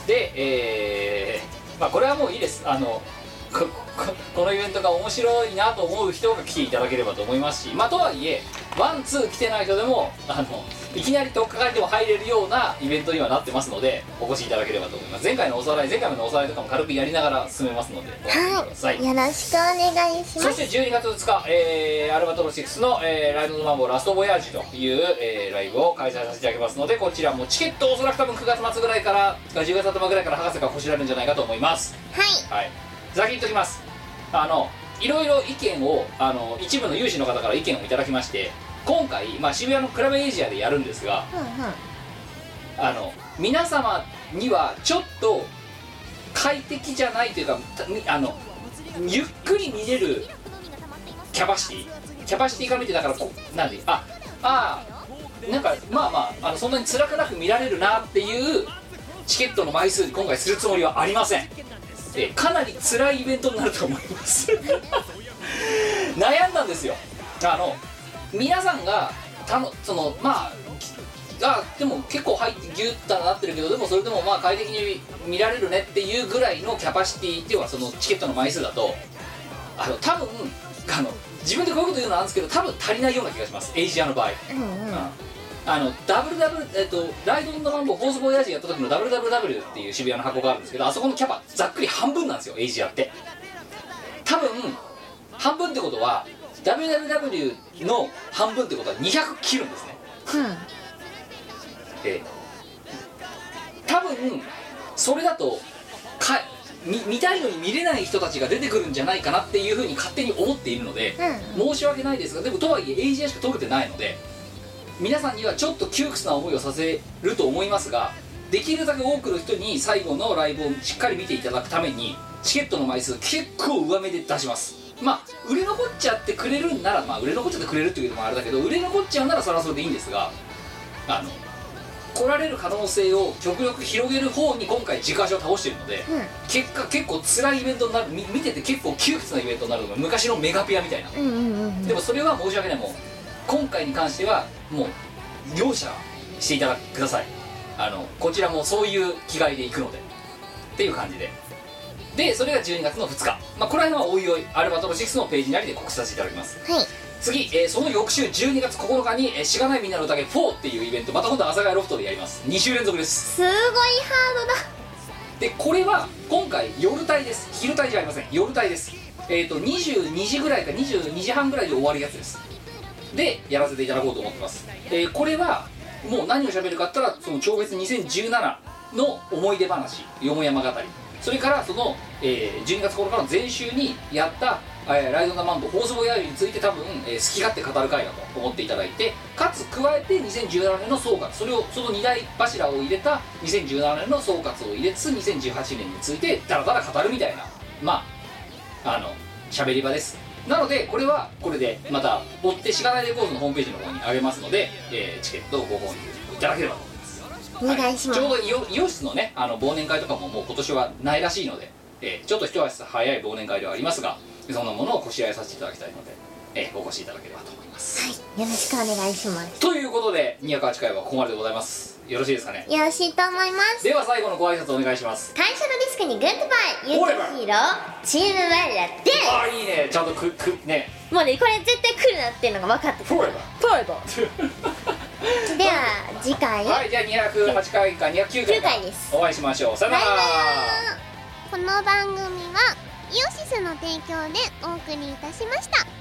で、えー、まあこれはもういいです。あの こ, こ, このイベントが面白いなと思う人が来ていただければと思いますし、まあとはいえワンツー来てない人でもあのいきなりとっかかりでも入れるようなイベントにはなってますのでお越しいただければと思います。前回のおさらい前回のおさらいとかも軽くやりながら進めますのでお待ちください。 はい、よろしくお願いします。 そしてじゅうにがつふつか、えー、アルバトロシックスの、えー、ライドのマンボラストボヤージュという、えー、ライブを開催させていただきますので、こちらもチケットおそらく多分くがつまつぐらいからじゅうがつ頭ぐらいから博士が欲しられるんじゃないかと思います。 はい、はい、 先言っときます。あのいろいろ意見をあの一部の有志の方から意見をいただきまして、今回、まあ、渋谷のクラブエイジアでやるんですが、うんうん、あの皆様にはちょっと快適じゃないというか、あのゆっくり見れるキャパシティキャパシティから見て、だからこなんでああなんかまあまあ、あのそんなに辛くなく見られるなっていうチケットの枚数に今回するつもりはありません。えかなり辛いイベントになると思います悩んだんですよ。あの皆さんがたのそのまああでも結構入ってギュッとなってるけど、でもそれでもまあ快適に見られるねっていうぐらいのキャパシティっていうのはそのチケットの枚数だと、あの多分あの自分でこういうこと言うのなんですけど多分足りないような気がします、エイジアの場合。うんうんうん、あのダブルダブル、えっと、ライド・オン・ザ・マンボウフォース・ボヤージやった時の ダブリューダブリューダブリュー っていう渋谷の箱があるんですけど、あそこのキャパざっくり半分なんですよ、エイジアって。多分半分ってことは ダブリューダブリューダブリュー の半分ってことはにひゃく切るんですね。うんえー、多分それだとか 見, 見たいのに見れない人たちが出てくるんじゃないかなっていうふうに勝手に思っているので、うん、申し訳ないですが、でもとはいえエイジアしか取れてないので皆さんにはちょっと窮屈な思いをさせると思いますが、 できるだけ多くの人に最後のライブをしっかり見ていただくためにチケットの枚数結構上目で出します。まあ売れ残っちゃってくれるんなら、まあ売れ残っちゃってくれるっていうのもあれだけど、売れ残っちゃうならそれはそれでいいんですが、あの来られる可能性を極力広げる方に今回軸足を倒しているので、 うん結果結構辛いイベントになる、み見てて結構窮屈なイベントになるのが昔のメガピアみたいな、 うんうんうんうんでもそれは申し訳ない、もう今回に関してはもう容赦していただください。あのこちらもそういう気概で行くのでっていう感じで、でそれがじゅうにがつのふつか、まあ、この辺はおいおいアルバトロシックスのページなりで告知させていただきます。 はい。 次、えーその翌週じゅうにがつここのかに、えーしがないみんなの宴フォーっていうイベント、また今度は阿佐ヶ谷ロフトでやります。に週連続です。 すごいハードだ。 でこれは今回夜帯です。昼帯じゃありません、夜帯です。えっ、とにじゅうにじぐらいかにじゅうにじはんぐらいで終わるやつです。でやらせていただこうと思ってます。えーこれはもう何を喋るかって言ったら、その超別にせんじゅうななの思い出話、よもやま語り、それからその、えーじゅうにがつここのかの前週にやったえーライド・ナ・マンボ放送やりについて多分、えー好き勝手語る回だと思っていただいて、かつ加えてにせんじゅうななねんの総括、それをそのに大柱を入れたにせんじゅうななねんの総括を入れつつにせんじゅうはちねんについてダラダラ語るみたいな、まああの喋り場です。なのでこれはこれでまた追ってしがないレコードのホームページの方にあげますので、えーチケットをご購入いただければと思います。 お願いします。 ちょうどイオイオシスのね、あの忘年会とかももう今年はないらしいので、えーちょっと一足早い忘年会ではありますが、そんなものをこしらえさせていただきたいので、えーお越しいただければと思います。 よろしくお願いします。 ということでにひゃくはちかいはここまででございます。よろしいですかね。 よろしいと思います。 では最後のご挨拶お願いします。 会社のディスクにグッドバイ、ユーキヒーローチーム我らでああいいね、ちゃんとくくねもうね、これ絶対来るなっていうのが分かってた。 フォーエバフォーエバーでは次回、 はい、じゃあにひゃくはちかいかにひゃくきゅうかいかきゅうかいですお会いしましょう。さよなら。 この番組はイオシスの提供でお送りいたしました。